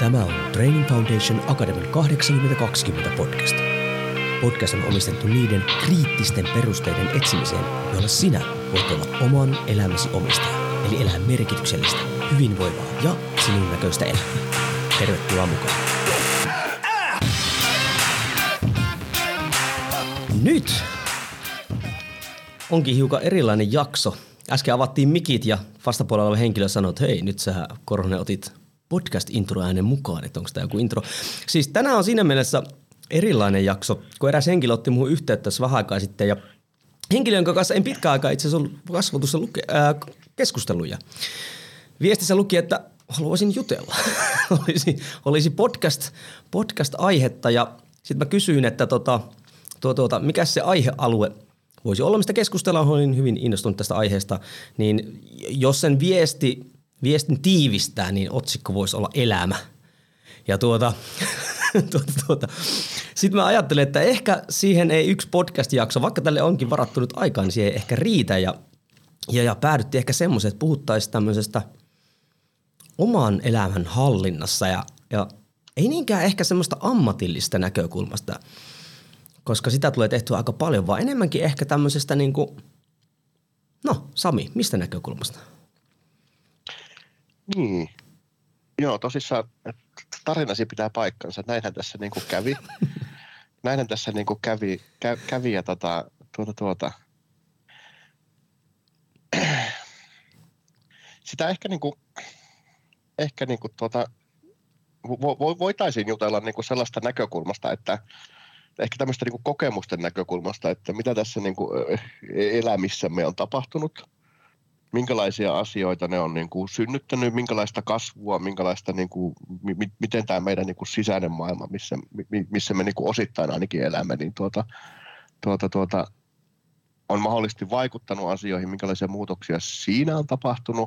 Tämä on Training Foundation Academy 8020 podcast. Podcast on omistettu niiden kriittisten perusteiden etsimiseen, joilla sinä voit olla oman elämäsi omistaja, eli elää merkityksellistä, hyvinvoivaa ja sinun näköistä elämää. Tervetuloa mukaan. Nyt onkin hiukan erilainen jakso. Äsken avattiin mikit ja vastapuolella oleva henkilö sanoi, että hei, nyt sä Korhonen otit podcast-intro-äänen mukaan, että onko tämä joku intro. Siis tänään on siinä mielessä erilainen jakso, kun eräs henkilö otti muuhun yhteyttä tässä vähän aikaa sitten ja henkilö, jonka kanssa en pitkään aikaa itse asiassa ollut kasvotussa keskusteluja. Viestissä luki, että haluaisin jutella. olisi podcast-aihetta ja sitten mä kysyin, että mikä se aihealue voisi olla, mistä keskustellaan. Olin hyvin innostunut tästä aiheesta, niin jos sen viestin tiivistää, niin otsikko voisi olla elämä. Ja sitten mä ajattelin, että ehkä siihen ei yksi podcast-jakso, vaikka tälle onkin varattu nyt aikaa, niin siihen ei ehkä riitä. Ja päädyttiin ehkä semmoiseen, että puhuttaisiin tämmöisestä oman elämän hallinnassa ja ei niinkään ehkä semmoista ammatillista näkökulmasta, koska sitä tulee tehtyä aika paljon, vaan enemmänkin ehkä tämmöisestä niinku, no Sami, mistä näkökulmasta? Niin. Joo, tosissaan tarinasi pitää paikkansa. Näinhän tässä niinku kävi. Näinhän tässä niinku kävi ja sitä ehkä voitaisiin jutella niinku sellaista näkökulmasta, että ehkä tämmöistä niinku kokemusten näkökulmasta, että mitä tässä niinku elämissämme on tapahtunut, minkälaisia asioita ne on niinku synnyttänyt, minkälaista kasvua, minkälaista niinku, miten tämä meidän niinku sisäinen maailma, missä me niinku osittain ainakin elämme, niin on mahdollisesti vaikuttanut asioihin, minkälaisia muutoksia siinä on tapahtunut.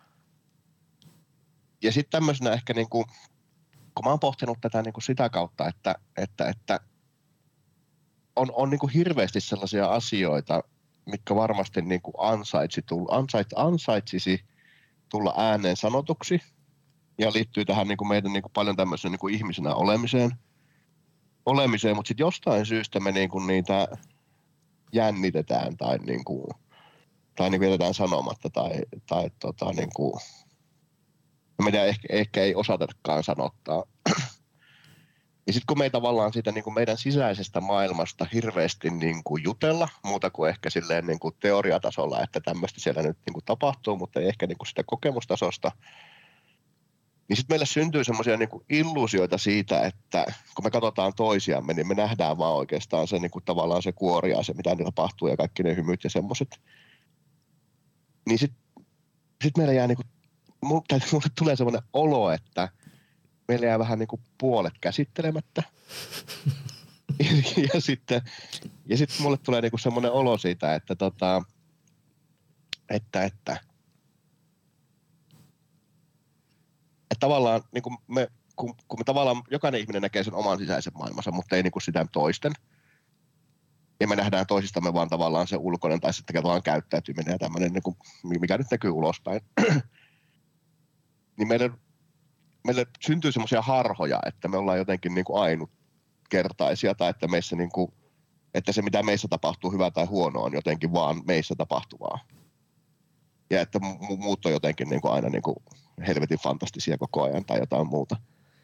Ja sitten tämmöisenä ehkä niinku, kun mä oon pohtinut tätä niinku sitä kautta, että on niinku hirveästi sellaisia asioita, mitkä varmasti niinku ansaitsisi tulla ääneen sanotuksi ja liittyy tähän niinku meidän niinku paljon tämmöiseen niinku ihmisenä olemiseen, mutta sitten jostain syystä me niinku niitä jännitetään tai niinku jätetään sanomatta tai niinku meidän ehkä ei osatakaan sanottaa. Ja sitten kun me ei tavallaan siitä niin kuin meidän sisäisestä maailmasta hirveästi niin kuin jutella, muuta kuin ehkä silleen niin kuin teoriatasolla, että tämmöistä siellä nyt niin kuin tapahtuu, mutta ei ehkä niin kuin sitä kokemustasosta, niin sitten meille syntyy semmoisia niin kuin illuusioita siitä, että kun me katsotaan toisiamme, niin me nähdään vaan oikeastaan se niin kuin tavallaan se kuori ja se, mitä ne tapahtuu ja kaikki ne hymyt ja semmoiset. Niin sitten meillä jää niin kuin, mulle tulee semmoinen olo, että meillä jää vähän niin kuin puolet käsittelemättä. ja sitten mulle tulee niin kuin semmoinen olo siitä, että tavallaan niin kuin kun me tavallaan jokainen ihminen näkee sen oman sisäisen maailmansa, mutta ei niin kuin sitä toisten. Ja me nähdään toisistamme vaan tavallaan se ulkoinen tai sitten tavallaan käyttäytyminen ja tämmöinen, niin kuin, mikä nyt näkyy ulospäin. Niin meille syntyy semmoisia harhoja, että me ollaan jotenkin niin kuin ainutkertaisia tai että meissä niin kuin, että se mitä meissä tapahtuu hyvä tai huono on jotenkin vaan meissä tapahtuvaa. Ja että muut on jotenkin niin kuin aina niin kuin helvetin fantastisia koko ajan tai jotain muuta.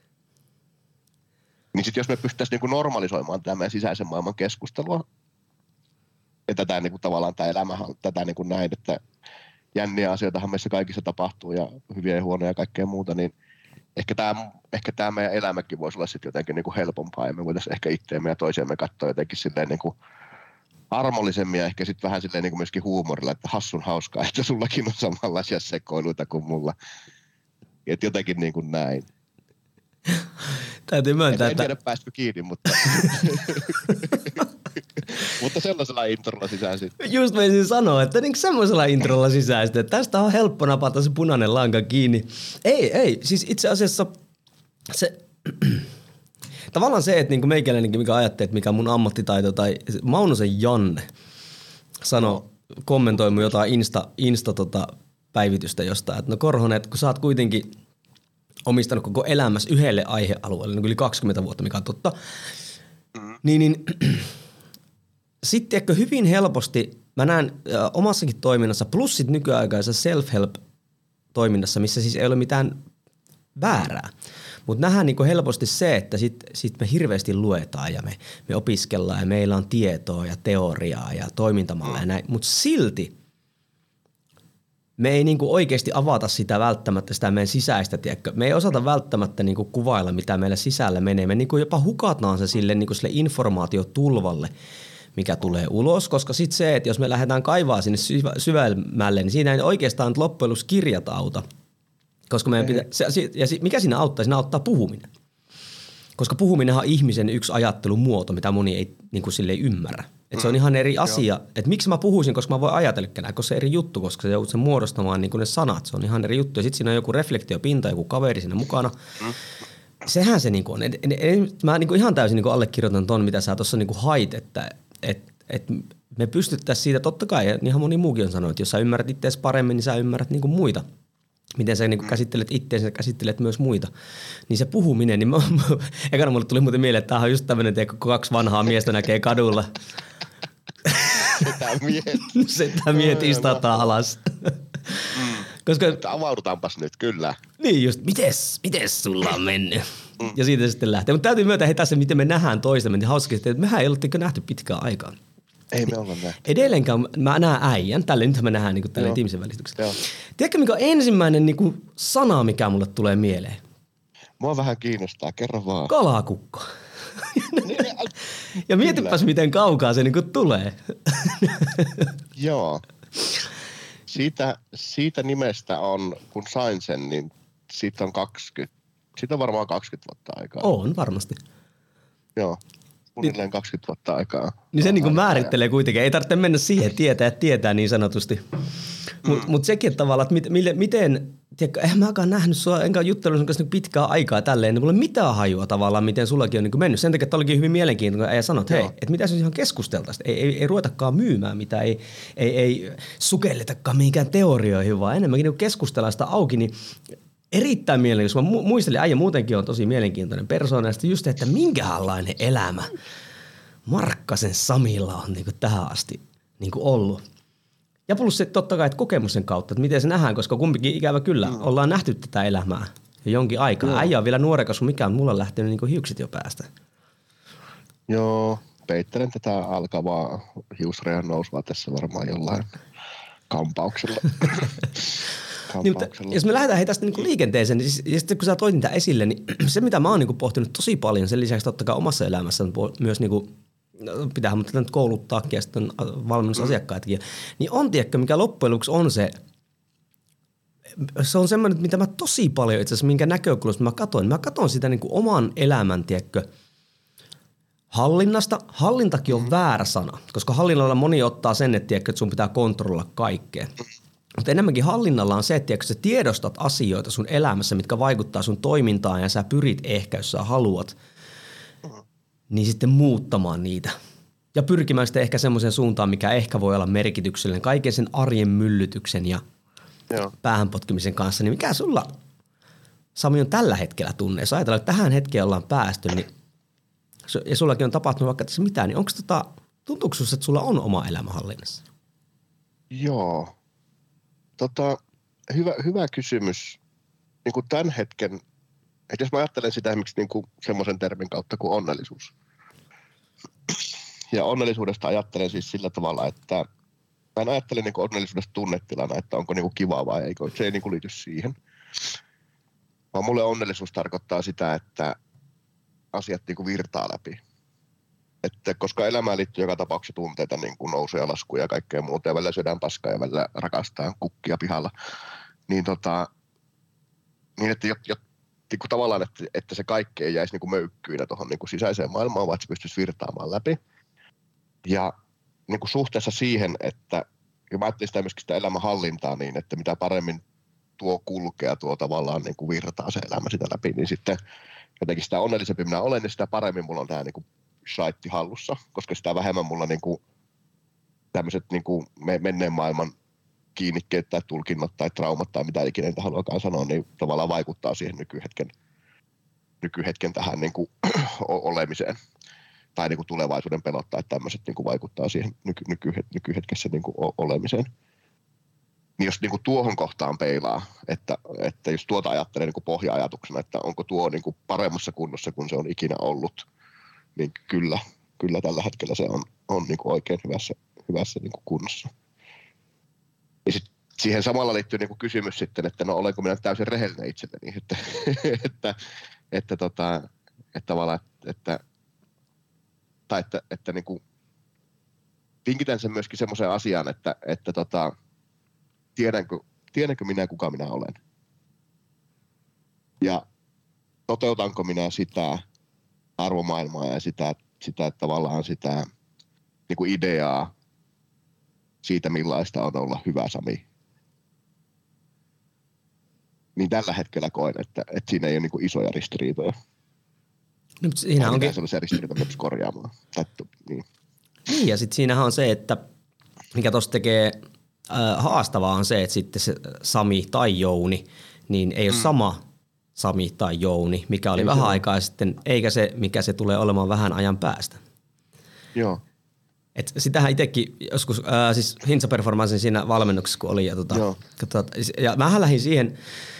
Niin sitten jos me pystyttäisiin niin kuin normalisoimaan tätä meidän sisäisen maailman keskustelua ja tätä niin kuin tavallaan tämä elämähän tätä niin kuin näin, että jänniä asioitahan meissä kaikissa tapahtuu ja hyviä ja huonoja ja kaikkea muuta, niin ehkä tämä meidän elämäkin voisi olla sitten jotenkin niinku helpompaa ja me voitaisiin ehkä itseämme ja toisiamme katsoa jotenkin silleen niinku armollisemmin ja ehkä sitten vähän silleen niinku myöskin huumorilla, että hassun hauskaa, että sullakin on samanlaisia sekoiluita kuin mulla. Että jotenkin niinku näin. Täytyy myöntää, en tiedä pääskö kiinni, mutta mutta sellaisella introlla sisäisesti. Just menisin sanoa, että niin semmoisella introlla sisäisesti, että tästä on helppo napata se punainen lanka kiinni. Ei, siis itse asiassa se, tavallaan se, että niin kuin meikäläinenkin, mikä ajattelee, että mikä on mun ammattitaito, tai Maunosen Janne kommentoi mun jotain Insta päivitystä jostain, että no Korhonen, että kun sä oot kuitenkin omistanut koko elämässä yhdelle aihealueelle, niin yli 20 vuotta, mikä on totta. Niin sitten hyvin helposti mä näen omassakin toiminnassa, plus sitten nykyaikaisessa self-help-toiminnassa, missä siis ei ole mitään väärää. Mutta nähdään niin helposti se, että sit me hirveästi luetaan ja me opiskellaan ja meillä on tietoa ja teoriaa ja toimintamalleja ja näin. Mutta silti me ei niinku oikeasti avata sitä välttämättä, sitä meidän sisäistä, tiedätkö? Me ei osata välttämättä niinku kuvailla, mitä meillä sisällä menee. Me niinku jopa hukataan se sille informaatiotulvalle, mikä tulee ulos, koska sitten se, että jos me lähdetään kaivaa sinne syvemmälle, niin siinä ei oikeastaan loppujen lopuksi kirjat auta. Koska meidän mikä siinä auttaa? Siinä auttaa puhuminen. Koska puhuminenhan on ihmisen yksi ajattelumuoto, mitä moni ei niin sille ei ymmärrä. Että se on ihan eri asia. Että miksi mä puhuisin, koska mä voin ajatella kenään, koska se on eri juttu, koska se joudut sen muodostamaan niin ne sanat. Se on ihan eri juttu. Ja sitten siinä on joku reflektiopinta, joku kaveri siinä mukana. Sehän se niin on. Mä niin ihan täysin niin allekirjoitan ton, mitä sä tuossa niin hait, että me pystyttäisiin siitä, totta kai, ja ihan moni muukin on sanonut, että jos sä ymmärrät itseäsi paremmin, niin sä ymmärrät niin muita. Miten sä niin käsittelet itseäsi ja käsittelet myös muita. Niin se puhuminen, niin ekana mulle tuli muuten mieleen, että tämähän on just tämmöinen, että kun 2 vanhaa miestä näkee kadulla. Sitä miehet istataan alas. Koska avaudutaanpas nyt, kyllä. Niin just, mites sulla on mennyt? Ja siitä sitten lähtee. Mutta täytyy myöntää tässä, miten me nähdään toistamme. Niin hauskasti, että mehän ei ole nähty pitkään aikaa. Ei me olla nähty. Edelleenkään mä näen äijän. Tälleen nyt me nähdään niin tälleen ihmisen välistyksellä. Tiedätkö, mikä on ensimmäinen niin sana, mikä mulle tulee mieleen? Mua vähän kiinnostaa. Kerro vaan. Kalakukko. Ja mietipäs, miten kaukaa se niin tulee. Joo. Siitä nimestä on, kun sain sen, niin siitä on varmaan 20 vuotta aikaa. On varmasti. Joo. Suunnilleen 20 vuotta aikaa. Niin se niin määrittelee kuitenkin. Ei tarvitse mennä siihen tietää niin sanotusti. Mutta sekin, että tavallaan, että miten tiedätkö, eihän mäkään nähnyt sua, enkä juttelun sun kanssa pitkää aikaa tälleen, niin mulla ei mitään hajua tavallaan, miten sullakin on niin mennyt. Sen takia, että olikin hyvin mielenkiintoinen, ja sanoit, hei, että mitä se ihan keskusteltaisiin. Ei ruvetakaan myymään mitään, ei sukelletakaan mihinkään teorioihin, vaan enemmänkin niin keskustellaan sitä auki, niin erittäin mielenkiintoista. Mä muistelin, äijä muutenkin on tosi mielenkiintoinen persoona, ja just, että minkälainen elämä Markkasen Samilla on niin tähän asti niin ollut. Ja plus se totta kai, että kokemuksen kautta, että miten se nähdään, koska kumpikin ikävä kyllä ollaan nähty tätä elämää jo jonkin aikaa. Äijä on vielä nuorekas kuin mikään, mulla on lähtenyt niin hiukset jo päästä. Joo, peittelen tätä alkavaa hiusrajan nousua tässä varmaan jollain kampauksella. Niin, mutta jos me lähdetään tästä niin liikenteeseen, niin siis, ja sitten kun sä toit niitä esille, niin se mitä mä oon niin pohtinut tosi paljon, sen lisäksi totta kai omassa elämässä myös niin kuin, pitäähän mutta nyt kouluttaakin ja sitten valmennusasiakkaitakin, niin on tiedäkö, mikä loppujen lopuksi on se on semmoinen, mitä mä tosi paljon itse asiassa, minkä näkökulmasta mä katsoin. Mä katson sitä niin kuin oman elämän, tiedäkö, hallinnasta. Hallintakin on väärä sana, koska hallinnalla moni ottaa sen, että, tiedätkö, että sun pitää kontrolloida kaikkea. Mutta enemmänkin hallinnalla on se, että sä tiedostat asioita sun elämässä, mitkä vaikuttaa sun toimintaan ja sä pyrit ehkä, jos sä haluat, niin sitten muuttamaan niitä. Ja pyrkimään sitten ehkä semmoiseen suuntaan, mikä ehkä voi olla merkityksellinen kaiken sen arjen myllytyksen ja päähänpotkimisen kanssa. Niin mikä sulla, Sami, on tällä hetkellä tunne? Jos ajatellaan, että tähän hetkeen ollaan päästy, niin, ja sullakin on tapahtunut vaikka tässä mitään, niin onko tuntuuko sinusta, että sulla on oma elämä hallinnassa? Joo. Hyvä kysymys. Niin kuin tämän hetken, että jos mä ajattelen sitä esimerkiksi niin kuin semmoisen termin kautta kuin onnellisuus. Ja onnellisuudesta ajattelen siis sillä tavalla, että mä en ajattele niin kuin onnellisuudesta tunnetilana, että onko niin kuin kivaa vai eikö. Se ei niin kuin liity siihen. Vaan mulle onnellisuus tarkoittaa sitä, että asiat niin kuin virtaa läpi. Että koska elämään liittyy joka tapauksessa tunteita, niin kuin nousuja, laskuja ja kaikkea muuta, ja välillä syödään paskaa ja välillä rakastaa kukkia pihalla, niin, niin että niin kuin tavallaan, että se kaikki ei jäisi niin kuin möykkyinä tuohon niin kuin sisäiseen maailmaan, vaan että se pystyisi virtaamaan läpi. Ja niin kuin suhteessa siihen, että ja mä ajattelin sitä myöskin sitä elämänhallintaa niin, että mitä paremmin tuo kulkea, tuo tavallaan niin kuin virtaa se elämä sitä läpi, niin sitten jotenkin sitä onnellisempi minä olen, niin sitä paremmin mulla on tämä niin kuin shaitti hallussa, koska sitä vähemmän mulla niinku tämmöiset niinku menneen maailman kiinnikkeet tai tulkinnat tai traumat tai mitä ikinä niitä haluakaan sanoa, niin tavallaan vaikuttaa siihen nykyhetken tähän niin kuin olemiseen. Tai niin kuin tulevaisuuden pelot tai tämmöiset niin kuin vaikuttaa siihen nykyhetkessä niin kuin olemiseen. Niin jos niin kuin tuohon kohtaan peilaa, että jos tuota ajattelee niin kuin pohja-ajatuksena, että onko tuo niin kuin paremmassa kunnossa kuin se on ikinä ollut, niin kyllä tällä hetkellä se on niin kuin oikein hyvässä niin kuin kunnossa. Ja sit siihen samalla liittyy niin kuin kysymys sitten, että no olenko minä täysin rehellinen itselleni, että tavallaan, että niin kuin vinkitän sen myöskin semmoiseen asiaan, että tiedänkö minä, kuka minä olen? Ja toteutanko minä sitä arvomaailmaa ja sitä tavallaan sitä niin kuin ideaa siitä, millaista on olla hyvä Sami? Niin tällä hetkellä koen, että siinä ei ole niin kuin isoja ristiriitoja. No, siinä onkin sellaisia ristiriitoja myös korjaamaan. Niin. Niin, ja sitten siinähän on se, että mikä tuossa tekee haastavaa on se, että sitten se Sami tai Jouni, niin ei ole sama Sami tai Jouni, mikä oli vähän aikaa sitten, eikä se, mikä se tulee olemaan vähän ajan päästä. Joo. Et sitähän itsekin joskus, siis Hintsa-performanssin siinä valmennuksessa, kun oli, ja mähän lähdin siihen,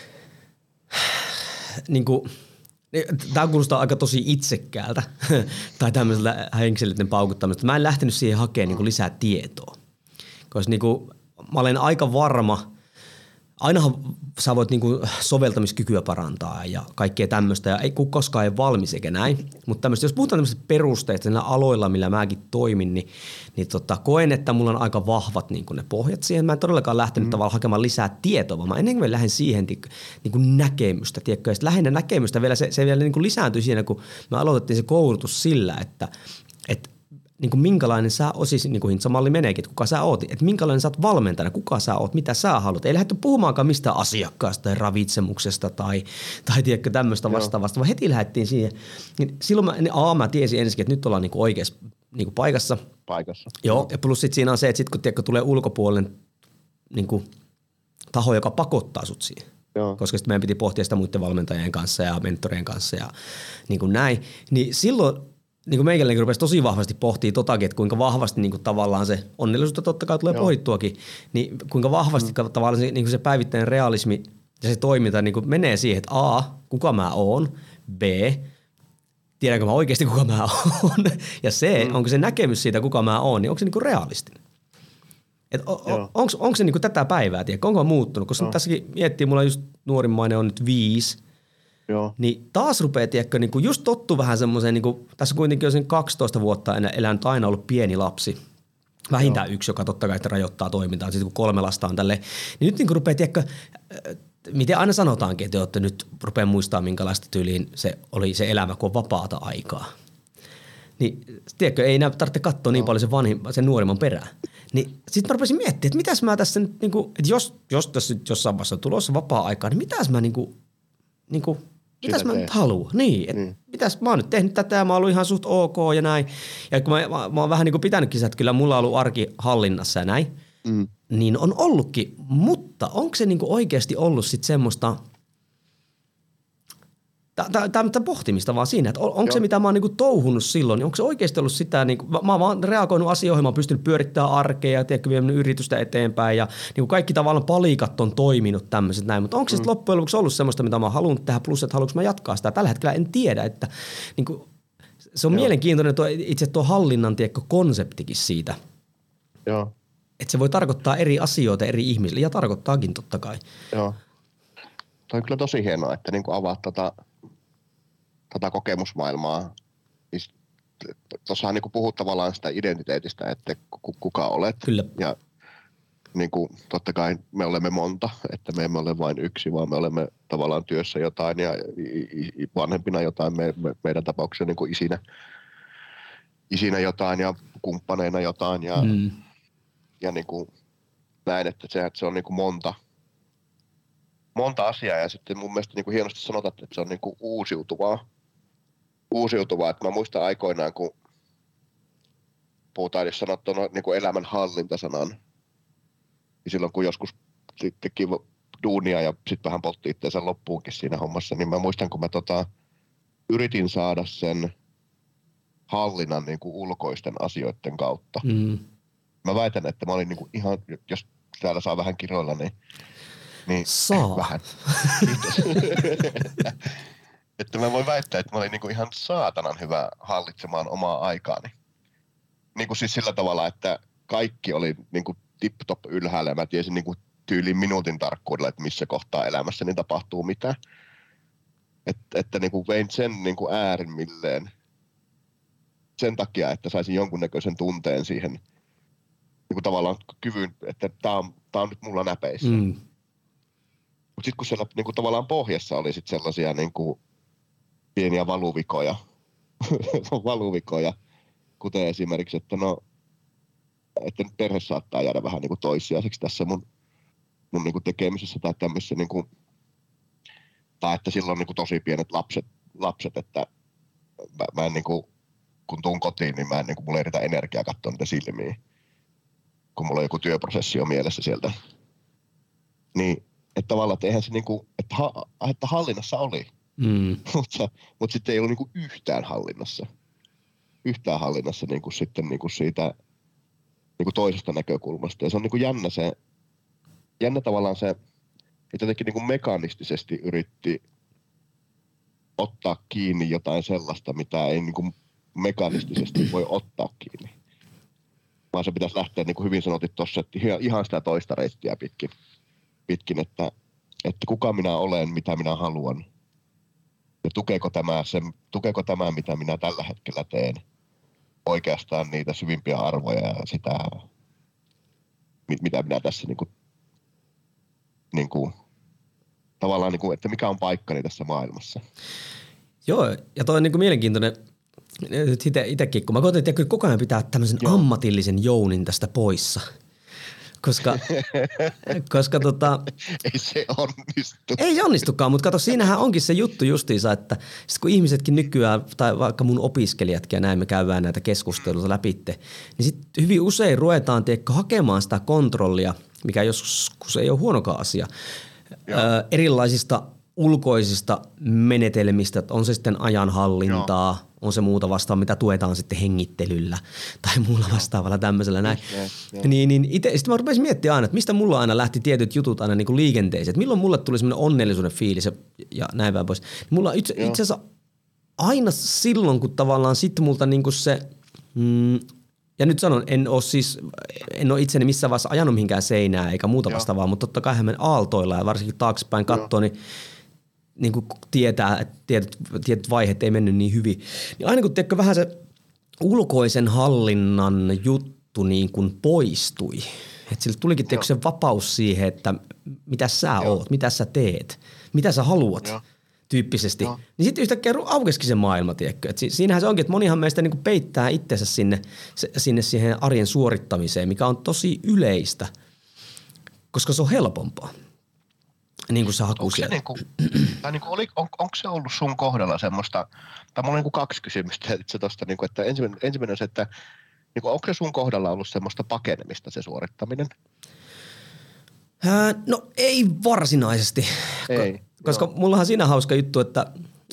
niinku, tämä kuulostaa aika tosi itsekkäältä tai tämmöiseltä henkilöiden paukuttamista. Mä en lähtenyt siihen hakemaan niinku lisää tietoa, koska niinku, mä olen aika varma, ainahan sä voit niinku soveltamiskykyä parantaa ja kaikkea tämmöistä, ja ei koskaan ei valmis eikä näin, mutta tämmöistä, jos puhutaan tämmöistä perusteista niillä aloilla, millä mäkin toimin, niin koen, että mulla on aika vahvat niinku ne pohjat siihen. Mä en todellakaan lähtenyt tavallaan hakemaan lisää tietoa, vaan mä ennen kuin lähden siihen niinku näkemystä, tiedätkö, ja sitten lähinnä näkemystä vielä, se vielä niinku lisääntyi siinä, kun me aloitettiin se koulutus sillä, että niin kuin minkälainen sä oot, siis niin kuin Hintsa-malli meneekin, että kuka sä oot, että minkälainen sä oot valmentajana, kuka sä oot, mitä sä haluat. Ei lähdetty puhumaankaan mistään asiakkaasta tai ravitsemuksesta tai tiedätkö tämmöistä vastaavasta, vaan heti lähdettiin siihen. Niin silloin mä tiesin ensin, että nyt ollaan niin kuin oikeassa niin kuin paikassa. Joo, ja plus sit siinä on se, että sit kun tiedätkö, tulee ulkopuolinen niin kuin taho, joka pakottaa sut siihen. Joo. Koska sitten meidän piti pohtia sitä muiden valmentajien kanssa ja mentorien kanssa ja niin kuin näin, niin silloin niin kuin meikäläinen rupesi tosi vahvasti pohtimaan totakin, että kuinka vahvasti niin kuin tavallaan se onnellisuutta totta kai tulee pohittuakin, niin kuinka vahvasti tavallaan se, niin kuin se päivittäinen realismi ja se toiminta niin kuin menee siihen, että A, kuka mä oon, B, tiedänkö mä oikeasti kuka mä oon, ja C, onko se näkemys siitä kuka mä oon, niin onko se niin kuin realistinen. Onko se niin kuin tätä päivää, tiedätkö, onko muuttunut, koska tässäkin miettii, mulla just nuorimmainen on nyt 5, joo. Niin taas rupeaa, tiedätkö, niin kuin just tottu vähän semmoiseen, niin kuin, tässä kuitenkin on sen 12 vuotta elänyt aina ollut pieni lapsi. Vähintään yksi, joka totta kai rajoittaa toimintaa, sitten kun 3 lasta on tälleen. Niin nyt niin kuin rupeaa, tiedätkö, miten aina sanotaankin, että olette nyt rupeaa muistamaan, minkälaista tyyliin se oli se elämä, kun on vapaata aikaa. Niin tiedätkö, ei enää tarvitse katsoa niin paljon sen nuorimman perään. Niin sitten mä rupesin miettimään, että mitäs mä tässä nyt, niin kuin, että jos tässä nyt jossain vaiheessa on tulossa vapaa-aikaa, niin mitäs mä mitäs mä nyt haluan? Niin, mitäs, mä oon nyt tehnyt tätä ja mä oon ollut ihan suht ok ja näin. Ja kun mä oon vähän niin kuin pitänytkin, että kyllä mulla on ollut arki hallinnassa ja näin, niin on ollutkin. Mutta onko se niin kuin oikeasti ollut sitten semmoista pohtimista vaan siinä, että onko se mitä mä oon niin kuin touhunut silloin, niin onko se oikeasti ollut sitä, niin kuin, mä oon vaan reagoinut asioihin, mä oon pystynyt pyörittämään arkea ja tiedätkö, vienyt yritystä eteenpäin ja niin kuin kaikki tavallaan palikat on toiminut tämmöiset näin, mutta onko se sitten loppujen lopuksi ollut semmoista, mitä mä oon halunnut tehdä, plus että haluanko mä jatkaa sitä, tällä hetkellä en tiedä, että niin kuin, se on mielenkiintoinen itse tuo hallinnan tiedätkö, konseptikin siitä, että se voi tarkoittaa eri asioita eri ihmisille ja tarkoittaakin totta kai. Joo, toi on kyllä tosi hienoa, että niin kuin avaat tätä kokemusmaailmaa. Tuossahan niin puhut tavallaan sitä identiteetistä, että kuka olet. Kyllä. Ja niin kuin, totta kai me olemme monta, että me emme ole vain yksi, vaan me olemme tavallaan työssä jotain ja vanhempina jotain, meidän tapauksessa niin kuin isinä jotain ja kumppaneina jotain ja niin kuin näin, että se on niin kuin monta asiaa ja sitten mun mielestä niin kuin hienosti sanotaan, että se on niin kuin uusiutuvaa, että mä muistan aikoinaan, kun puhutaan, jos sanot tuon niin kuin elämän hallintasanan, Ja silloin kun joskus teki duunia ja sitten vähän poltti itseensä loppuunkin siinä hommassa, niin mä muistan, kun mä yritin saada sen hallinnan niin kuin ulkoisten asioiden kautta. Mä väitän, että mä olin niin kuin ihan, jos täällä saa vähän kiroilla, niin saa. Vähän. Että mä voin väittää, että mä olin niin kuin ihan saatanan hyvä hallitsemaan omaa aikaani. Niin kuin siis sillä tavalla, että kaikki oli niin kuin tip-top ylhäällä ja mä tiesin niin kuin tyyliin minuutin tarkkuudella, että missä kohtaa elämässä niin tapahtuu mitä. Että niin kuin vein sen niin kuin äärimmilleen sen takia, että saisin jonkunnäköisen tunteen siihen niin kuin tavallaan kyvyn, että tää on nyt mulla näpeissä. Mutta sitten kun siellä niin kuin tavallaan pohjassa oli sit sellaisia niin kuin pieniä valuvikoja, kuten esimerkiksi, että että nyt perhe saattaa jäädä vähän niin kuin toissijaiseksi tässä mun niin kuin tekemisessä tai tämmöisessä, niin kuin, tai että silloin niin kuin tosi pienet lapset, että mä en niin kuin, kun tuun kotiin, niin mä en niin kuin, mulla ei riitä energiaa katsoa niitä silmiä, kun mulla on joku työprosessi on mielessä sieltä. Niin, että tavallaan, että eihän se niin kuin, että hallinnassa oli, mutta sitten ei ollut niin kuin yhtään hallinnassa niin kuin sitten niin kuin siitä niin kuin toisesta näkökulmasta. Ja se on niin kuin jännä tavallaan se, että jotenkin niin kuin mekanistisesti yritti ottaa kiinni jotain sellaista, mitä ei niin kuin mekanistisesti voi ottaa kiinni. Vaan se pitäisi lähteä, niin kuin hyvin sanotit tuossa, että ihan sitä toista reittiä pitkin että kuka minä olen, mitä minä haluan. Ja tukeeko tämä, mitä minä tällä hetkellä teen, oikeastaan niitä syvimpiä arvoja ja sitä, mitä minä tässä niin kuin, tavallaan, niin kuin, että mikä on paikkani tässä maailmassa. Joo, ja toi on niin kuin mielenkiintoinen itsekin, kun mä koetin, että koko ajan pitää tämmöisen ammatillisen jounin tästä poissa. Koska ei se onnistu. Ei onnistukaan, mutta kato, siinähän onkin se juttu justiinsa, että sit kun ihmisetkin nykyään, tai vaikka mun opiskelijatkin ja näin me käydään näitä keskusteluita läpitte, niin sitten hyvin usein ruvetaan hakemaan sitä kontrollia, mikä joskus ei ole huonokaan asia, erilaisista ulkoisista menetelmistä, on se sitten ajanhallintaa, on se muuta vastaan, mitä tuetaan sitten hengittelyllä tai muulla vastaavalla tämmöisellä näin. Niin sitten mä rupesin miettimään aina, että mistä mulla aina lähti tietyt jutut aina niin kuin liikenteeseen, että milloin mulle tuli semmoinen onnellisuuden fiilis ja näin päin pois. Mulla itse asiassa aina silloin, kun tavallaan sitten multa niin kuin se, ja nyt sanon, en ole itseni missään vaiheessa ajanut mihinkään seinää eikä muuta vastaavaa, mutta totta kai me aaltoilla ja varsinkin taaksepäin katsoo, niin kuin tietää, että tietyt vaiheet ei mennyt niin hyvin. Niin aina kun tiedätkö, vähän se ulkoisen hallinnan juttu niin kuin poistui. Että sille tulikin tiedätkö, se vapaus siihen, että mitä sä oot, mitä sä teet, mitä sä haluat tyyppisesti. Niin sitten yhtäkkiä aukesikin se maailma, tiedätkö. Et siinähän se onkin, että monihan meistä niin kuin peittää itsensä sinne siihen arjen suorittamiseen, mikä on tosi yleistä, koska se on helpompaa. Niin kuin se haku sieltä. Onko se ollut sun kohdalla semmoista, tai mulla on niin 2 kysymystä itse tosta, niin kuin, että ensimmäinen on se, että niin kuin, onko se sun kohdalla ollut semmoista pakenemista se suorittaminen? No ei varsinaisesti, koska mullahan siinä hauska juttu, että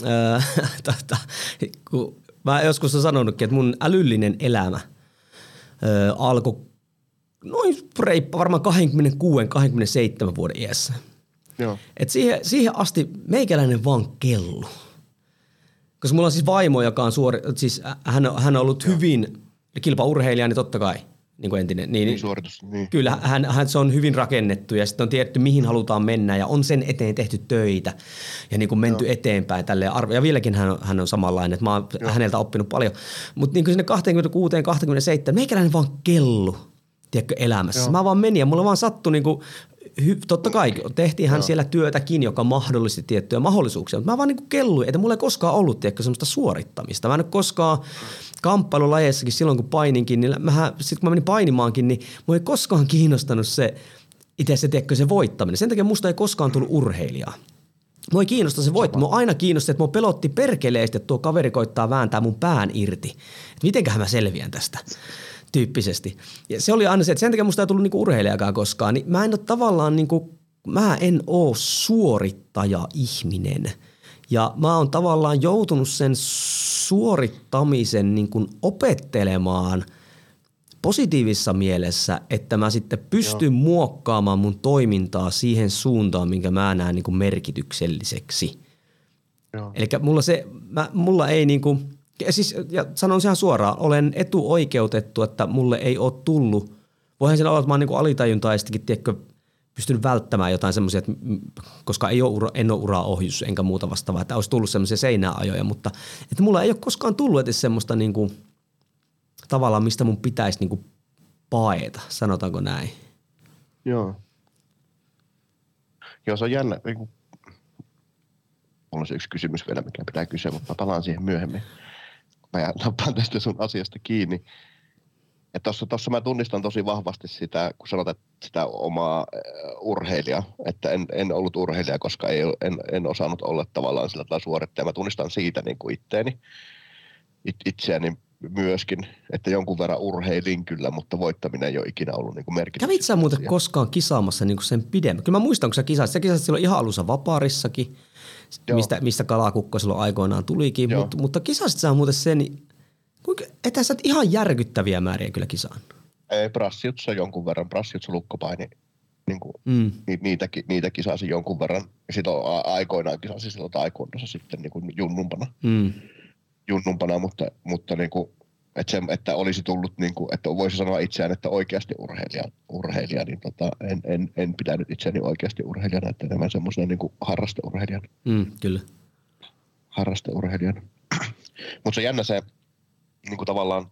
kun mä joskus olen sanonutkin, että mun älyllinen elämä alkoi noin varmaan 26-27 vuoden iässä. Joo. Et siihen asti meikäläinen vaan kellu. Koska mulla on siis vaimo, joka on siis hän on ollut hyvin kilpaurheilija, niin totta kai niin kuin entinen. Niin, suoritus, niin. Kyllä, se on hyvin rakennettu ja sitten on tiedetty, mihin halutaan mennä ja on sen eteen tehty töitä ja niin kuin menty eteenpäin tälleen. Ja vieläkin hän on samanlainen, että mä oon häneltä oppinut paljon. Mutta niin kuin sinne 26-27, meikäläinen vaan kellu, tiedätkö, elämässä. Joo. Mä vaan menin ja mulla vaan sattui niin kuin totta kai tehtiinhän siellä työtäkin, joka mahdollisti tiettyjä mahdollisuuksia, mutta mä vaan niin kuin kelluin, että mulla ei koskaan ollut semmoista suorittamista. Mä en ole koskaan kamppailulajeissakin silloin, kun paininkin, niin sitten kun mä menin painimaankin, niin mua ei koskaan kiinnostanut se itse se voittaminen. Sen takia musta ei koskaan tullut urheilijaa. Mua ei kiinnosta se voittaminen. Mua aina kiinnosti, että mua pelotti perkeleesti, että tuo kaveri koittaa vääntää mun pään irti. Että mitenköhän mä selviän tästä. tyyppisesti. Ja se oli aina se, että sen takia musta ei tullut niinku urheilijakaan koskaan, niin mä en ole tavallaan niinku, mä en oo suorittaja-ihminen. Ja mä oon tavallaan joutunut sen suorittamisen niin kuin opettelemaan positiivisessa mielessä, että mä sitten pystyn muokkaamaan mun toimintaa siihen suuntaan, minkä mä näen niin kuin merkitykselliseksi. Eli mulla ei niin kuin, siis, ja sanon ihan suoraan, olen etuoikeutettu, että mulle ei ole tullut, voihan siinä olla, että mä oon niin kuin alitajuntaisestikin, tiedätkö, pystynyt välttämään jotain semmoisia, koska en ole uraohjus enkä muuta vastaavaa, että olisi tullut semmoisia seinääajoja, mutta että mulla ei ole koskaan tullut edes semmoista niinku, tavallaan, mistä mun pitäisi niinku paeta, sanotaanko näin. Joo. Joo, se on jännä. Mulla on se yksi kysymys vielä, mikä pitää kysyä, mutta palaan siihen myöhemmin. Mä nappaan tästä sun asiasta kiinni. Tuossa mä tunnistan tosi vahvasti sitä, kun sanotaan sitä omaa urheilijaa, että en ollut urheilija, koska en osannut olla tavallaan sillä tavalla suorittaja. Mä tunnistan siitä niin kuin itseäni myöskin, että jonkun verran urheilin kyllä, mutta voittaminen ei ole ikinä ollut niin kuin merkityksellistä. Kävit sä muuten koskaan kisaamassa niin kuin sen pidemmän? Kyllä mä muistan, kun sä kisasit. Sä kisasit silloin ihan alussa Vaparissakin, mistä Kalakukko silloin aikoinaan tulikin, mutta kisasit sä muuten sen. Ethän sä ihan järkyttäviä määriä kyllä kisaan. Ei, brassiutsa jonkun verran, brassiutsa lukkopaini, niin kuin, niitä kisasin jonkun verran. Ja sitten aikoinaan kisasin silloin taekwondossa sitten niin kuin junnumpana, mutta niin kuin, että olisi tullut, niin kuin, että voisi sanoa itseään, että oikeasti urheilija niin en pitänyt itseäni oikeasti urheilijana, että enemmän semmoisena niin kuin harrasteurheilijana. Kyllä. Harrasteurheilijana. Mutta se jännä se, niin kuin tavallaan,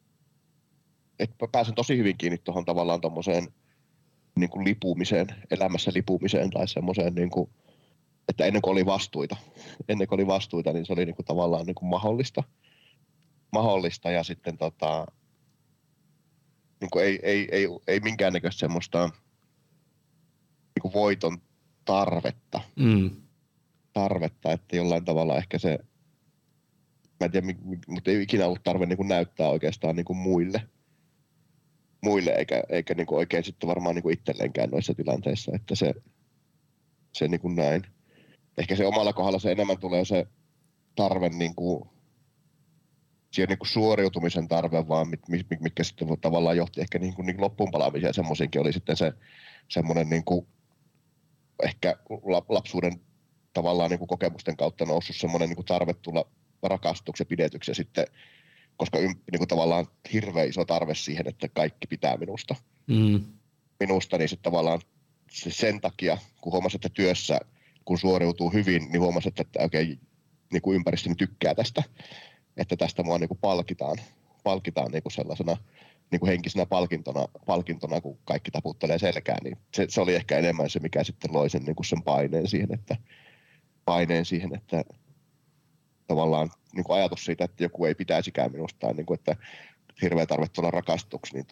että pääsen tosi hyvin kiinni tuohon tavallaan tommoseen niin kuin lipumiseen, elämässä lipumiseen tai semmoiseen, niin kuin, että ennen kuin oli vastuita, niin se oli niin kuin tavallaan niin kuin mahdollista ja sitten niin kuin ei minkäännäköistä semmoista niin kuin voiton tarvetta, että jollain tavalla ehkä se, mä en tiedä, mutta ei ikinä ollut tarve niin kuin näyttää oikeastaan niin kuin muille eikä niin kuin oikein sitten varmaan niin kuin itselleenkään noissa tilanteissa, että se niin kuin näin. Ehkä se omalla kohdalla se enemmän tulee se tarve niin kuin, siihen niin kuin suoriutumisen tarve vaan, mitkä sitten tavallaan johti ehkä niin kuin loppuun palaamiseen ja semmoisenkin oli sitten se semmoinen niin kuin ehkä lapsuuden tavallaan niin kuin kokemusten kautta noussut semmoinen niin kuin tarve tulla rakastuksi ja pidetyksi ja sitten, koska niin kuin tavallaan hirveän iso tarve siihen, että kaikki pitää minusta, niin sitten tavallaan sen takia, kun huomasi, että työssä, kun suoriutuu hyvin, niin huomasi, että okei, niin kuin ympäristöni tykkää tästä, että tästä mua niin kuin palkitaan niin kuin sellaisena niin kuin henkisenä palkintona, kun kaikki taputtelee selkään, niin se oli ehkä enemmän se, mikä sitten loi sen, niin kuin sen paineen siihen, että tavallaan niin kuin ajatus siitä, että joku ei pitäisikään minusta, tai niin kuin, että hirveä tarve tulla rakastuksi, niin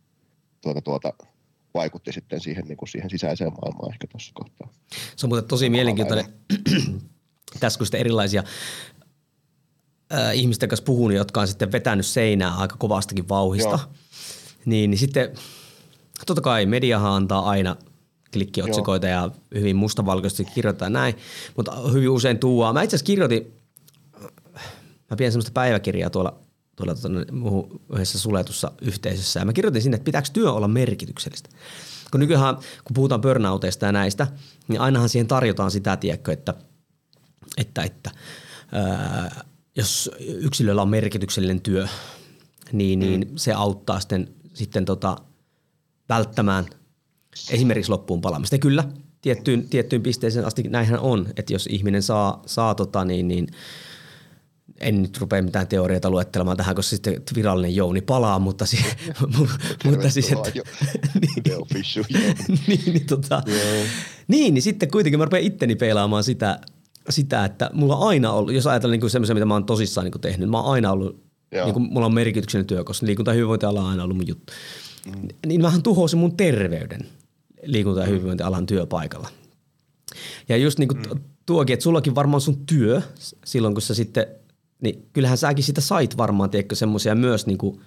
vaikutti sitten siihen, niin kuin siihen sisäiseen maailmaan ehkä tuossa kohtaa. Se on muuten tosi mielenkiintoinen. Tässä kun sitten erilaisia ihmisten kanssa puhun, jotka on sitten vetänyt seinää aika kovastakin vauhista, niin sitten totta kai mediahan antaa aina klikkiotsikoita ja hyvin mustavalkoisesti kirjoittaa näin, mutta hyvin usein tuuaa. Mä itse asiassa mä pidän semmoista päiväkirjaa tuolla yhdessä suljetussa yhteisössä ja mä kirjoitin sinne, että pitääkö työ olla merkityksellistä. Kun nykyään, kun puhutaan burnouteista ja näistä, niin ainahan siihen tarjotaan sitä, tiedätkö, että jos yksilöllä on merkityksellinen työ, niin se auttaa sitten välttämään esimerkiksi loppuun palaamista. Ja kyllä, tiettyyn pisteeseen asti näinhän on, että jos ihminen saa niin en nyt rupea mitään teorioita luettelemaan tähän, koska sitten virallinen Jouni palaa, mutta siis niin sitten kuitenkin mä rupean itteni peilaamaan sitä, että mulla on aina ollut, jos ajatellaan niin semmoisia, mitä mä oon tosissaan niin tehnyt, mä oon aina ollut, niin kuin mulla on merkityksellinen työ, koska liikunta- ja hyvinvointiala on aina ollut mun juttu. Niin mähän tuhosin mun terveyden liikunta- ja hyvinvointialan työpaikalla. Ja just niin kuin tuokin, että sullakin varmaan sun työ silloin, kun sä sitten, niin kyllähän säkin sitä sait varmaan, tiedätkö, semmoisia myös niin kuin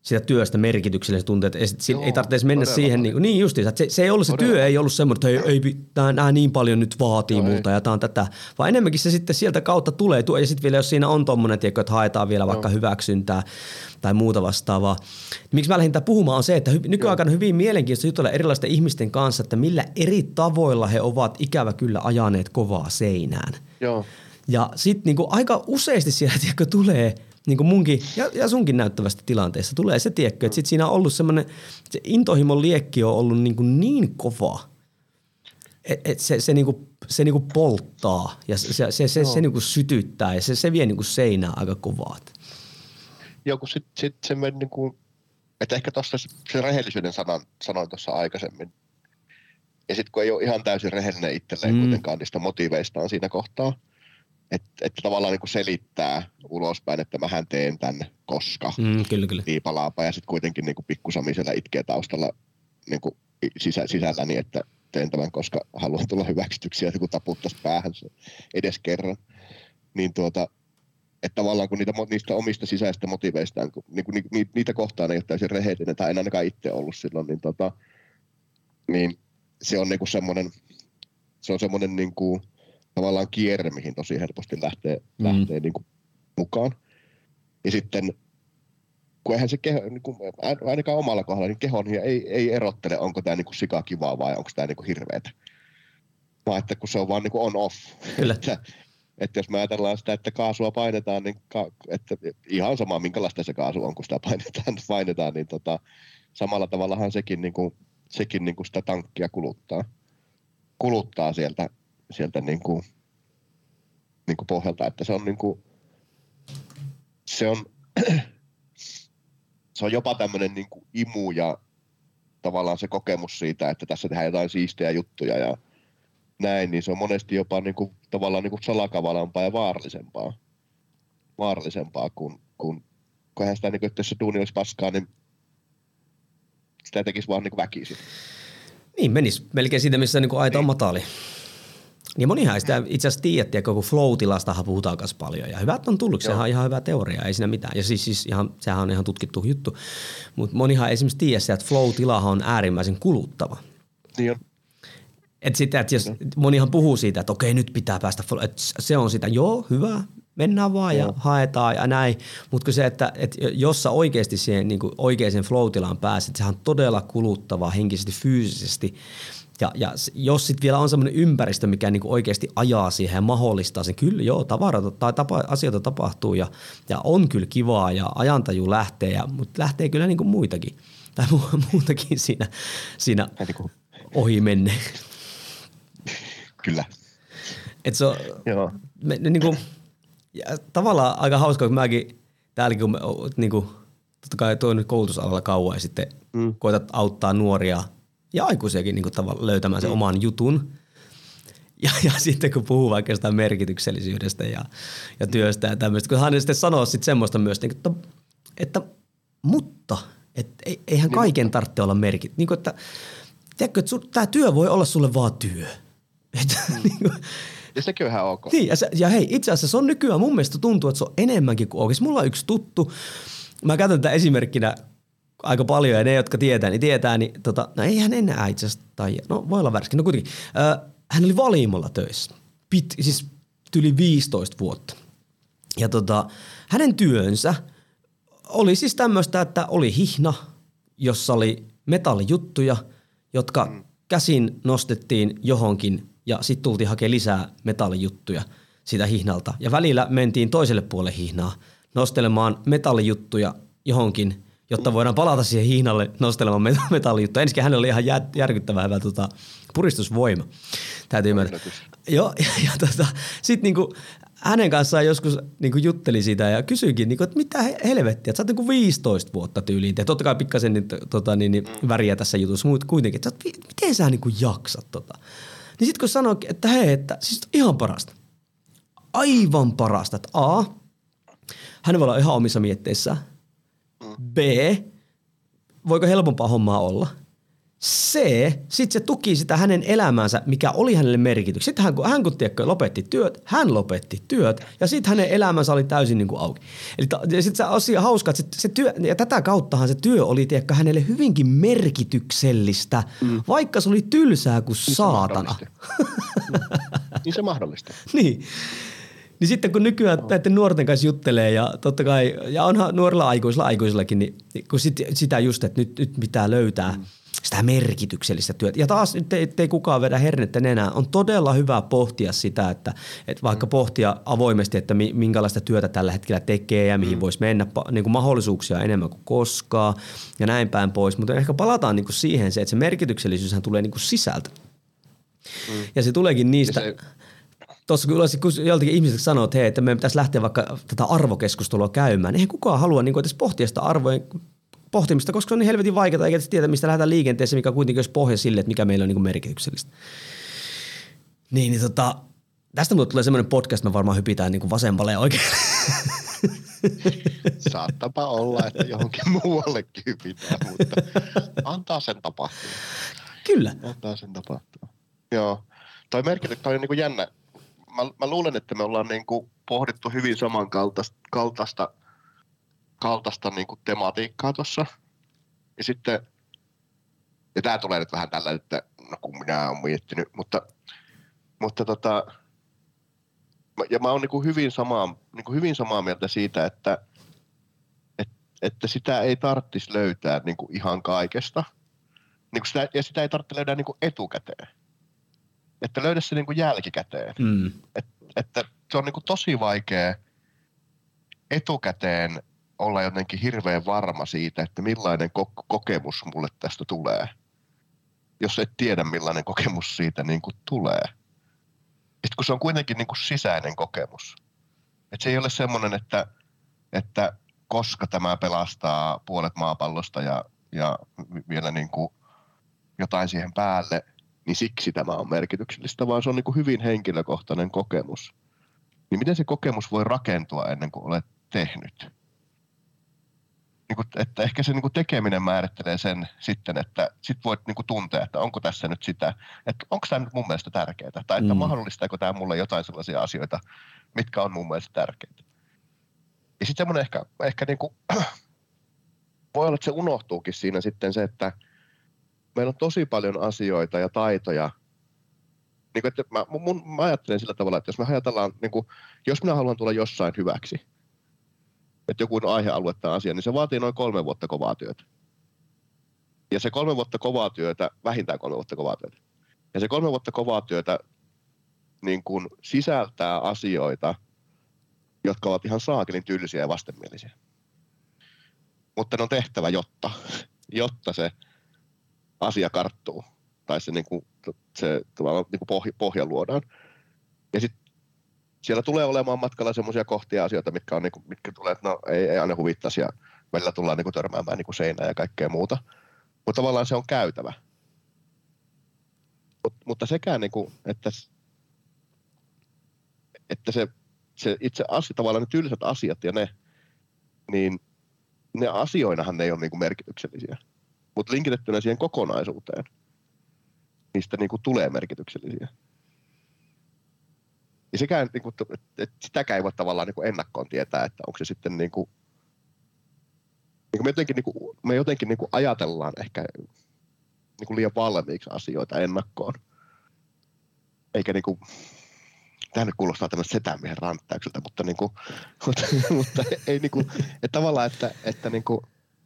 sitä työstä merkityksellistä tuntuu, että ei tarvitse mennä siihen. Niin justiinsa, että se ei ollut se työ, ei ollut semmoinen, että ei nämä niin paljon nyt vaatii multa ja tämä on tätä, vaan enemmänkin se sitten sieltä kautta tulee. Ja sitten vielä jos siinä on tommoinen, että haetaan vielä vaikka hyväksyntää tai muuta vastaavaa. Miksi mä lähdin tätä puhumaan on se, että nykyaikana on hyvin mielenkiintoista jutella erilaisten ihmisten kanssa, että millä eri tavoilla he ovat ikävä kyllä ajaneet kovaa seinään. Joo. Ja sitten niinku aika useasti siellä tulee niinku munkin ja sunkin näyttävästä tilanteessa tulee se, tiedätkö, että sitten siinä on ollut semmoinen, se intohimon liekki on ollut niin kova, että se niinku polttaa ja se niinku sytyttää ja se vie niinku seinää aika kovaa. Joo, kun sit se meni niinku, että ehkä tuossa se rehellisyyden sanoin tuossa aikaisemmin. Ja sitten kun ei ole ihan täysin rehellinen itselleen kuitenkaan niistä motiiveistaan siinä kohtaa, että tavallaan niin selittää ulospäin, että mähän teen tänne, koska kyllä. piipalaapa ja sitten kuitenkin niin pikkusami siellä itkee taustalla niin sisälläni, että teen tämän, koska haluan tulla hyväksytyksiä, että kun taputtaisi päähän edes kerran. Niin että tavallaan kun niistä omista sisäistä motiiveistaan, niitä kohtaan ei ole täysin rehellinen, tai en ainakaan itse ollut silloin, niin se on niinku semmoinen niinku tavallaan kierre, mihin tosi helposti lähtee niinku mukaan. Ja sitten, kun eihän se niinku, ainakaan omalla kohdalla, niin kehon ei erottele, onko tämä niinku sika kivaa vai onko tämä niinku hirveetä. Vaan että kun se on vaan niinku on-off. Kyllä. Että jos me ajatellaan sitä, että kaasua painetaan, niin että ihan sama minkälaista se kaasu on, kun sitä painetaan niin samalla tavallahan sekin niinku sitä tankkia kuluttaa sieltä niinku pohjalta, että se on niinku se on jopa tämmöinen niinku imu ja tavallaan se kokemus siitä, että tässä tehdään jotain siistejä juttuja ja näin, niin se on monesti jopa niinku tavallaan niinku salakavalampaa ja vaarallisempaa kun eihän sitä niinku, että jos se duuni olisi paskaa, niin sitä tekisi vaan niinku väkisin. Niin, menisi melkein siitä, missä niinku aita on matali. Niin monihan ei sitä itse asiassa tiedä, kun flow-tilastahan puhutaan myös paljon. Ja hyvät on tullut, sehän on ihan hyvä teoria, ei siinä mitään. Ja siis sehän on ihan tutkittu juttu. Mutta monihan ei esimerkiksi tiedä sitä, että flow-tilahan on äärimmäisen kuluttava. Niin on. Että sitten, että jos monihan puhuu siitä, että okei, nyt pitää päästä flow, että se on sitä, joo, hyvä, mennään vaan ja haetaan ja näin. Mutta se, että jos sä oikeasti siihen niin kuin oikeaan flow-tilaan pääset, sehän on todella kuluttavaa henkisesti, fyysisesti. Ja jos sitten vielä on semmoinen ympäristö, mikä niinku oikeasti ajaa siihen ja mahdollistaa sen, kyllä joo, asioita tapahtuu ja on kyllä kivaa ja ajantaju lähtee, mutta lähtee kyllä niinku muitakin tai muutakin siinä ohi menne. Kyllä. Et se on niinku, tavallaan aika hauskaa, kun mäkin täälläkin, kun niinku, totta kai tuo nyt koulutusalalla kauan ja sitten koetat auttaa nuoria ja aikuisiakin niin tavallaan löytämään sen oman jutun. Ja sitten kun puhuu vaikka sitä merkityksellisyydestä ja työstä ja tämmöistä, kun hän sitten sanoo sitten semmoista myös, että eihän kaiken tarvitse olla merkit. Niin kuin, että tiedätkö, että tämä työ voi olla sulle vaan työ. Ja sekin on ihan ok. Niin, ja hei, itse asiassa se on nykyään mun mielestä tuntuu, että se on enemmänkin kuin oikein. Mulla on yksi tuttu, mä käytän tätä esimerkkinä aika paljon, ja ne, jotka tietää, niin no ei hän enää itse asiassa, tai no voi olla värskin, no kuitenkin. Hän oli Valimolla töissä, siis yli 15 vuotta. Ja hänen työnsä oli siis tämmöistä, että oli hihna, jossa oli metallijuttuja, jotka käsin nostettiin johonkin, ja sitten tultiin hakemaan lisää metallijuttuja siitä hihnalta. Ja välillä mentiin toiselle puolelle hihnaa nostelemaan metallijuttuja johonkin, jotta voidaan palata siihen hihnalle nostelemaan metallijuttuja. Ensinnäkin hänellä oli ihan järkyttävää hyvä puristusvoima. Täytyy ymmärtää. Joo, ja sitten niinku hänen kanssaan joskus niinku jutteli siitä ja kysyikin, niinku, että mitä helvettiä, että sä oot niinku 15 vuotta tyyliin. Ja totta kai pikkasen väriä tässä jutussa, mutta kuitenkin, että miten sä niinku jaksat Niin sitten kun sanoo, että hei, että siis ihan parasta. Aivan parasta, että A, hän voi olla ihan omissa mietteissä. B, voiko helpompaa hommaa olla? Sitten se tuki sitä hänen elämäänsä, mikä oli hänelle merkitys. Sitten hän kun tiedätkö, lopetti työt, hän lopetti työt ja sitten hänen elämänsä oli täysin niin kuin auki. Eli sitten se on hauska, että se työ, ja tätä kauttahan se työ oli tiedätkö, hänelle hyvinkin merkityksellistä, vaikka se oli tylsää kuin saatana. Niin se mahdollista. Niin sitten kun nykyään näiden nuorten kanssa juttelee ja totta kai, ja onhan nuorilla aikuisillakin, niin kun sitä just, että nyt pitää löytää sitä merkityksellistä työtä. Ja taas nyt ei kukaan vedä hernettä nenää. On todella hyvä pohtia sitä, että vaikka pohtia avoimesti, että minkälaista työtä tällä hetkellä tekee ja mihin voisi mennä, niin kuin mahdollisuuksia enemmän kuin koskaan ja näin päin pois. Mutta ehkä palataan niin kuin siihen, että se merkityksellisyyshän tulee niin kuin sisältä. Ja se tuleekin niistä... Tuossa kun joltakin ihmiset sanoo, että hei, että meidän pitäisi lähteä vaikka tätä arvokeskustelua käymään, niin eihän kukaan halua niin kuin edes pohtia sitä arvojen pohtimista, koska se on niin helvetin vaikeaa, eikä tiedä, mistä lähdetään liikenteeseen, mikä kuitenkin olisi pohja sille, että mikä meillä on niin kuin merkityksellistä. Tästä mulle tulee semmoinen podcast, me varmaan hypitään niin kuin vasemmalle ja oikealle. Saattapa olla, että johonkin muuallekin hypitään, mutta antaa sen tapahtua. Kyllä. Antaa sen tapahtua. Joo. Toi on niin kuin jännä. Mä luulen, että me ollaan niin kuin pohdittu hyvin samankaltaista niin kuin tematiikkaa tuossa. Ja sitten, ja tää tulee nyt vähän tällä, että no kun minä oon miettinyt, mutta ja mä oon niin kuin hyvin samaa mieltä siitä, että sitä ei tarvitsisi löytää niin kuin ihan kaikesta. Niin kuin sitä ei tarvitse löydä niin kuin etukäteen. Että löydä se niin kuin jälkikäteen. Että se on niin kuin tosi vaikea etukäteen olla jotenkin hirveän varma siitä, että millainen kokemus mulle tästä tulee, jos et tiedä millainen kokemus siitä niin kuin tulee. Sitten kun se on kuitenkin niin kuin sisäinen kokemus. Että se ei ole semmoinen, että koska tämä pelastaa puolet maapallosta ja vielä niin kuin jotain siihen päälle, niin siksi tämä on merkityksellistä, vaan se on niin kuin hyvin henkilökohtainen kokemus. Niin miten se kokemus voi rakentua ennen kuin olet tehnyt? Niin kuin, että ehkä se niin kuin tekeminen määrittelee sen sitten, että sit voit niin kuin tuntea, että onko tässä nyt sitä, että onko tämä nyt mun mielestä tärkeää, tai että mahdollistaako tämä mulle jotain sellaisia asioita, mitkä on mun mielestä tärkeitä. Ja sitten semmoinen ehkä niin kuin, voi olla, että se unohtuukin siinä sitten se, että meillä on tosi paljon asioita ja taitoja. Niin kuin, että mä ajattelen sillä tavalla, että jos me ajatellaan, niin kuin, jos minä haluan tulla jossain hyväksi, että joku aihealue tai asia, niin se vaatii noin 3 vuotta kovaa työtä. Ja se 3 vuotta kovaa työtä, vähintään 3 vuotta kovaa työtä. Ja se 3 vuotta kovaa työtä niin kuin sisältää asioita, jotka ovat ihan saakelin tyylisiä ja vastenmielisiä. Mutta ne on tehtävä, jotta se asia karttuu, tai se, niin kuin, se niin kuin pohja luodaan. Ja sitten siellä tulee olemaan matkalla semmoisia kohtia asioita, mitkä tulee, että no ei aina huvittaisi, ja välillä tullaan niin kuin törmäämään niin kuin seinään ja kaikkea muuta. Mutta tavallaan se on käytävä. Mutta sekään, niin kuin, että se itse asia, tavallaan ne tylsät asiat ja niin ne asioinahan ne ei ole niin kuin merkityksellisiä. Mutta linkitettynä siihen kokonaisuuteen, niistä niin kuin tulee merkityksellisiä. Ja sekään, niin kuin, että sitäkään ei voi tavallaan niin kuin ennakkoon tietää, että onko se sitten niin kuin me jotenkin niin kuin ajatellaan ehkä niin kuin liian valmiiksi asioita ennakkoon. Eikä niin kuin, tämä nyt kuulostaa tämmöistä setämiehen ranttaukselta, mutta ei niin kuin, että tavallaan, että niin kuin,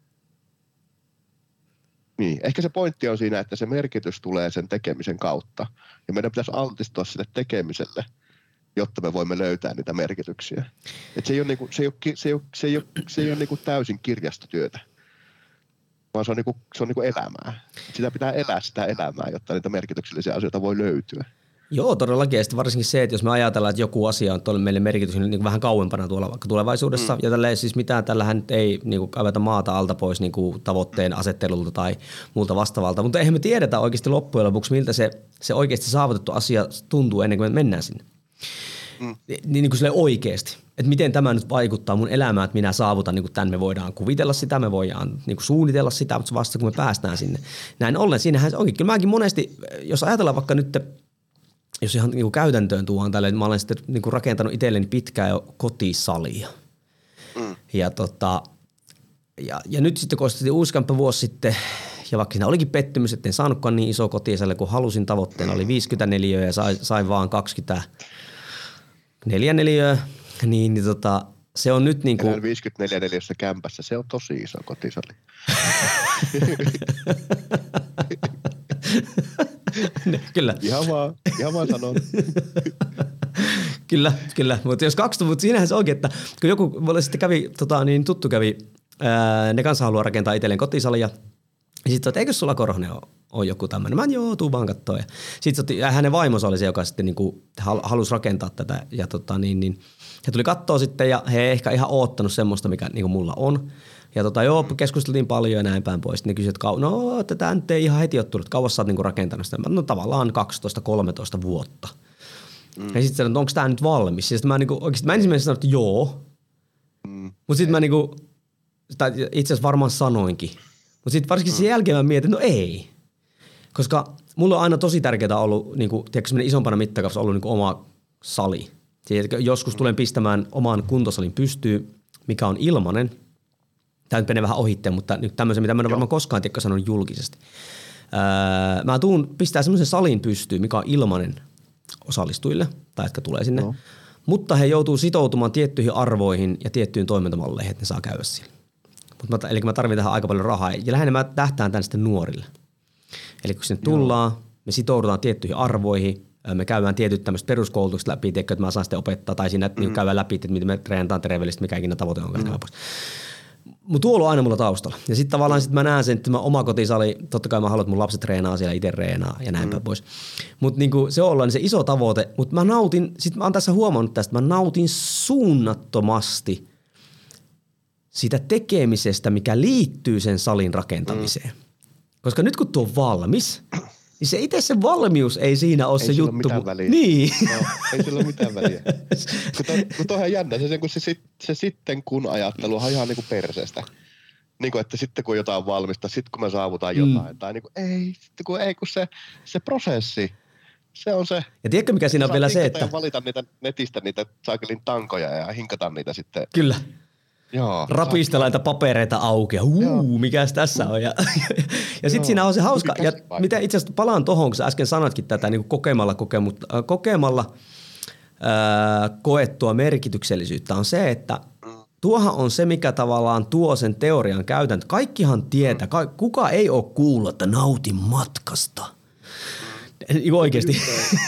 niin, ehkä se pointti on siinä, että se merkitys tulee sen tekemisen kautta. Ja meidän pitäisi altistua sille tekemiselle, jotta me voimme löytää niitä merkityksiä. Että se ei ole niinku täysin kirjastotyötä, vaan se on niinku elämää. Sitä pitää elää sitä elämää, jotta niitä merkityksellisiä asioita voi löytyä. Joo, todellakin. Ja sitten varsinkin se, että jos me ajatellaan, että joku asia on meille merkityksellinen niin vähän kauempana tuolla vaikka tulevaisuudessa, ja tälleen siis mitään tällähän nyt ei niin kuin kaivata maata alta pois niin kuin tavoitteen asettelulta tai muulta vastaavalta, mutta eihän me tiedetä oikeasti loppujen lopuksi, miltä se oikeasti saavutettu asia tuntuu ennen kuin me mennään sinne. Niin kuin silleen oikeasti. että miten tämä nyt vaikuttaa mun elämään, että minä saavutan niin kuin tämän, me voidaan kuvitella sitä, me voidaan niin kuin suunnitella sitä, mutta vasta kun me päästään sinne. Näin ollen, siinähän se onkin. Kyllä mäkin monesti, jos ajatellaan vaikka nyt, jos ihan niin kuin käytäntöön tuohon tälle, mä olen sitten niin kuin rakentanut itselleni pitkään jo kotisalia. Ja nyt sitten kun ostettiin uusi kämppä vuosi sitten, ja vaikka siinä olikin pettymys, etten saanutkaan niin iso kotisalle, kun halusin, tavoitteena oli 54 ja sain vaan 24 neliöä, niin se on nyt niin kuin 54 neliössä kämpässä, se on tosi iso kotisali. Kyllä. Ihan vaan sanon. Kyllä. Mutta jos 2, mutta siinähän se onkin, että kun joku, mulle sitten kävi, tuttu kävi, ne kanssa haluaa rakentaa itselleen kotisalia. Ja sitten että eikö sulla Korhonen ole joku tämmöinen? Mä tuu vaan kattoo. Ja sitten hänen vaimonsa oli se, joka sitten niinku halusi rakentaa tätä. Ja he tuli kattoo sitten ja he ei ehkä ihan oottanut semmoista, mikä niinku mulla on. Ja keskusteltiin paljon ja näin päin pois. Ne kysyivät, että tätä nyt ei ihan heti ole tullut. Kauas sä oot niinku rakentanut sitä? No tavallaan 12-13 vuotta. Ja sitten sanoin, että onko tämä nyt valmis? Ja sitten mä oikeasti ensimmäisenä sanoin, että joo. Mutta sitten mä itse asiassa varmaan sanoinkin. Mutta sitten varsinkin sen jälkeen mä mietin, että no ei. Koska mulla on aina tosi tärkeää ollut, tiedätkö, semmoinen isompana mittakaavassa ollut oma sali. Joskus tulen pistämään oman kuntosalin pystyyn, mikä on ilmanen. Tämä nyt menee vähän ohitteen, mutta nyt tämmöisen, mitä mä en ole varmaan koskaan sanonut julkisesti. Mä tuun pistää semmoisen salin pystyyn, mikä on ilmanen osallistujille, tai jotka tulee sinne. No. Mutta he joutuu sitoutumaan tiettyihin arvoihin ja tiettyihin toimintamalleihin, että ne saa käydä siellä. Eli mä tarvitsen tähän aika paljon rahaa ja lähinnä mä tähtään tämän sitten nuorille. Eli kun sinne tullaan, me sitoudutaan tiettyihin arvoihin, me käydään tietyt tämmöiset peruskoulutukset läpi, tiedätkö, että mä saan sitten opettaa, tai siinä käydään läpi, että miten me treenataan terveellisesti, mikä ikinä tavoite on. Mutta tuolla on aina mulla taustalla. Ja sitten tavallaan mä näen sen, että mä oma kotisali, totta kai mä haluan, että mun lapset treenaa siellä, itse treenaa ja näin päin pois. Mutta se on ollut se iso tavoite, mutta mä nautin, sitten mä oon tässä huomannut tästä, mä nautin suunnattomasti sitä tekemisestä, mikä liittyy sen salin rakentamiseen. Koska nyt kun tuo on valmis, niin se itse se valmius ei siinä ole ei se juttu. Ei mitään väliä. Niin. No, ei sillä ole mitään väliä. Kun toi on jännä, se sitten kun ajattelu on ihan niinku perseestä. Niinku, että sitten kun jotain valmista, sitten kun me saavutaan jotain. Tai niinku, kun se prosessi, se on se. Ja tiedätkö mikä siinä on vielä se, että valita niitä netistä niitä saakelin tankoja ja hinkata niitä sitten. Kyllä. Joo, rapistella niitä papereita auki ja mikäs tässä on. Ja sitten siinä on se hauska, ja mitä itse asiassa palaan tohon, kun sä äsken sanoitkin tätä niin kokemalla koettua merkityksellisyyttä on se, että tuohan on se, mikä tavallaan tuo sen teorian käytäntö. Kaikkihan tietää, kuka ei ole kuullut, että nautin matkasta. Oikeasti.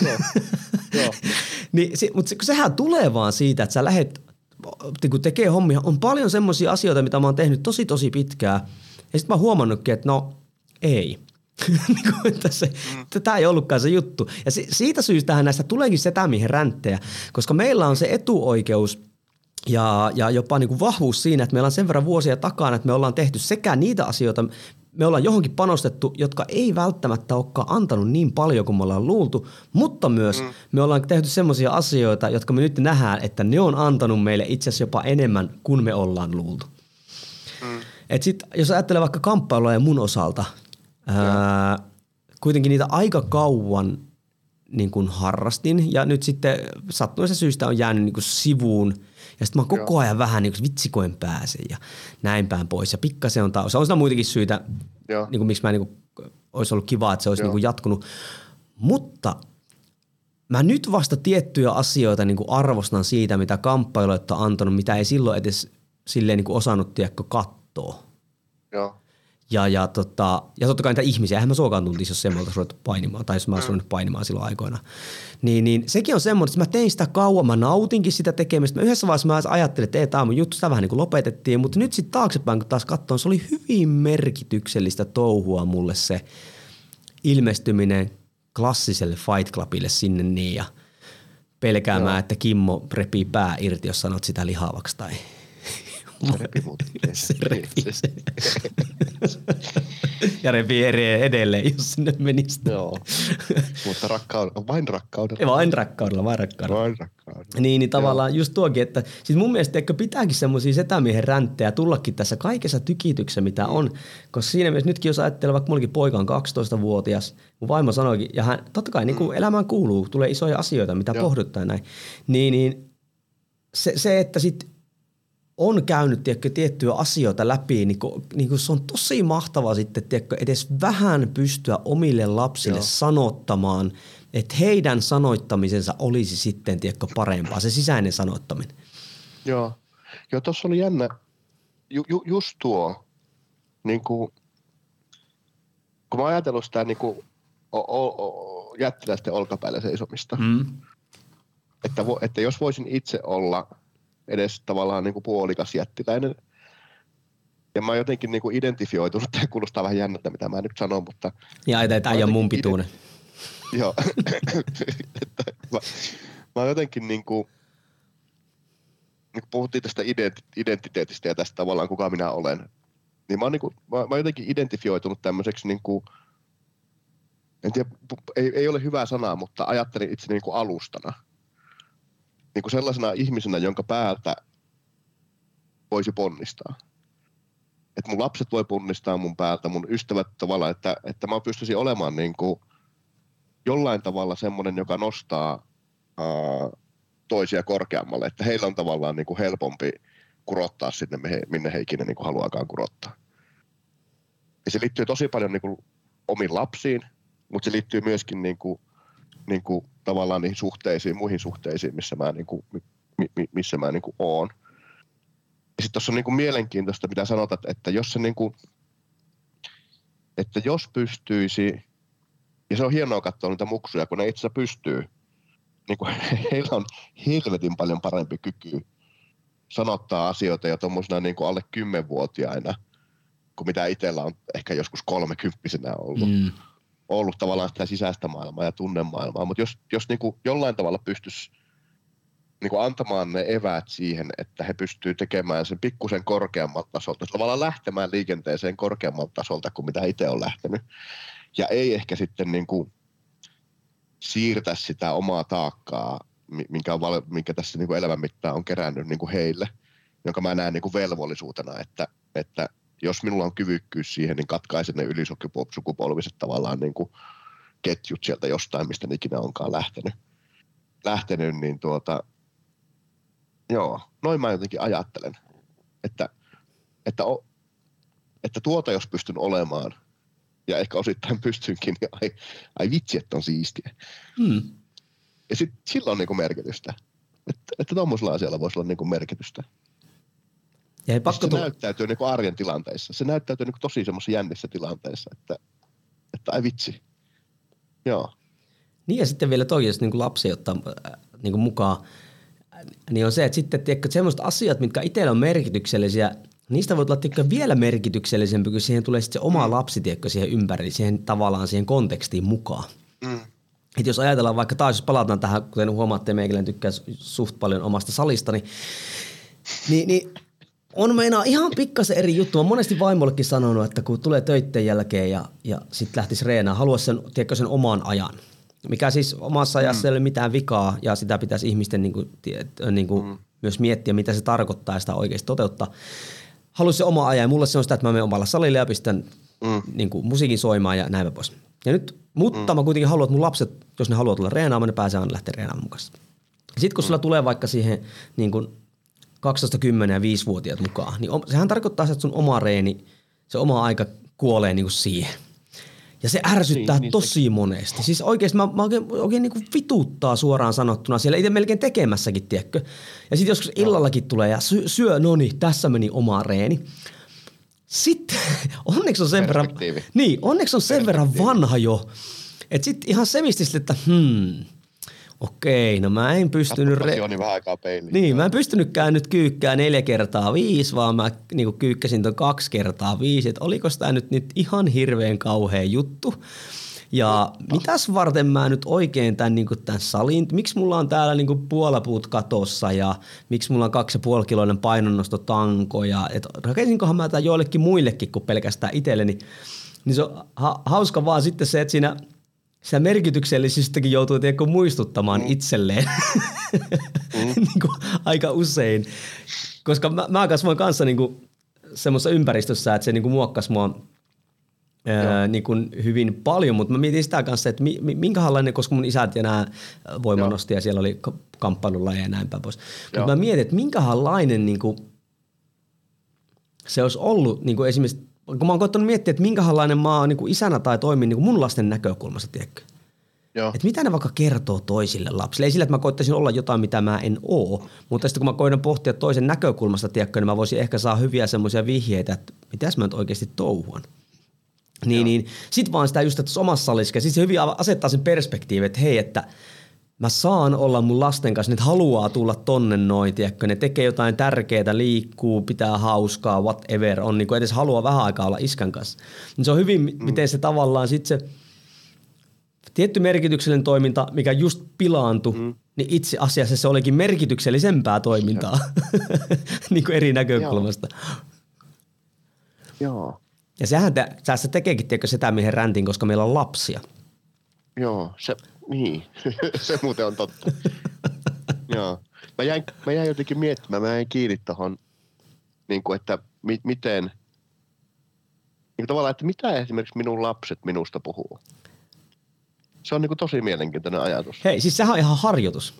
Mutta sehän tulee vaan siitä, että sä lähdet kun tekee hommia, on paljon semmoisia asioita, mitä mä oon tehnyt tosi pitkään. Ja sitten mä oon huomannutkin, että no ei. Tämä ei ollutkaan se juttu. Ja siitä syystähän näistä tuleekin setämiehen ränttejä, koska meillä on se etuoikeus ja jopa niin kuin vahvuus siinä, että meillä on sen verran vuosia takana, että me ollaan tehty sekä niitä asioita, me ollaan johonkin panostettu, jotka ei välttämättä olekaan antanut niin paljon kuin me ollaan luultu, mutta myös me ollaan tehty semmoisia asioita, jotka me nyt nähdään, että ne on antanut meille itse asiassa jopa enemmän kuin me ollaan luultu. Et sit, jos ajattelee vaikka kamppailua ja mun osalta, kuitenkin niitä aika kauan niin kuin harrastin ja nyt sitten sattuneesta syystä on jäänyt niin kuin sivuun. Ja sitten mä oon koko ajan vähän niin kuin vitsikoen pääsen ja näin päin pois. Ja pikkasen on on siinä muitakin syitä, niin kuin miksi mä niin kuin, olisi ollut kiva, että se olisi niin kuin jatkunut. Mutta mä nyt vasta tiettyjä asioita niin kuin arvostan siitä, mitä kamppailuita on antanut, mitä ei silloin edes silleen niin kuin osannut katsoa. Joo. Ja totta kai niitä ihmisiä, eihän mä suokaan tuntisi, jos semmoilta ruvettu painimaan, tai jos mä olisin ruvennut painimaan silloin aikoina. Niin sekin on semmoinen, että mä tein sitä kauan, mä nautinkin sitä tekemistä. Mä yhdessä vaiheessa mä ajattelin, että tämä on mun juttu, sitä vähän niin kuin lopetettiin, mutta nyt sitten taaksepäin, kun taas katsoin, se oli hyvin merkityksellistä touhua mulle se ilmestyminen klassiselle Fight Clubille sinne niin ja pelkäämään, että Kimmo repii pää irti, jos sanot sitä lihavaksi tai... Se repi muuten. Se repi. Ja repii edelleen, jos sinne menisi. Joo, mutta vain rakkaudella. Vain rakkaudella. Niin tavallaan just tuokin, että siis mun mielestä pitääkin semmoisia setämiehen ränttejä tullakin tässä kaikessa tykityksessä, mitä on. Koska siinä mielessä nytkin, jos ajattelee, vaikka mullakin poika on 12-vuotias, mun vaimo sanoikin, ja hän totta kai niin kuin elämään kuuluu, tulee isoja asioita, mitä pohduttaa näin. Niin se, että sit on käynyt tiettyjä asioita läpi, niin kuin se on tosi mahtavaa sitten edes vähän pystyä omille lapsille sanottamaan, että heidän sanoittamisensa olisi sitten parempaa, se sisäinen sanoittaminen. Joo, tuossa oli jännä, just tuo, niin kuin, kun mä oon ajatellut sitä niin kuin, jättiläisten olkapäällä seisomista, että jos voisin itse olla edes tavallaan niin kuin puolikas jättiläinen. Ja mä oon jotenkin niin kuin identifioitunut, tämä kuulostaa vähän jännältä, mitä mä nyt sanon, mutta... Ja että äijä on mun pituinen. Joo. Mä oon jotenkin niin kuin puhuttiin tästä identiteetistä ja tästä tavallaan kuka minä olen, niin mä oon jotenkin identifioitunut tämmöiseksi niin kuin, en tiedä, ei ole hyvää sanaa, mutta ajattelin itseni niin kuin alustana. Niin kuin sellaisena ihmisenä, jonka päältä voisi ponnistaa. Että mun lapset voi ponnistaa mun päältä, mun ystävät tavallaan, että mä pystyisin olemaan niin kuin jollain tavalla semmoinen, joka nostaa toisia korkeammalle. Että heillä on tavallaan niin kuin helpompi kurottaa sinne, minne he ikinä niin kuin haluaakaan kurottaa. Ja se liittyy tosi paljon niin kuin omiin lapsiin, mutta se liittyy myöskin niin kuin tavallaan niihin suhteisiin, muihin suhteisiin, missä mä oon. Ja sitten tuossa on niin kuin mielenkiintoista, mitä sanotaan, että jos se niin kuin, että jos pystyisi, ja se on hienoa katsoa niitä muksuja, kun ne itse asiassa pystyy, niin kuin heillä on helvetin paljon parempi kyky sanottaa asioita jo tuommoisena niin kuin alle 10-vuotiaina, kuin mitä itsellä on ehkä joskus 30-vuotiaana ollut. Ollut tavallaan sitä sisäistä maailmaa ja tunnemaailmaa, mutta jos niin kuin jollain tavalla pystyisi niin kuin antamaan ne eväät siihen, että he pystyy tekemään sen pikkusen korkeammalta tasolta, tavallaan lähtemään liikenteeseen korkeammalta tasolta kuin mitä itse on lähtenyt, ja ei ehkä sitten niin kuin siirtää sitä omaa taakkaa, minkä tässä niin kuin elämän mittaan on kerännyt niin kuin heille, jonka mä näen niin kuin velvollisuutena, että jos minulla on kyvykkyys siihen, niin katkaisen ne ylisukupolviset tavallaan niin kuin ketjut sieltä jostain, mistä ne ikinä onkaan lähtenyt, niin joo, noin mä jotenkin ajattelen, että tuota jos pystyn olemaan, ja ehkä osittain pystynkin, niin ai vitsi, että on siistiä. Ja sitten sillä on niin kuin merkitystä, että tuommoisella asialla voisi olla niin kuin merkitystä. Ja ei pakko se näyttäytyy niin kuin arjen tilanteissa. Se näyttäytyy niin kuin tosi semmoisissa jännissä tilanteissa, että ai vitsi. Joo. Niin ja sitten vielä toki, jos niin kuin lapsi ottaa niin kuin mukaan, niin on se, että sitten tiedätkö, semmoiset asiat, mitkä itsellä on merkityksellisiä, niistä voi olla vielä merkityksellisempi, kun siihen tulee sitten se oma lapsi, tiedätkö, siihen ympärille, siihen tavallaan siihen kontekstiin mukaan. Että jos ajatellaan vaikka taas, jos palataan tähän, kuten huomaatte, meikäläinen tykkää suht paljon omasta salistani, niin on meinaa ihan pikkasen eri juttu. Mä oon monesti vaimollekin sanonut, että kun tulee töitten jälkeen ja sitten lähtisi reenaan, haluaisi sen oman ajan. Mikä siis omassa ajassa ei ole mitään vikaa ja sitä pitäisi ihmisten myös miettiä, mitä se tarkoittaa ja sitä oikeasti toteuttaa. Haluaisi se oma ajan ja mulle se on sitä, että mä menen omalla salille ja pistän musiikin soimaan ja näin pois. Ja nyt, mutta mä kuitenkin haluan, että mun lapset, jos ne haluaa tulla reenaamaan, ne pääsee aina lähteä reenaamaan mukaan. Sitten kun sulla tulee vaikka siihen niin kuin 12, 10 ja 5-vuotiaat mukaan, niin sehän tarkoittaa, että sun oma reeni, se oma aika kuolee niin kuin siihen. Ja se ärsyttää tosi monesti. Siis oikeasti mä oikein niin kuin vituttaa suoraan sanottuna siellä itse melkein tekemässäkin, tiedätkö. Ja sitten joskus illallakin tulee ja syö, no niin, tässä meni oma reeni. Sitten onneksi on sen verran vanha jo, että sitten ihan semisti että okei, no mä en pystynyt... vähän aikaa peiliin. Niin, mä en pystynytkään nyt kyykkää 4x5, vaan mä niinku kyykkäsin ton 2x5, että oliko tää nyt ihan hirveän kauhea juttu. Ja mitäs varten mä nyt oikein tän salin, miksi mulla on täällä puolapuut katossa ja miksi mulla on 2,5-kiloinen painonnostotanko ja rakensinkohan mä tää joillekin muillekin kuin pelkästään itselleni. Niin se on hauska vaan sitten se, että siinä merkityksellisyystäkin joutuu muistuttamaan itselleen niin kuin aika usein. Koska mä kasvoin kanssa niin kuin semmoisessa ympäristössä, että se niin kuin muokkasi mua niin kuin hyvin paljon, mutta mä mietin sitä kanssa, että minkälainen, koska mun isät ja nämä voimanosti ja siellä oli kamppailulajeja ja näin päin pois. Mutta mä mietin, että minkälainen niin kuin se olisi ollut niin kuin esimerkiksi, kun mä oon koettanut miettiä, että minkälainen mä oon niin kuin isänä tai toimin niin kuin mun lasten näkökulmasta, tiedätkö? Että mitä ne vaikka kertoo toisille lapsille. Ei sillä, että mä koittaisin olla jotain, mitä mä en oo, mutta sitten kun mä koitan pohtia toisen näkökulmasta, tiedätkö, niin mä voisin ehkä saa hyviä semmoisia vihjeitä, että mitäs mä nyt oikeasti touhuan. Niin sit vaan sitä just, että tuossa omassa salissa, siis se hyvin asettaa sen perspektiivin, että hei, että mä saan olla mun lasten kanssa, ne haluaa tulla tonne noin, tiedätkö, ne tekee jotain tärkeää, liikkuu, pitää hauskaa, whatever, on niin kuin edes haluaa vähän aikaa olla iskän kanssa. Niin se on hyvin, miten se tavallaan sitten se tietty merkityksellinen toiminta, mikä just pilaantui, niin itse asiassa se olikin merkityksellisempää toimintaa niin kuin eri näkökulmasta. Joo. Ja sehän tässä tekeekin, tiedätkö, sitä mihin räntin, koska meillä on lapsia. Joo, se muuten on totta. Joo. Mä jäin jotenkin miettimään, mä jäin kiinni tohon, niin kuin, että miten, niin kuin tavallaan, että mitä esimerkiksi minun lapset minusta puhuu. Se on niin kuin tosi mielenkiintoinen ajatus. Hei, siis sehän on ihan harjoitus.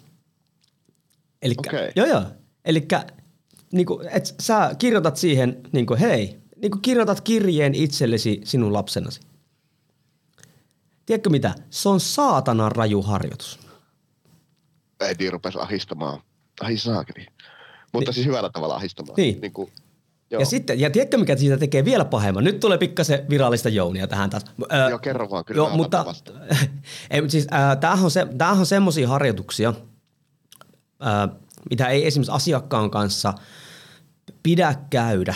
Joo. Elikkä niin kuin, että sä kirjoitat siihen, niin kuin, hei, niin kuin kirjoitat kirjeen itsellesi sinun lapsenasi. Tiedätkö mitä? Se on saatanan raju harjoitus. Äiti rupesi ahistamaan. Ai saakeli. Mutta siis hyvällä tavalla ahistamaan. Niin kuin, ja tiedätkö mikä siitä tekee vielä pahemman? Nyt tulee pikkasen virallista jounia tähän taas. Joo, kerro vaan. Kyllä mutta siis, tämähän on semmoisia harjoituksia, mitä ei esimerkiksi asiakkaan kanssa pidä käydä.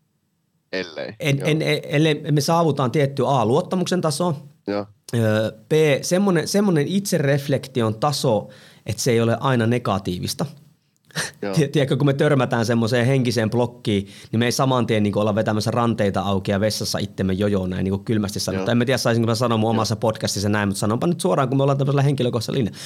Ellei me saavutaan tiettyä luottamuksen tasoa. Joo. B, semmoinen itsereflektion taso, että se ei ole aina negatiivista. Tiedätkö, kun me törmätään semmoiseen henkiseen blokkiin, niin me ei saman tien niin olla vetämässä ranteita auki ja vessassa itsemme jojoon näin niin kylmästi sanoa. En mä tiedä, saisinko mä sanoa mun omassa podcastissa näin, mutta sanonpa nyt suoraan, kun me ollaan tämmöisellä henkilökohtaisella linjalla.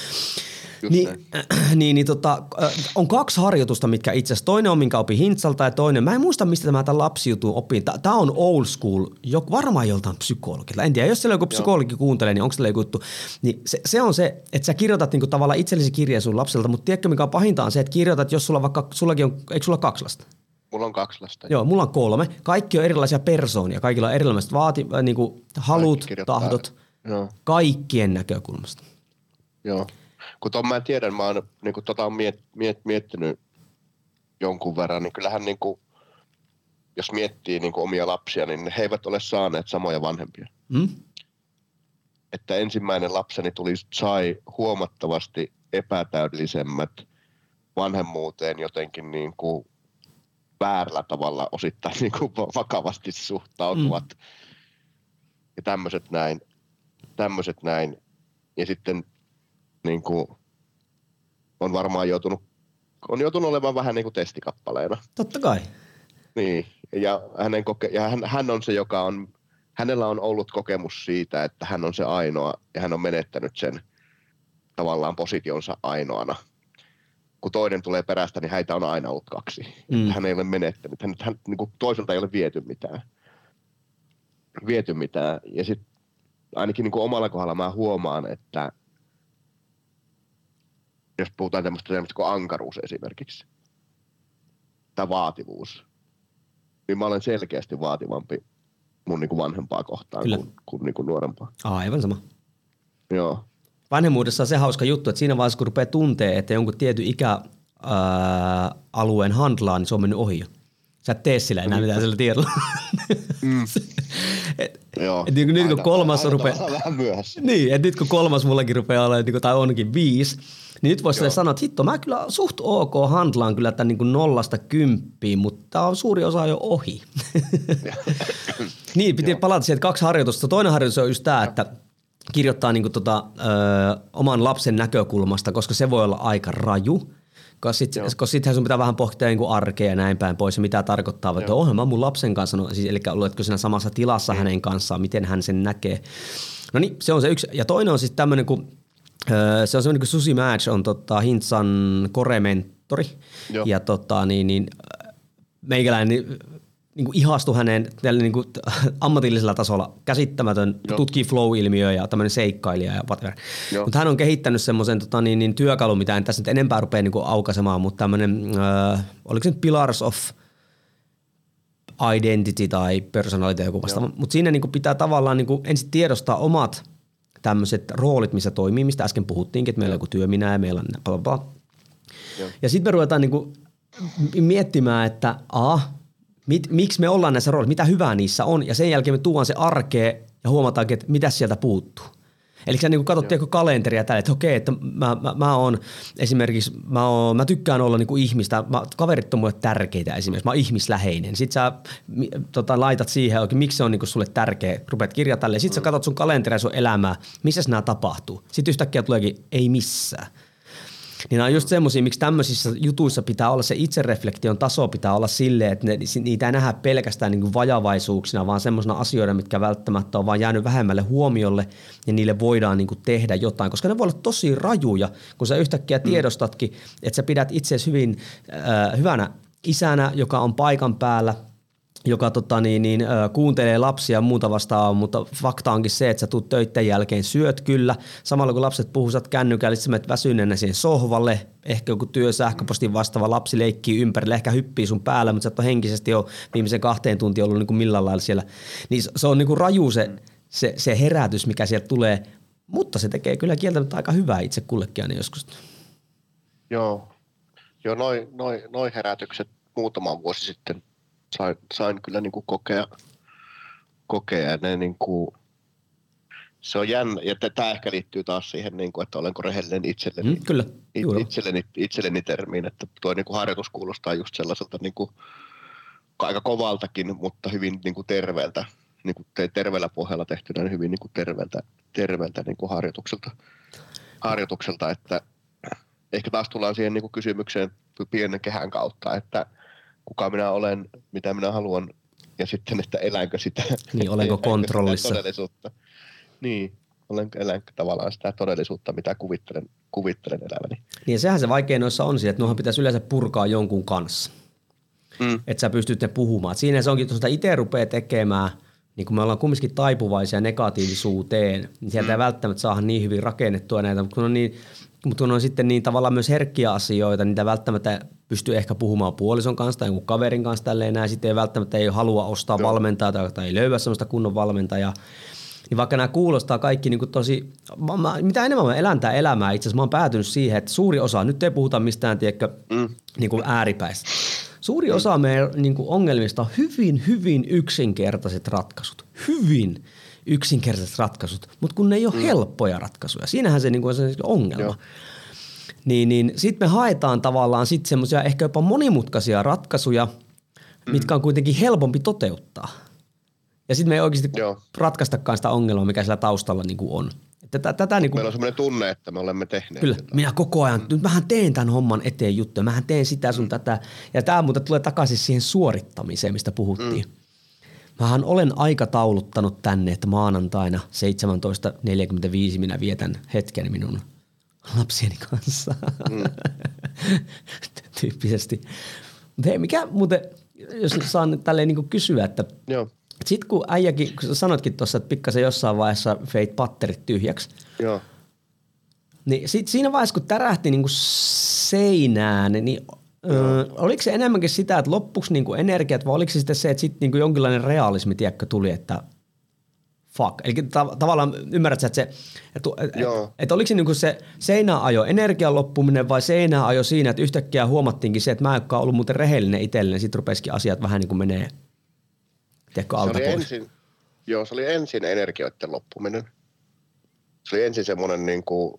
On 2 harjoitusta, mitkä itse asiassa toinen on, minkä opin Hintsalta ja toinen, mä en muista, mistä tämän lapsijutun opin. Tämä on old school, varmaan joltain psykologilla. En tiedä, jos siellä joku psykologi kuuntelee, niin onko siellä joku juttu. Niin se on se, että sä kirjoitat niinku tavallaan itsellesi kirjeen sun lapselta, mutta tiedätkö mikä on pahinta on se, että kirjoitat, jos sulla vaikka, sullakin on, eikö sulla 2 lasta? Mulla on 2 lasta. Joo, mulla on 3. Kaikki on erilaisia persoonia, kaikilla on erilaiset niinku halut, tahdot, kaikkien näkökulmasta. Joo. Kun mä tiedän, mä oon niin miettinyt jonkun verran, niin kyllähän niin kuin, jos miettii niin kuin omia lapsia, niin he eivät ole saaneet samoja vanhempia. Että ensimmäinen lapseni sai huomattavasti epätäydellisemmät vanhemmuuteen jotenkin niin kuin väärällä tavalla osittain niin kuin vakavasti suhtautuvat ja tämmöiset näin. Ja sitten niin kuin on varmaan joutunut olemaan vähän niin kuin testikappaleena. Totta kai. Niin, ja hän on se, hänellä on ollut kokemus siitä, että hän on se ainoa ja hän on menettänyt sen tavallaan positionsa ainoana. Kun toinen tulee perästä, niin häitä on aina ollut 2. Hän ei ole menettänyt. Hän niin kuin toiselta ei ole viety mitään. Ja sitten ainakin niin kuin omalla kohdalla mä huomaan, että jos puhutaan tämmöistä kuin ankaruus esimerkiksi, tai vaativuus, niin mä olen selkeästi vaativampi mun niin kuin vanhempaa kohtaan kuin niin kuin nuorempaa. Aivan sama. Joo. Vanhemmuudessa on se hauska juttu, että siinä vaiheessa kun rupeaa tuntee, että jonkun tietyn ikäalueen handlaa, niin se on mennyt ohi jo. Sä et tee sillä enää mitään sillä tiedolla. Nyt kun 3 rupeaa... Vähän myöhässä. Niin, että nyt kun 3 mullakin rupeaa olemaan, tai onkin 5, niin nyt voisi sanoa, että hitto, mä kyllä suht ok handlaan kyllä tämän niin 0–10, mutta tää on suuri osa jo ohi. Niin, piti palata siihen, että 2 harjoitusta. Toinen harjoitus on just tää, että kirjoittaa niin kuin oman lapsen näkökulmasta, koska se voi olla aika raju. Koska sittenhän sun pitää vähän pohtia niin kuin arkea ja näin päin pois ja mitä tarkoittaa, että oonhan mä mun lapsen kanssa, siis, eli oletko siinä samassa tilassa hänen kanssaan, miten hän sen näkee. No niin, se on se yksi. Ja toinen on siis tämmöinen, se on semmoinen kuin Susie Match on Hintsan korementori. Ja meikäläinen niin kuin ihastui häneen niin kuin ammatillisella tasolla, käsittämätön, tutkii flow-ilmiöä ja tämmöinen seikkailija ja whatever. Mutta hän on kehittänyt semmoisen työkalun, mitä en tässä nyt enempää rupea niin kuin aukaisemaan, mutta tämmöinen, oliko se nyt Pillars of Identity tai Personality joku vastaava. Mutta siinä niin kuin pitää tavallaan niin kuin ensin tiedostaa omat tämmöiset roolit, missä toimii, mistä äsken puhuttiinkin, että meillä on joku työminä ja meillä on bla bla bla. Ja sitten me ruvetaan niin kuin miettimään, että miksi me ollaan näissä roolissa, mitä hyvää niissä on, ja sen jälkeen me tuodaan se arkeen ja huomataankin, että mitä sieltä puuttuu. Eli sä niin katsot kalenteria tälle, että okei, että mä oon esimerkiksi, mä tykkään olla niin kuin ihmistä, kaverit on mulle tärkeitä esimerkiksi, mä oon ihmisläheinen. Sitten sä laitat siihen oikein, miksi se on niin kuin sulle tärkeä, rupeat kirjaa tälleen. Sitten sä katsot sun kalenteria ja sun elämää, missä nämä tapahtuu. Sitten yhtäkkiä tuleekin ei missään. Niin nämä on just semmoisia, miksi tämmöisissä jutuissa pitää olla se itsereflektion taso pitää olla silleen, että niitä ei nähdä pelkästään niin kuin vajavaisuuksina, vaan semmoisena asioina, mitkä välttämättä on vaan jäänyt vähemmälle huomiolle ja niille voidaan niin kuin tehdä jotain, koska ne voi olla tosi rajuja, kun sä yhtäkkiä tiedostatkin, että sä pidät itseäsi hyvänä isänä, joka on paikan päällä, joka kuuntelee lapsia ja muuta vastaavaa, mutta fakta onkin se, että sä tuut töitten jälkeen, syöt kyllä. Samalla kun lapset puhuu, sä oot kännykällä, sä menet väsyneenä siihen sohvalle, ehkä joku sähköpostin vastaava lapsi leikkii ympärille, ehkä hyppii sun päällä, mutta sä et ole henkisesti jo viimeisen 2 tuntia ollut niin kuin millään lailla siellä. Niin se on niin kuin raju se herätys, mikä sieltä tulee, mutta se tekee kyllä kieltämättä aika hyvää itse kullekin aina joskus. Joo, noi herätykset muutama vuosi sitten sain kyllä niin kuin kokea ja ne niin kuin, se on jännä, ja tämä ehkä liittyy taas siihen, niin kuin, että olenko rehellinen itselleni, kyllä. itselleni termiin, että tuo niin kuin harjoitus kuulostaa just sellaiselta niin kuin, aika kovaltakin, mutta hyvin niin kuin terveeltä, niin kuin terveellä pohjalla tehtynä, niin hyvin niin kuin terveeltä niin kuin harjoitukselta, että ehkä taas tullaan siihen niin kuin kysymykseen pienen kehän kautta, että kuka minä olen, mitä minä haluan, ja sitten, että eläänkö sitä. Niin, olenko kontrollissa. Todellisuutta. Niin, elänkö tavallaan sitä todellisuutta, mitä kuvittelen eläväni. Niin, sehän se vaikein noissa on, että nuohan pitäisi yleensä purkaa jonkun kanssa. Että sä pystyt ne puhumaan. Siinä se onkin, että itse rupeaa tekemään, niin kun me ollaan kumminkin taipuvaisia negatiivisuuteen, niin sieltä ei välttämättä saada niin hyvin rakennettua näitä, mutta kun on sitten niin tavallaan myös herkkiä asioita, niitä välttämättä pystyy ehkä puhumaan puolison kanssa tai jonkun kaverin kanssa tälleen näin, sitten ei välttämättä ei halua ostaa valmentajaa tai ei löyä sellaista kunnon valmentajaa. Niin vaikka nämä kuulostaa kaikki niin kuin tosi, mitä enemmän mä elän tää elämää, itse asiassa mä oon päätynyt siihen, että suuri osa, nyt ei puhuta mistään niin kuin ääripäistä. Suuri osa meidän niin kuin ongelmista on hyvin yksinkertaiset ratkaisut. Hyvin yksinkertaiset ratkaisut, mutta kun ne ei ole helppoja ratkaisuja. Siinähän se niin kuin on se ongelma. Niin sitten me haetaan tavallaan sitten semmoisia ehkä jopa monimutkaisia ratkaisuja, mitkä on kuitenkin helpompi toteuttaa. Ja sitten me ei oikeasti ratkaistakaan sitä ongelmaa, mikä siellä taustalla niin kuin on. Tätä niin kuin, meillä on semmoinen tunne, että me olemme tehneet. Kyllä, minä koko ajan, nyt mähän teen tämän homman eteen juttuja, mähän teen sitä sun tätä. Ja tämä muuten tulee takaisin siihen suorittamiseen, mistä puhuttiin. Mähän olen aikatauluttanut tänne, että maanantaina 17.45 minä vietän hetken minun lapsieni kanssa. Tyyppisesti. Mutta hei, mikä muuten, jos saan nyt tälleen niin kuin kysyä, että sitten kun äijäkin, kun sä sanotkin tuossa, että pikkasen jossain vaiheessa veit patterit tyhjäksi. Joo. Niin sit siinä vaiheessa, kun tärähti niin kuin seinään, niin oliko se enemmänkin sitä, että loppuksi niin kuin energiat, vai oliko se sitten se, että sitten niin kuin jonkinlainen realismi, tiedätkö, tuli, että fuck. Eli tavallaan ymmärrät sä, että että oliko se niin kuin se seinääajo energian loppuminen vai seinääajo siinä, että yhtäkkiä huomattiinkin se, että mä en ole ollut muuten rehellinen itselleni, sitten rupesikin asiat vähän niin kuin menee, tiedätkö, alta pois. Se oli ensin energioiden loppuminen. Se oli ensin semmoinen niin kuin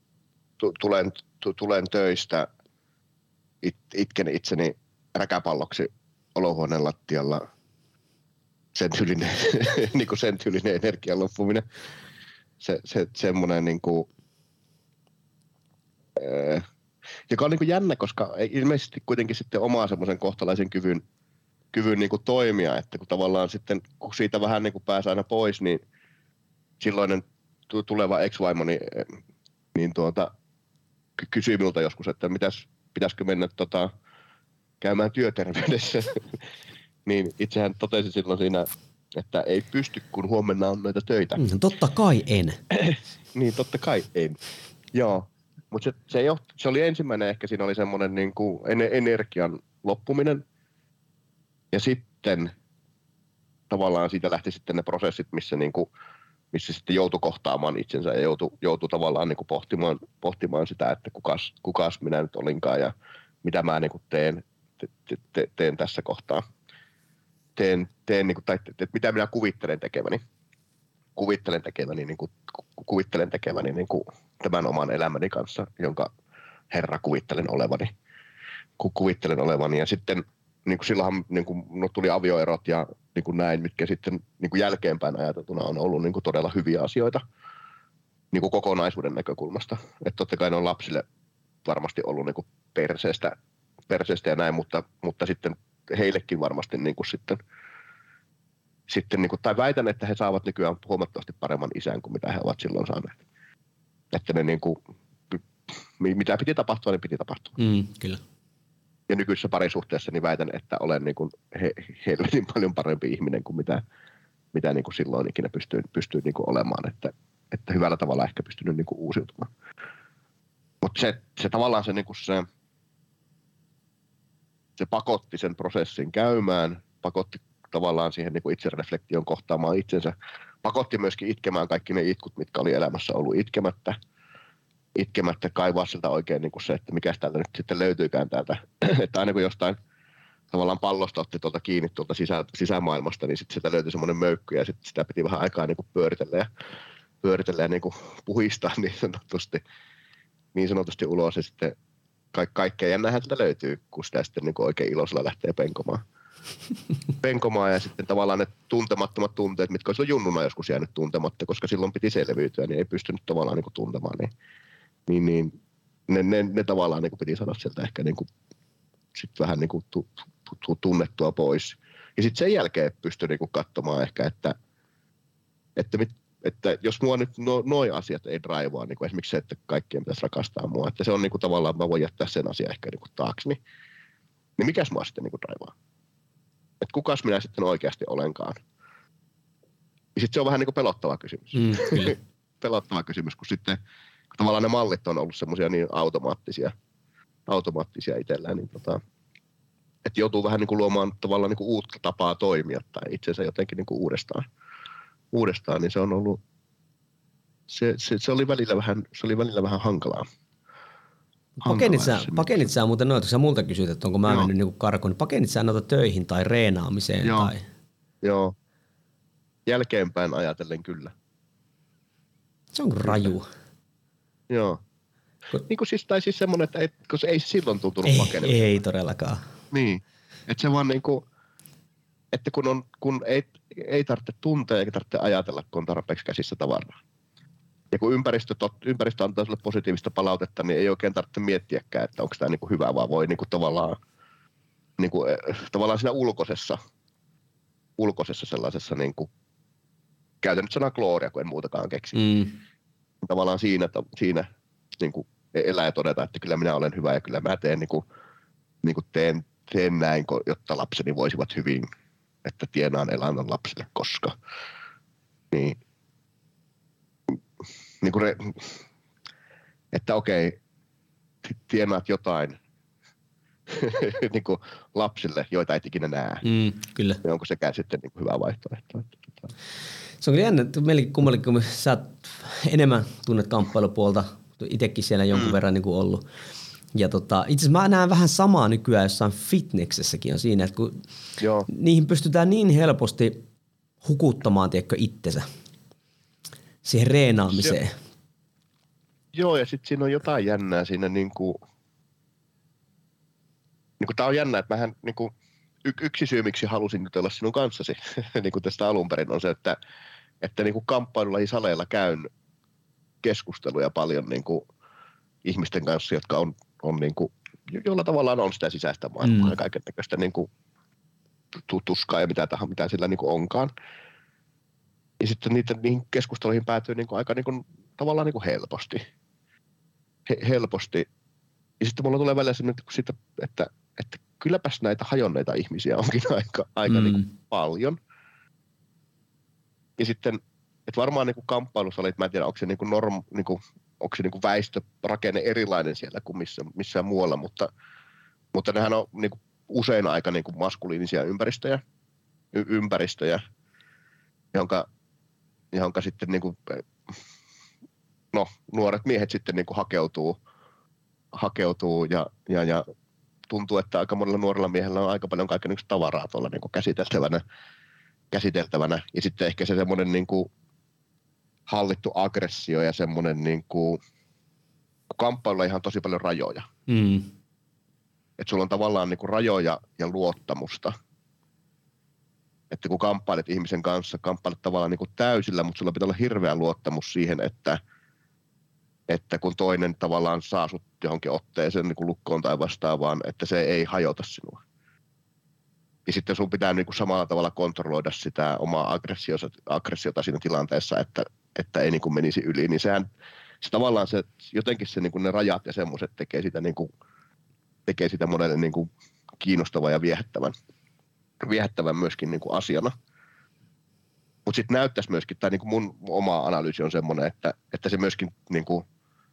tulen töistä, itken itseni räkäpalloksi olohuoneen lattialla, sen tyylinen energian loppuminen. Semmoinen niin kuin, Joka on niin kuin jännä, koska ilmeisesti kuitenkin sitten omaa semmoisen kohtalaisen kyvyn niin kuin toimia, että kun tavallaan sitten, kun siitä vähän niin kuin pääsee aina pois, niin silloinen tuleva ex-vaimoni niin kysyi minulta joskus, että pitäisikö mennä käymään työterveydessä, niin itsehän totesi silloin siinä, että ei pysty, kun huomenna on noita töitä. Totta kai en. Niin, totta kai en. Joo, mutta se oli ensimmäinen, ehkä siinä oli semmoinen niin kuin energian loppuminen. Ja sitten tavallaan siitä lähti sitten ne prosessit, missä sitten joutui kohtaamaan itsensä ja joutui tavallaan niin kuin pohtimaan sitä, että kukas minä nyt olinkaan ja mitä mä niin kuin teen tässä kohtaa. Teen niin kuin, tai että mitä minä kuvittelen tekeväni. Kuvittelen tekeväni niin kuin tämän oman elämäni kanssa, jonka Herra kuvittelen olevani. Ja sitten niin kuin silloinhan niin kuin, tuli avioerot ja niin kuin näin, mitkä sitten niin kuin jälkeenpäin ajateltuna on ollut niin kuin todella hyviä asioita niin kuin kokonaisuuden näkökulmasta. Että totta kai ne on lapsille varmasti ollut niin kuin perseestä ja näin, mutta sitten heillekin varmasti niin kuin sitten niin kuin, tai väitän, että he saavat nykyään huomattavasti paremman isän kuin mitä he ovat silloin saaneet. Että ne niin kuin, mitä piti tapahtua, niin piti tapahtua. Kyllä. Ja nykyisessä parisuhteessa niin väitän, että olen niin kuin helvetin paljon parempi ihminen kuin mitä niin kuin silloin ikinä pystyy niin kuin olemaan, että hyvällä tavalla ehkä pystynyt niin kuin uusiutumaan. Mutta se tavallaan se, niin kuin se pakotti sen prosessin käymään, pakotti tavallaan siihen niin kuin itsereflektion kohtaamaan itsensä, pakotti myöskin itkemään kaikki ne itkut, mitkä oli elämässä ollut itkemättä kaivaa siltä oikein niin kuin se, että mikä täältä nyt sitten löytyykään täältä, että aina kun jostain tavallaan pallosta otti tuolta kiinni tuolta sisämaailmasta, niin sitten sieltä löytyi semmoinen möykky ja sitten sitä piti vähän aikaa niin kuin pyöritellä ja niin kuin puhistaa niin sanotusti ulos ja sitten kaikkea jännähän sieltä löytyy, kun sitä sitten niin kuin oikein iloisella lähtee penkomaan ja sitten tavallaan ne tuntemattomat tunteet, mitkä olisi junnuna joskus jäänyt tuntematta, koska silloin piti selviytyä, niin ei pystynyt tavallaan niin kuin tuntemaan, niin ne tavallaan niin kuin piti saada sieltä ehkä niin kuin sit vähän niin kuin tunnettua pois. Ja sitten sen jälkeen pystyi niin kuin katsomaan ehkä, että jos mua nyt noi asiat ei draivaa, niin kuin esimerkiksi se, että kaikkien pitäisi rakastaa mua, että se on niin kuin tavallaan, mä voin jättää sen asian ehkä niin kuin taakse, niin mikäs mua sitten niin kuin draivaa? Että kukas minä sitten oikeasti olenkaan? Ja sitten se on vähän niin kuin pelottava kysymys. Pelottava kysymys, kun sitten kun tavallaan ne mallit on ollut semmoisia niin automaattisia itsellään, niin että joutuu vähän niin kuin luomaan tavallaan niin kuin uutta tapaa toimia tai itsensä jotenkin niin kuin uudestaan, niin se on ollut, se oli välillä vähän hankalaa. Pakenit sä muuten noita, kun sä multa kysyt, että onko mä mennyt niin karkuun, niin pakenit sä noita töihin tai reenaamiseen? Joo. Jälkeenpäin ajatellen kyllä. Se on raju. Joo. Niin kuin siis semmoinen, että koska ei silloin tuntunut pakenemiseen. Ei todellakaan. Niin. Että se vaan niin kuin, että kun ei tarvitse tuntea eikä tarvitse ajatella, kun on tarpeeksi käsissä tavaraa. Ja kun ympäristö antaa sulle positiivista palautetta, niin ei oikein tarvitse miettiäkään, että onko tämä niinku hyvä, vaan voi niinku tavallaan siinä ulkoisessa sellaisessa, niinku, käytän nyt sanaa glooria, kun en muutakaan keksi. Tavallaan siinä niinku elää ja todeta, että kyllä minä olen hyvä ja kyllä mä teen, teen näin, jotta lapseni voisivat hyvin, että tienaan elannon lapsille koska. Niin kuin että okei, tienaat jotain niin kuin lapsille, joita et ikinä näe. Kyllä. Ja onko sekään sitten niin kuin hyvä vaihtoehto? Se on jännä, että meilläkin kummallekin, kun sä enemmän tunnet kamppailupuolta, itsekin siellä jonkun verran niin kuin ollut. Ja itse asiassa mä näen vähän samaa nykyään jossain fitnessessäkin on siinä, että kun niihin pystytään niin helposti hukuttamaan, tiedätkö, itsensä siihen reenaamiseen. Joo, ja sitten siinä on jotain jännää siinä niinku tää on jännä, että mähän niinku yksi syy, miksi halusin nyt olla sinun kanssasi niinku tästä alun perin on se, että niinku kamppailulajisaleilla käyn keskusteluja paljon niinku ihmisten kanssa, jotka on on niin kuin, jolla tavallaan on sitä sisäistä maailmaa ja kaikennäköistä niin kuin tuskaa ja mitä sillä niin kuin onkaan. Ja sitten niihin keskusteluihin päätyy niin kuin aika niin kuin, tavallaan niin kuin helposti. Helposti. Ja sitten mulla tulee välillä sellainen siitä, että kylläpäs näitä hajonneita ihmisiä onkin aika niin kuin paljon. Ja sitten, että varmaan niin kuin kamppailusalit, mä en tiedä, onko se, onko se niin kuin väestörakenne erilainen siellä kuin missään muualla, mutta nehän on niin kuin usein aika niin kuin maskuliinisia ympäristöjä, johonka sitten niin kuin, nuoret miehet sitten niin kuin hakeutuu ja tuntuu, että aika monella nuorella miehellä on aika paljon kaikenlaista tavaraa tuolla niin kuin käsiteltävänä. Ja sitten ehkä se semmoinen niin kuin hallittu aggressio ja semmoinen niin kuin kamppailulla ihan tosi paljon rajoja. Että sulla on tavallaan niin kuin rajoja ja luottamusta. Että kun kamppailet ihmisen kanssa, kamppailet tavallaan niin kuin täysillä, mutta sulla pitää olla hirveä luottamus siihen, että kun toinen tavallaan saa sut johonkin otteeseen niin kuin lukkoon tai vastaavaan, että se ei hajota sinua. Ja sitten sun pitää niin kuin samalla tavalla kontrolloida sitä omaa aggressiota siinä tilanteessa, että ei niin kuin menisi yli. Niin se tavallaan jotenkin se, niin kuin ne rajat ja semmoiset tekee sitä monelle niin kuin kiinnostavan ja viehättävän myöskin niin kuin asiana. Mutta sitten näyttäisi myöskin, tai niin kuin mun oma analyysi on semmoinen, että se myöskin niin kuin,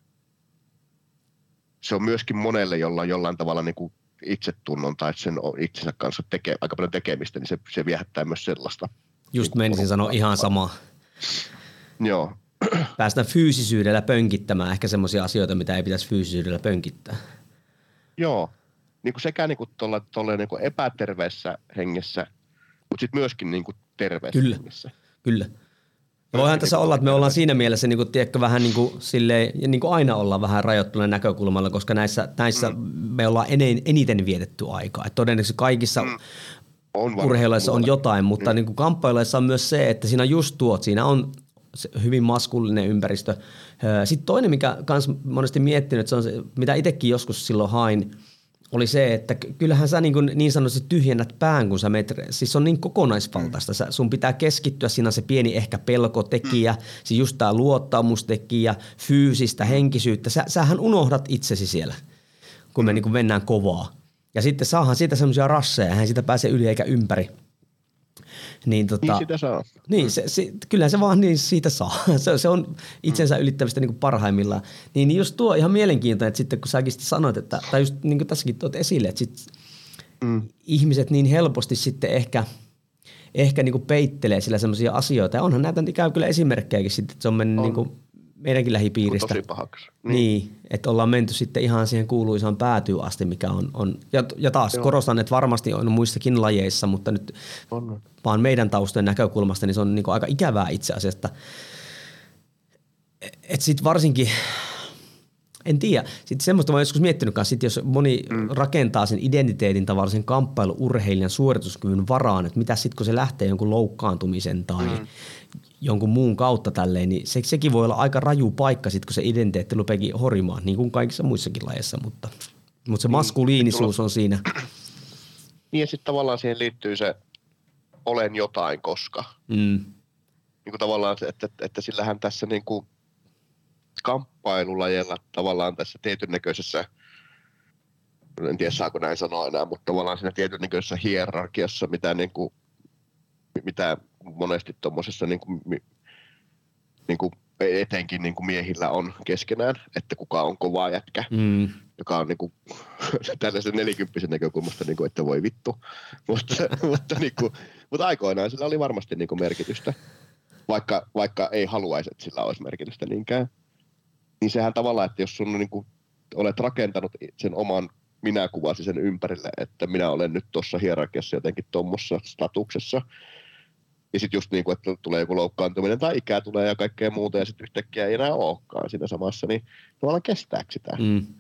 se on myöskin monelle, jolla on jollain tavalla niin kuin itsetunnon tai sen itsensä kanssa aika paljon tekemistä, niin se viehättää myös sellaista. Just menisin sanoa ihan sama. Joo. Päästään fyysisyydellä pönkittämään ehkä semmoisia asioita, mitä ei pitäisi fyysisyydellä pönkittää. Joo. Niin kuin sekä niin kuin tuolla niin kuin epäterveessä hengessä, mutta sitten myöskin niin kuin terveessä hengessä. Kyllä. Ja voihan tässä olla, että me ollaan siinä mielessä niin kuin, tiedätkö, vähän niin kuin, silleen, niin kuin aina ollaan vähän rajoittuneen näkökulmalla, koska näissä me ollaan eniten vietetty aikaa. Et todennäköisesti kaikissa urheiluissa on jotain, mutta niin kuin kamppailuissa on myös se, että siinä siinä on hyvin maskuliininen ympäristö. Sitten toinen, mikä kans monesti miettinyt, että se on se, mitä itsekin joskus silloin hain, oli se, että kyllähän sä niin sanotusti tyhjennät pään, kun sä menet, siis se on niin kokonaisvaltaista. Sun pitää keskittyä, siinä on se pieni ehkä pelkotekijä, siis just tää luottamustekijä, fyysistä, henkisyyttä. Sähän unohdat itsesi siellä, kun me niin mennään kovaa. Ja sitten saahan siitä semmoisia rasseja, eihän siitä pääse yli eikä ympäri. Niin sitä saa. Niin, kyllähän se vaan niin siitä saa. Se on itsensä ylittävistä niin kuin parhaimmillaan. Niin just tuo ihan mielenkiintoinen, että sitten kun säkin sanoit, että, tai just niin kuin tässäkin tuot esille, että sit ihmiset niin helposti sitten ehkä niin kuin peittelee sillä semmoisia asioita. Ja onhan näitä käy kyllä esimerkkejäkin sitten, että se on mennyt niin kuin meidänkin lähipiiristä. Tosi pahaksi. Niin, että ollaan menty sitten ihan siihen kuuluisaan päätyyn asti, mikä on ja taas korostan, että varmasti on muissakin lajeissa, mutta nyt vaan meidän taustojen näkökulmasta, niin se on niinku aika ikävää itse asiassa. Että sitten varsinkin, en tiedä, sitten semmoista mä oon joskus miettinyt kanssa, sit jos moni rakentaa sen identiteetin tavallaan sen kamppailu-urheilijan suorituskyvyn varaan, että mitä sitten kun se lähtee jonkun loukkaantumisen tai jonkun muun kautta tälleen, niin sekin voi olla aika raju paikka sitten, kun se identiteetti rupeakin horimaan, niin kuin kaikissa muissakin lajeissa, mutta se maskuliinisuus on siinä. Niin ja sitten tavallaan siihen liittyy se olen jotain, koska. Niin kuin tavallaan se, että sillähän tässä niin kuin kamppailulajella tavallaan tässä tietyn näköisessä, en tiedä saako näin sanoa enää, mutta tavallaan siinä tietyn näköisessä hierarkiassa, mitä monesti tuommoisessa niin kuin etenkin niin kuin miehillä on keskenään, että kuka on kova jätkä, joka on niin kuin, tällaisen 40 näkökulmasta, niin kuin, että voi vittu, mutta aikoinaan sillä oli varmasti niin kuin merkitystä, vaikka ei haluaisi, että sillä olisi merkitystä niinkään. Niin sehän tavallaan, että jos sun niin kuin, olet rakentanut sen oman minäkuvasi sen ympärille, että minä olen nyt tuossa hierarkiassa jotenkin tuommoisessa statuksessa, ja sitten just niin kuin, että tulee joku loukkaantuminen tai ikää tulee ja kaikkea muuta ja sitten yhtäkkiä ei enää olekaan siinä samassa, niin tavallaan kestääkö sitä?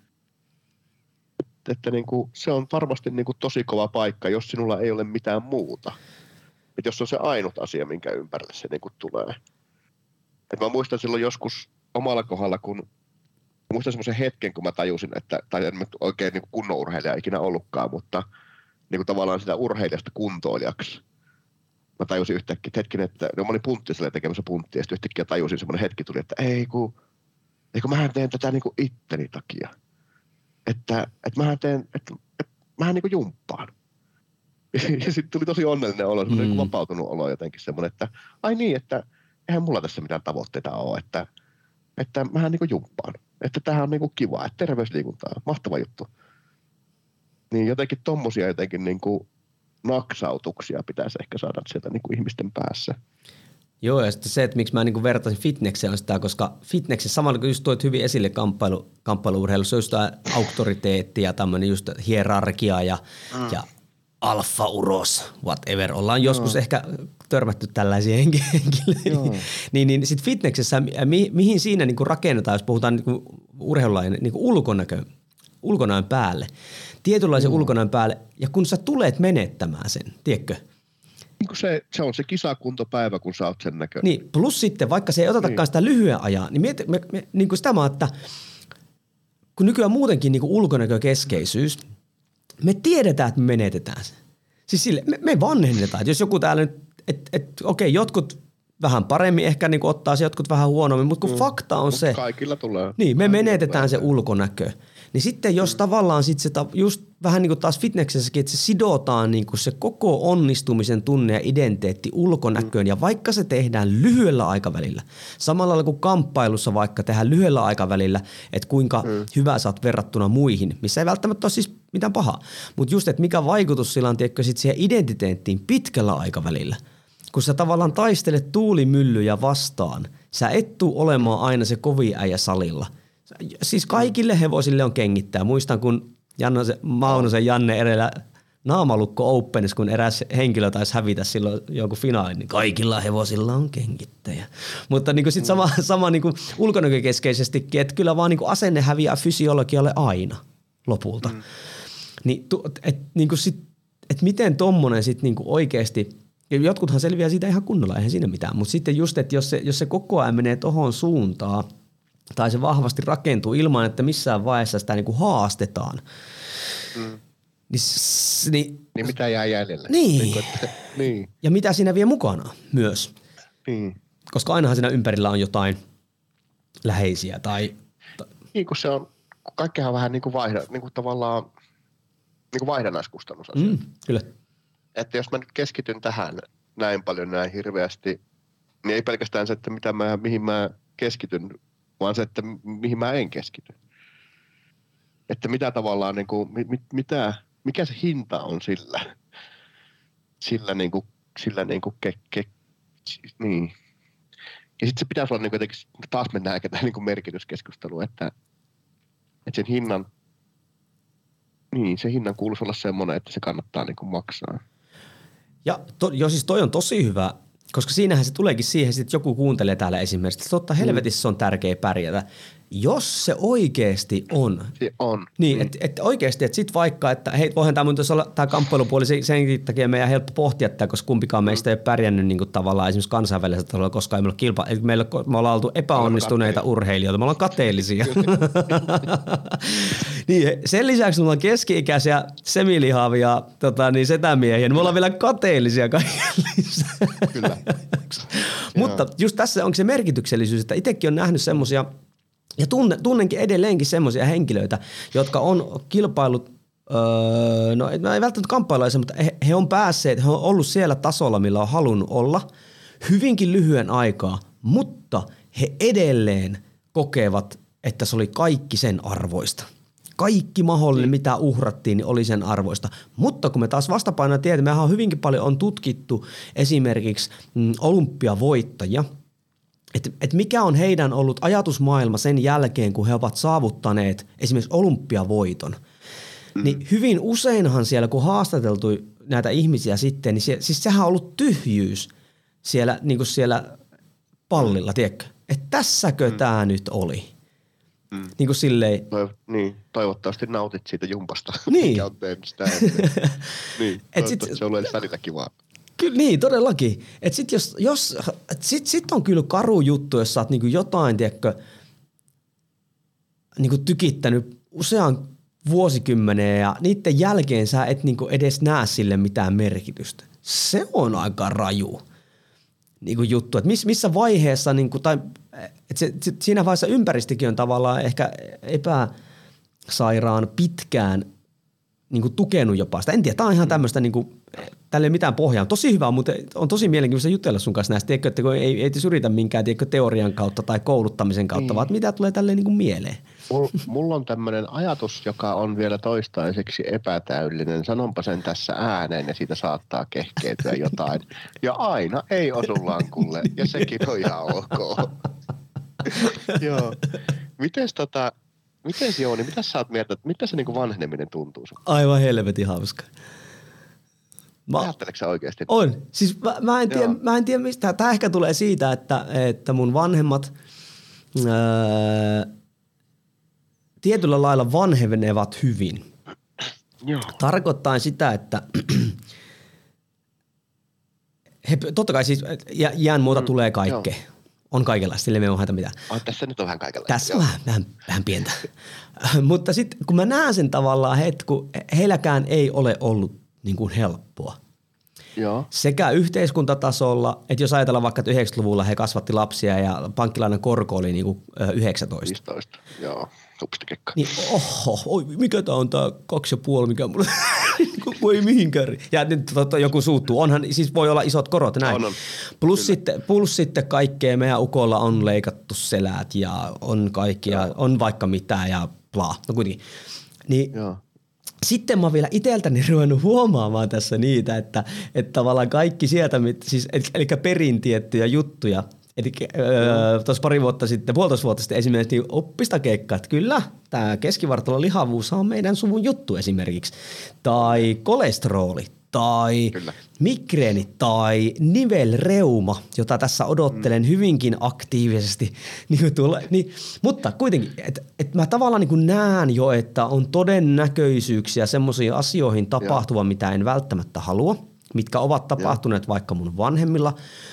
Että niin kuin, se on varmasti niin kuin tosi kova paikka, jos sinulla ei ole mitään muuta. Että jos on se ainut asia, minkä ympärille se niin kuin tulee. Et mä muistan silloin joskus omalla kohdalla, kun muistan semmoisen hetken, kun mä tajusin, että, tai en nyt oikein niin kunnon urheilija ikinä ollutkaan, mutta niin kuin tavallaan sitä urheilijasta kuntoilijaksi. Mä tajusin yhtäkkiä, että hetkinen, että mä olin punttiselle tekemässä punttia, ja sitten yhtäkkiä tajusin, semmoinen hetki tuli, että ei kun mähän teen tätä niin kuin itteni takia. Että mähän teen, että mähän niin kuin jumppaan. Ja sitten tuli tosi onnellinen olo, semmoinen niin vapautunut olo jotenkin semmoinen, että ai niin, että eihän mulla tässä mitään tavoitteita ole, että mähän niin kuin jumppaan. Että tämähän on niin kuin kiva, että terveysliikuntaa, mahtava juttu. Niin jotenkin tommosia jotenkin niin kuin naksautuksia pitäisi ehkä saada sieltä niin kuin ihmisten päässä. Joo, ja sitten se, että miksi mä niin kuin vertaisin fitnekseen on sitä, koska fitneksessä samalla kun just toit hyvin esille kamppailuurheilussa, just tämä auktoriteetti ja tämmöinen just hierarkia ja alfa-uros, whatever. Ollaan joskus ehkä törmätty tällaisia henkilöitä. Niin sitten fitneksessä, mihin siinä niin kuin rakennetaan, jos puhutaan niin kuin urheilulainen niin kuin ulkonäön päälle, tietynlaisen ulkonäön päälle, ja kun sä tulet menettämään sen, tiedätkö? Niin se on se kisakuntopäivä, kun sä oot sen näköinen. Niin, plus sitten, vaikka se ei otetakaan sitä lyhyen ajan, niin niin kuin sitä mä, että kun nykyään muutenkin niin kuin ulkonäkökeskeisyys, me tiedetään, että me menetetään se. Siis sille, me vanhennetaan. Että jos joku täällä nyt, okei, jotkut vähän paremmin ehkä niin kuin ottaa se, jotkut vähän huonommin, mutta kun fakta on se. Kaikilla tulee. Niin, me menetetään se ulkonäkö. Niin sitten jos tavallaan sit se just vähän niin kuin taas fitnessessäkin, että se sidotaan niin kuin se koko onnistumisen tunne ja identiteetti ulkonäköön ja vaikka se tehdään lyhyellä aikavälillä, samalla lailla kuin kamppailussa vaikka tehdään lyhyellä aikavälillä, että kuinka hyvä sä oot verrattuna muihin, missä ei välttämättä ole siis mitään pahaa, mutta just, että mikä vaikutus sillä on tiedätkö sit siihen identiteettiin pitkällä aikavälillä, kun sä tavallaan taistelet tuulimyllyjä vastaan, sä et tuu olemaan aina se kovin äijä salilla. Siis kaikille hevosille on kengittää. Muistan, kun Maunosen Janne edellä Naamalukko Openissa, kun eräs henkilö taisi hävitä silloin joku finaalin, niin kaikilla hevosilla on kengittäjä. Mutta niin sitten sama niin ulkonäkökeskeisestikin, että kyllä vaan niin asenne häviää fysiologialle aina lopulta. Niin, että miten tommonen sitten niin oikeasti, jotkuthan selviää siitä ihan kunnolla, eihän siinä mitään, mutta sitten just, että jos se koko ajan menee tohon suuntaan, tai se rakentuu ilman, että missään vaiheessa sitä niinku haastetaan. Niin mitä jää jäljelle? Niin. Ja mitä siinä vie mukana myös. Niin. Koska ainahan siinä ympärillä on jotain läheisiä tai. Niin kuin se on, kaikkihan vähän niin kuin tavallaan niin kuin vaihdanaiskustannus. Kyllä. Että jos mä nyt keskityn tähän näin paljon näin hirveästi, niin ei pelkästään se, että mihin mä keskityn, vaan se, että mihin mä en keskity. Että mitä tavallaan, niin kuin, mikä se hinta on sillä niin kuin niin. Ja sitten se pitäisi olla niin kuin jotenkin, taas mennään ehkä tähän niin kuin merkityskeskusteluun, että sen hinnan, se hinnan kuuluisi olla semmoinen, että se kannattaa niin kuin maksaa. Ja siis toi on tosi hyvä. Koska siinähän se tuleekin siihen, että joku kuuntelee täällä esimerkiksi, että totta helvetissä on tärkeä pärjätä. Jos se oikeasti on. Se on. Niin, että oikeasti, että sit vaikka, että hei, voihan tämä muuten olla tämä kamppailupuoli, sen takia meidän helppo pohtia tätä, koska kumpikaan meistä ei ole pärjännyt niin kuin tavallaan esimerkiksi kansainvälisellä tasolla, koska ei meillä ole me ollaan oltu epäonnistuneita urheilijoita, me ollaan kateellisia. Niin, sen lisäksi me ollaan keski-ikäisiä, semilihavia setämiehiä, niin me ollaan vielä kateellisia kaikille. Kyllä. Mutta just tässä onko se merkityksellisyys, että itsekin on nähnyt semmoisia, ja tunnenkin edelleenkin semmoisia henkilöitä, jotka on kilpailut, no ei välttämättä kamppailuissa, mutta he on päässeet, he on ollut siellä tasolla, millä on halunnut olla hyvinkin lyhyen aikaa, mutta he edelleen kokevat, että se oli kaikki sen arvoista. Kaikki mahdollinen, mitä uhrattiin, niin oli sen arvoista. Mutta kun me taas vastapainoa tiedämme, mehän hyvinkin paljon on tutkittu esimerkiksi olympiavoittajia, että mikä on heidän ollut ajatusmaailma sen jälkeen, kun he ovat saavuttaneet esimerkiksi olympiavoiton. Niin hyvin useinhan siellä, kun haastateltu näitä ihmisiä sitten, niin siis sehän on ollut tyhjyys siellä, niin kuin siellä pallilla, tiedätkö? Että tässäkö tämä nyt oli? Niin kuin silleen. Toivottavasti nautit siitä jumpasta, niin. Mikä on tehnyt sitä. Niin, toivottavasti se on ollut edes välillä kivaa. Kyllä niin, todellakin. Että sit on kyllä karu juttu, jos sä oot niinku jotain, tiedätkö, niinku tykittänyt usean vuosikymmeneen ja niiden jälkeen sä et niinku edes näe sille mitään merkitystä. Se on aika raju niinku juttu, että missä vaiheessa, niinku, tai siinä vaiheessa ympäristökin on tavallaan ehkä epäsairaan pitkään niinku tukenut jopa sitä. En tiedä, tää on ihan tämmöistä niinku, tällä ei mitään pohjaa. Tosi hyvä, mutta on tosi mielenkiintoista jutella sun kanssa näistä, että kun ei syrjitä minkään teorian kautta tai kouluttamisen kautta, vaan mitä tulee tälleen niinku mieleen. Mulla on tämmöinen ajatus, joka on vielä toistaiseksi epätäydellinen. Sanonpa sen tässä ääneen ja siitä saattaa kehkeytyä jotain. Ja aina ei osu lankulle ja sekin on ihan ok. Joo. Mites Jouni, mitä sä oot mieltä, että mitä se niinku vanheneminen tuntuu sun? Aivan helvetin hauska. Ajatteleksä sä oikeasti? On. Siis mä en tiedä mistä. Tää ehkä tulee siitä, että mun vanhemmat tietyllä lailla vanhenevat hyvin. Joo. Tarkoittaa sitä, että totta kai siis jään muuta tulee kaikkea. On kaikenlaista, sille me ei ole haita mitään. Tässä nyt on vähän kaikenlaista. Tässä on vähän pientä. Mutta sitten kun mä näen sen tavallaan, kun heilläkään ei ole ollut niin kuin helppoa. Joo. Sekä yhteiskuntatasolla, että jos ajatellaan vaikka, että 90-luvulla he kasvatti lapsia ja pankkilainan korko oli niin kuin 19. 15, joo. Tupstikekka. Niin oi, mikä tää on tää 2,5, mikä mulla voi mihinkään. Ja nyt joku suuttuu. Onhan, siis voi olla isot korot näin. On. Plus sitten kaikkea meidän ukolla on leikattu selät ja on kaikkia, on vaikka mitään ja bla. No kuitenkin. Niin, joo. Sitten mä oon vielä iteltäni ruvennut huomaamaan tässä niitä, että tavallaan kaikki sieltä, siis, eli perin tiettyjä juttuja. Eli tuossa puolitoista vuotta sitten esimerkiksi niin oppista keikkaa, että kyllä, tämä keskivartalon lihavuus on meidän suvun juttu esimerkiksi. Tai kolesteroli, tai migreeni, tai nivelreuma, jota tässä odottelen hyvinkin aktiivisesti. Mutta kuitenkin, että mä tavallaan niin kuin näen jo, että on todennäköisyyksiä semmoisiin asioihin tapahtuvan, mitä en välttämättä halua, mitkä ovat tapahtuneet vaikka mun vanhemmilla.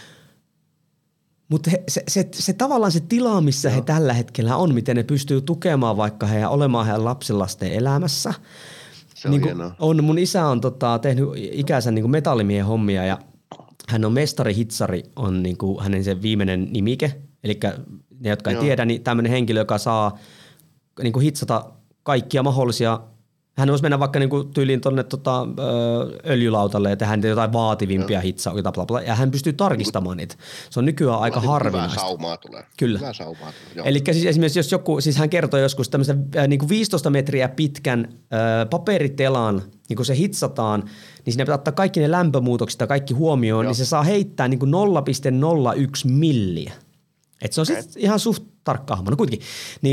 Mutta se tavallaan se tila, missä he tällä hetkellä on, miten ne pystyy tukemaan vaikka he ja olemaan heidän lapsenlasten elämässä. Se on hienoa. Mun isä on tehnyt ikänsä niin metallimiehen hommia ja hän on mestari-hitsari, on niin kuin hänen se viimeinen nimike. Eli ne, jotka ei tiedä, niin tämmöinen henkilö, joka saa niin kuin hitsata kaikkia mahdollisia. Hän voisi mennä vaikka niinku tyyliin tuonne öljylautalle ja tehdä jotain vaativimpia hitsauksia, ja hän pystyy tarkistamaan niitä. Se on nykyään aika harvinaista. Hyvää saumaa tulee. Kyllä. Eli siis esimerkiksi jos joku, siis hän kertoi joskus tämmöisen niinku 15 metriä pitkän paperitelan, niin kun se hitsataan, niin siinä pitää ottaa kaikki ne lämpömuutokset ja kaikki huomioon, niin se saa heittää niinku 0,01 milliä. Että se on sitten ihan suht tarkka hahmo. No kuitenkin.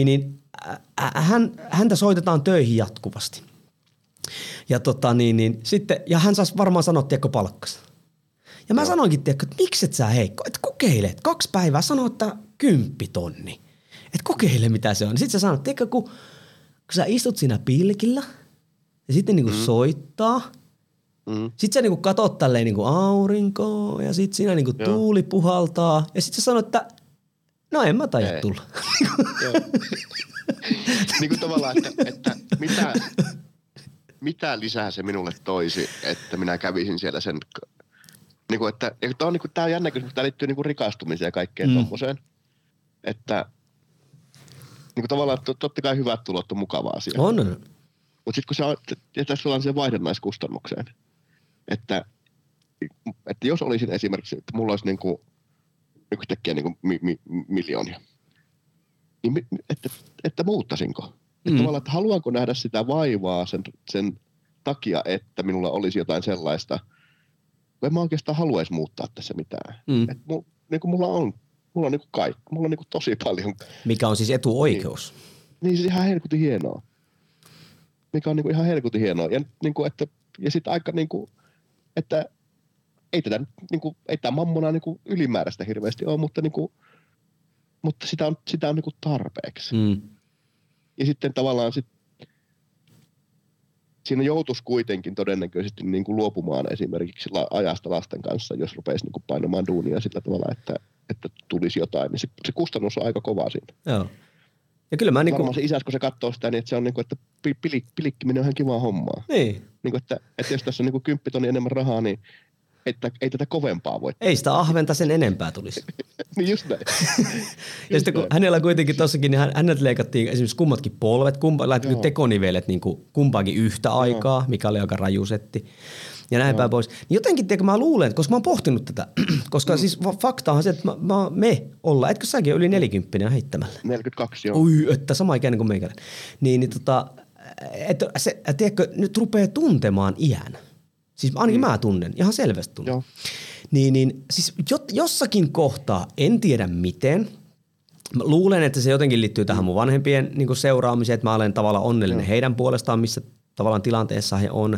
Häntä soitetaan töihin jatkuvasti. Ja sitten, ja hän saisi varmaan sanoa, tiedätkö, palkkas. Ja mä sanoinkin, tiedätkö, että miksi et sä heikko, että kokeile, että 2 päivää sanoo, että 10 000. Että kokeile, mitä se on. Sitten sä sanot, tiedätkö, kun sä istut siinä pilkillä ja sitten niinku soittaa. Sitten sä niinku katot tälleen niinku aurinkoa ja sitten siinä niinku tuuli puhaltaa. Ja sitten sä sanot, että no en mä taida tulla. Niin kuin tavallaan, että mitä lisää se minulle toisi, että minä kävisin siellä sen, niin kuin, että tämä on jännä kysymys, tämä liittyy niin kuin rikastumiseen ja kaikkeen tommoseen, että niin kuin tavallaan, että totta kai hyvät tulot on mukava asia. On. Mutta sitten kun tässä ollaan siihen vaihdannaiskustannukseen, että jos olisin esimerkiksi, että mulla olisi niin kuin yhtäkkiä niin kuin miljoonia, niin että muuttaisinko? Että tavallaan, että haluanko nähdä sitä vaivaa sen takia, että minulla olisi jotain sellaista, en mä oikeastaan haluaisi muuttaa tässä mitään. Että niin kuin mulla on niin kuin kaikki, mulla on niin kuin tosi paljon. Mikä on siis etuoikeus. Niin siis ihan helkutin hienoa. Mikä on niin kuin ihan helkutin hienoa. Ja, niin kuin, ja sitten aika niin kuin, että ei tätä niin kuin, ei tämä mammona niin kuin ylimääräistä hirveästi ole, mutta sitä on niin kuin tarpeeksi. Ja sitten tavallaan siinä joutuisi kuitenkin todennäköisesti niin kuin luopumaan esimerkiksi ajasta lasten kanssa, jos rupeisi niin kuin painamaan duunia sillä tavalla, että tulisi jotain, niin se kustannus on aika kova siinä. Joo. Ja kyllä mä varmaan se isäs, kun se katsoo sitä, niin että se on niinku, että pilikkiminen on ihan kivaa hommaa. Niin. Niinku, että jos tässä on niinku 10 000 enemmän rahaa, niin ei tätä kovempaa voi. Ei sitä ahventa sen enempää tulisi. Niin just näin. Ja sitten kun hänellä kuitenkin tossakin, niin häneltä leikattiin esimerkiksi kummatkin polvet, laitettiin tekonivelet niin kumpaankin yhtä aikaa, mikä oli aika rajusetti. Ja näin päin pois. Niin jotenkin, tiedätkö, mä luulen, että koska mä oon pohtinut tätä, koska siis fakta on se, että me ollaan, etkö säkin yli 40 heittämällä? 42, joo. Oi, että sama ikäinen kuin meikäläinen. Että se, tiedätkö, nyt rupeaa tuntemaan iän. Siis ainakin mä tunnen, ihan selvästi tunnen. Joo. Niin siis jossakin kohtaa, en tiedä miten, mä luulen, että se jotenkin liittyy tähän mun vanhempien niin kuin seuraamiseen, että mä olen tavallaan onnellinen heidän puolestaan, missä tavallaan tilanteessa he on.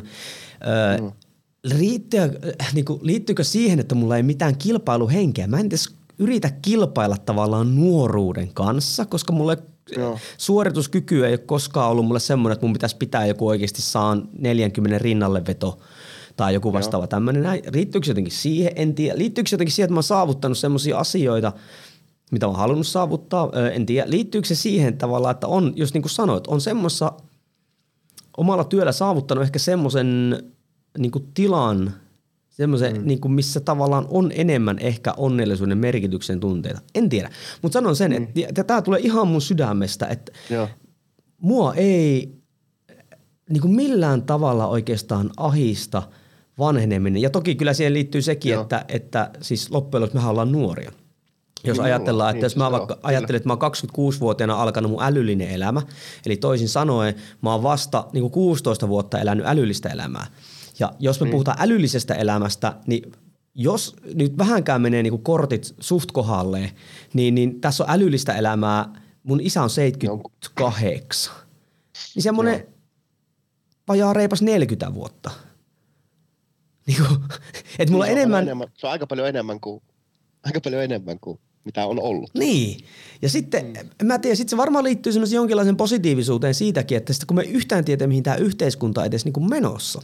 Liittyykö siihen, että mulla ei mitään kilpailuhenkeä? Mä en edes yritä kilpailla tavallaan nuoruuden kanssa, koska mulle suorituskyky ei ole koskaan ollut mulle semmoinen, että mun pitäisi pitää joku oikeasti 40 rinnalle veto tai joku vastaava tämmöinen. Liittyykö jotenkin siihen? En tiedä. Liittyykö jotenkin siihen, että mä oon saavuttanut semmoisia asioita, mitä mä oon halunnut saavuttaa? En tiedä. Liittyykö se siihen tavallaan, että on, just niin kuin sanoit, on semmoisessa omalla työllä saavuttanut ehkä semmoisen niin kuin tilan, semmoisen, niin kuin missä tavallaan on enemmän ehkä onnellisuuden merkityksen tunteita. En tiedä, mutta sanon sen, että tämä tulee ihan mun sydämestä, että mua ei niin kuin millään tavalla oikeastaan ahista vanheneminen. Ja toki kyllä siihen liittyy sekin, että siis loppujen lopuksi mehän ollaan nuoria. Jos ajatellaan, että jos mä vaikka ajattelen, että mä oon 26-vuotiaana alkanut mun älyllinen elämä, eli toisin sanoen mä oon vasta niin kuin 16 vuotta elänyt älyllistä elämää. Ja jos me puhutaan älyllisestä elämästä, niin jos nyt vähänkään menee niin kuin kortit suht kohdalleen, niin tässä on älyllistä elämää. Mun isä on 78. Niin semmoinen vajaa reipas 40 vuotta. Niin kuin, että mulla enemmän. Se on aika paljon enemmän kuin mitä on ollut. Niin. Ja sitten, mä tiedän, sitten se varmaan liittyy semmoisen jonkinlaisen positiivisuuteen siitäkin, että sitten kun me yhtään tiedä, mihin tämä yhteiskunta on edes niin kuin menossa.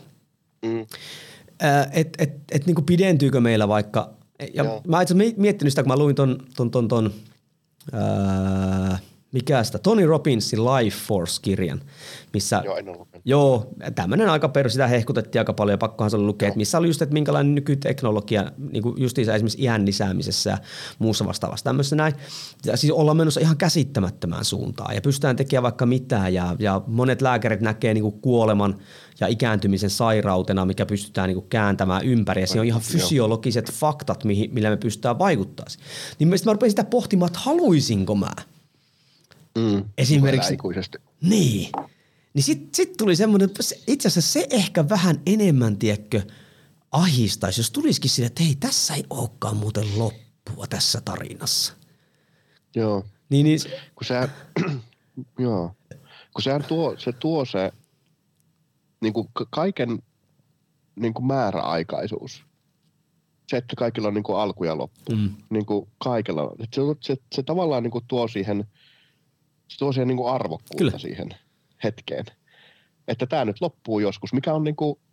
Että niin kuin pidentyykö meillä vaikka, ja mä itse asiassa miettinyt sitä, kun mä luin ton mikä sitä, Tony Robbinsin Life Force-kirjan, missä, tämmöinen aika perus, sitä hehkutettiin aika paljon ja pakkohan se oli lukea, että missä oli just, että minkälainen nykyteknologia, niin kuin justiinsa esimerkiksi iän lisäämisessä ja muussa vastaavassa tämmöisessä näin. Ja siis ollaan menossa ihan käsittämättömään suuntaan ja pystytään tekemään vaikka mitään ja monet lääkärit näkee niin kuin kuoleman ja ikääntymisen sairautena, mikä pystytään niin kuin kääntämään ympäri ja siinä on ihan fysiologiset faktat, millä me pystytään vaikuttamaan. Niin mä rupesin sitä pohtimaan, että haluisinko mä esimerkiksi. Niin. Niin sit tuli semmoinen, itse asiassa se ehkä vähän enemmän, tiedätkö, ahistaisi, jos tulisikin sille, että hei, tässä ei olekaan muuten loppua tässä tarinassa. Joo. Niin. Kun se tuo se niin kuin kaiken niin kuin määräaikaisuus. Se, että kaikilla on niin kuin alku ja loppu. Niin kuin kaikilla on. Se tavallaan niin kuin tuo siihen niin kuin arvokkuutta siihen hetkeen. Että tämä nyt loppuu joskus, mikä on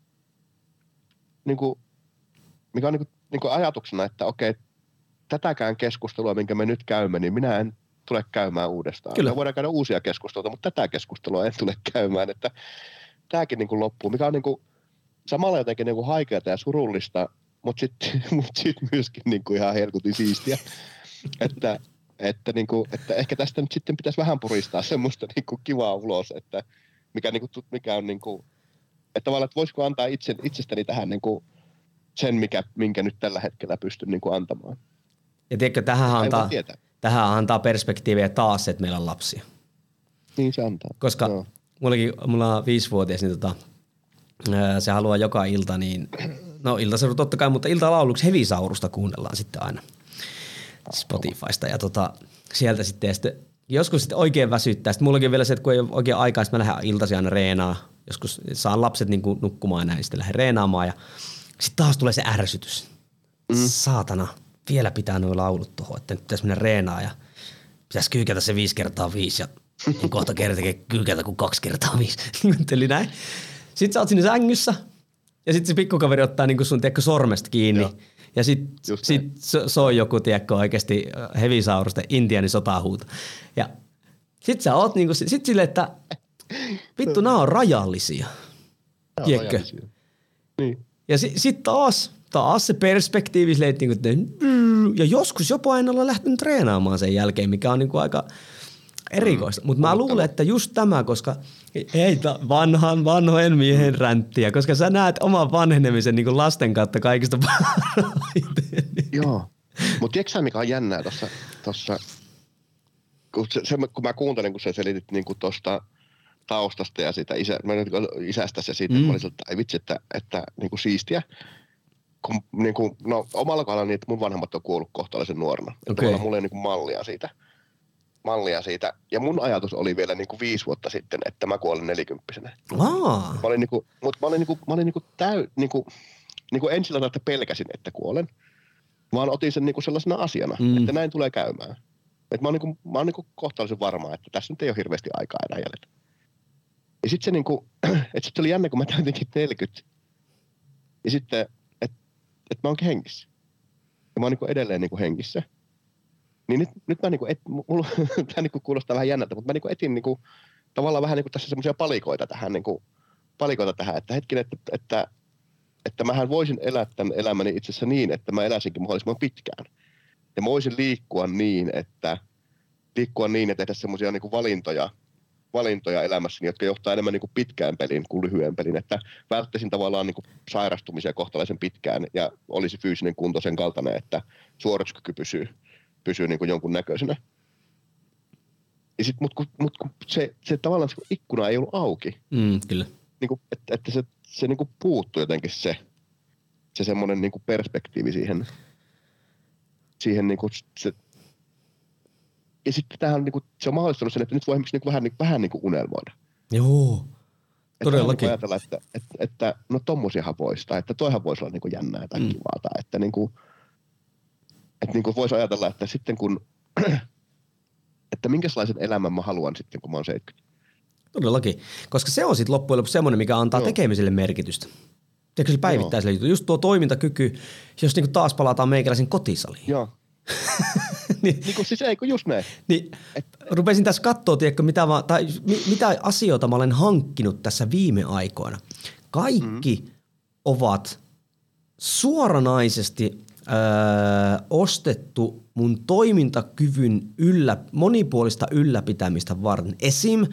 mikä on ajatuksena, että okei, tätäkään keskustelua, minkä me nyt käymme, niin minä en tule käymään uudestaan. Kyllä. Me voidaan käydä uusia keskusteluita, mutta tätä keskustelua en tule käymään, että tämäkin niin kuin loppuu, mikä on niin kuin samalla jotenkin niin kuin haikeata ja surullista, mutta sitten myöskin niin kuin ihan helkutin siistiä, että ehkä tästä nyt sitten pitäisi vähän puristaa semmoista niin kuin kivaa ulos, että mikä on niin kuin, että tavallaan, että voisiko antaa itsestäni tähän niin kuin sen, minkä nyt tällä hetkellä pystyn niin kuin antamaan. Ja tiedätkö, tähän antaa perspektiiviä taas, että meillä on lapsia. Niin se antaa. Koska mulla on 5-vuotias, niin se haluaa joka ilta, niin no iltaseuru totta kai, mutta iltalauluksi Hevisaurusta kuunnellaan sitten aina Spotifysta ja sieltä sitten joskus sitten oikein väsyttää. Sitten mullakin vielä se, että kun ei ole oikein aikaa, sitten mä lähden iltaisin aina reenaa. Joskus saan lapset niin kuin nukkumaan ja näin, sitten lähden reenaamaan ja sitten taas tulee se ärsytys. Saatana, vielä pitää nuo laulut tuohon, että nyt pitäisi mennä reenaa ja pitäisi kyykätä se 5x5 ja niin kohta kyykätä kuin 2x5. Eli näin. Sitten sä oot siinä sängyssä ja sitten se pikkukaveri ottaa niin kuin sun sormesta kiinni. Joo. Ja sit soi joku, tiedätkö, oikeasti Hevisaurusta Intianin sotahuuto. Ja Sit sä oot niinku, sit silleen, että vittu, nää on rajallisia. Tiedätkö? Niin. Ja sit taas se perspektiivi silleen, että ja joskus jopa en ole lähtenyt treenaamaan sen jälkeen, mikä on niinku aika erikoista. Mutta mä luulen, että just tämä, koska ei vanhojen miehen ränttiä, koska sä näet oman vanhenemisen niinku lasten kautta kaikista parhaiten. Joo. Mutta tiedätkö sä, mikä on jännää tossa kun mä kuuntelin, kun sä selitit niinku tosta taustasta ja siitä isästäsi ja siitä, mä olin sieltä, ei vitsi, että niinku siistiä. Kun, niinku, no omalla kohdalla niin, että mun vanhemmat on kuollut kohtalaisen nuorena. Okay. Mulla ei niinku mallia siitä. Ja mun ajatus oli vielä niinku 5 vuotta sitten, että mä kuolin 40-vuotiaana. Mä olin en sillä tavalla, että pelkäsin, että kuolen, vaan otin sen niinku sellaisena asiana, että näin tulee käymään. Et mä oon kohtalaisen varma, että tässä nyt ei ole hirveästi aikaa enää jäljellä. Ja sitten se niinku, että sitten oli jännä, kun mä täytinkin 40. Ja sitten, että mä oonkin hengissä. Ja mä oon niinku edelleen niinku hengissä. Niin nyt mä niinku, tää niinku kuulostaa vähän jännältä, mutta mä niinku etin niinku, tavallaan vähän niinku tässä semmoisia palikoita tähän, että hetkinen, että mähän voisin elää tämän elämäni itse asiassa niin, että mä eläisinkin mahdollisimman pitkään. Ja mä voisin liikkua niin, että tehdä semmoisia niinku valintoja elämässäni, jotka johtaa enemmän niinku pitkään peliin kuin lyhyen pelin, että välttäisin tavallaan niinku sairastumisia kohtalaisen pitkään ja olisi fyysinen kunto sen kaltainen, että suorituskyky pysyy niinku jonkun näköisenä. Ja sit, mut se tavallaan se ikkuna ei ollut auki. Kyllä. Niinku, että se niinku puuttui jotenkin se semmoinen niinku perspektiivi siihen niinku se. Ja sitten tämähän niinku, se on mahdollistanut sen, että nyt voi esimerkiksi niinku vähän niinku unelmoida. Joo, todellakin. Että ajatella, että no tommosiahan voisi, tai että toihan voisi olla niinku jännää tai kivaa, tai että niinku voisi ajatella, että sitten kun, että minkälaisen elämän mä haluan sitten, kun mä oon 70. Todellakin, koska se on sitten loppujen lopuksi semmoinen, mikä antaa tekemiselle merkitystä. Tiedätkö se päivittäiselle juttu? Just tuo toimintakyky, jos niinku taas palataan meikäläisen kotisaliin. Joo. niin kuin siis ei, kun just näin. Niin, rupesin tässä katsoa, tiedätkö, mitä asioita mä olen hankkinut tässä viime aikoina. Kaikki ovat suoranaisesti ostettu mun toimintakyvyn monipuolista ylläpitämistä varten. Esim.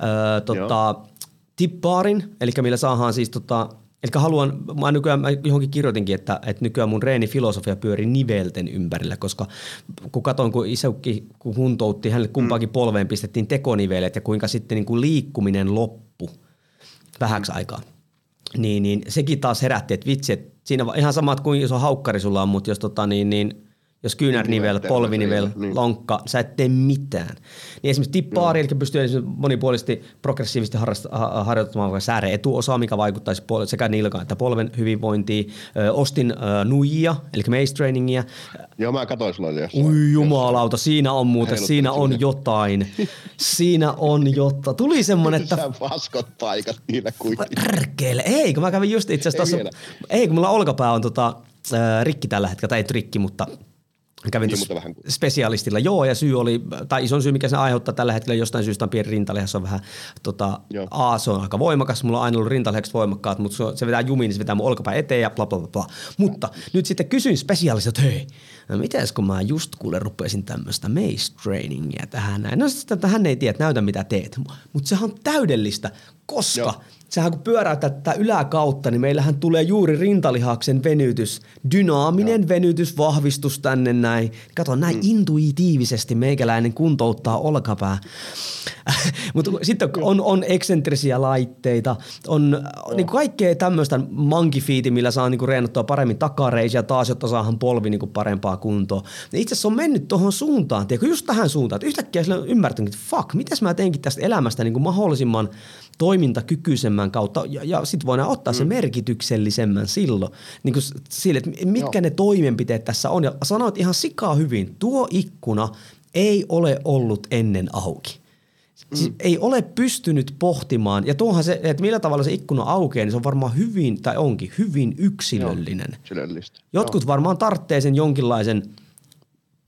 Tippaarin, eli millä saadaan siis eli mä johonkin kirjoitinkin, että nykyään mun reenifilosofia pyörii nivelten ympärillä, koska kun katsoin, kun isäukki kun huntoutti, hänelle kumpaakin polveen pistettiin tekonivelet ja kuinka sitten niin kuin liikkuminen loppui vähäksi aikaa. Niin sekin taas herätti, että vitsi, että siinä on ihan samat kuin iso haukkari sulla on, mutta jos kyynärnivel, polvinivel, lonkka, sä et tee mitään. Niin esimerkiksi tippaari, eli pystyy monipuolisesti progressiivisesti harjoittamaan vaikka sääreen etuosaa, mikä vaikuttaisi sekä nilkan että polven hyvinvointiin. Ostin nuijia, eli mace trainingia. Joo, mä katsoin sulla jossain. Ui jumalauta, siinä on muuten, siinä on jotain. Siinä on jotain. Tuli semmonen, että... Sä vaskot paikat niillä kuitenkin. Rärkeille. Ei, kun mä kävin just itse asiassa tuossa... Ei, kun mulla olkapää on rikki tällä hetkellä, tai ei rikki, mutta... Kävin spesialistilla, ja syy oli, tai ison syy, mikä se aiheuttaa tällä hetkellä jostain syystä on pieni rintalihas, on vähän, se on aika voimakas, mulla on aina ollut rintalihakset voimakkaat, mutta se vetää jumiin, niin se vetää mun olkapää eteen ja bla bla bla. Mutta nyt sitten kysyin spesialistilta, että hei, no mitäs kun mä just rupesin tämmöistä mace trainingia tähän näin. No sitten hän ei tiedä, että näytä mitä teet, mutta sehän on täydellistä, koska... Sehän kun pyöräyttää tätä yläkautta, niin meillähän tulee juuri rintalihaksen venytys, dynaaminen venytys, vahvistus tänne näin. Kato, näin intuitiivisesti meikäläinen kuntouttaa olkapää. Mutta sitten on eksentrisiä laitteita, on niin kaikkea tämmöistä monkey-feeti, millä saa niin reenottua paremmin takareisia taas, jotta saadaan polvi niin parempaa kuntoa. Ja itse asiassa on mennyt tuohon suuntaan, tiedätkö, just tähän suuntaan, että yhtäkkiä sillä on ymmärtänyt, että fuck, mitäs mä teinkin tästä elämästä niin mahdollisimman toimintakykyisemmän kautta, ja sitten voidaan ottaa se merkityksellisemmän silloin, niin kuin sille, että mitkä ne toimenpiteet tässä on. Ja sanoit ihan sikaa hyvin, tuo ikkuna ei ole ollut ennen auki. Siis ei ole pystynyt pohtimaan, ja tuohan se, että millä tavalla se ikkuna aukeaa, niin se on varmaan hyvin, tai onkin hyvin yksilöllinen. Yksilöllistä. Jotkut varmaan tarvitsee sen jonkinlaisen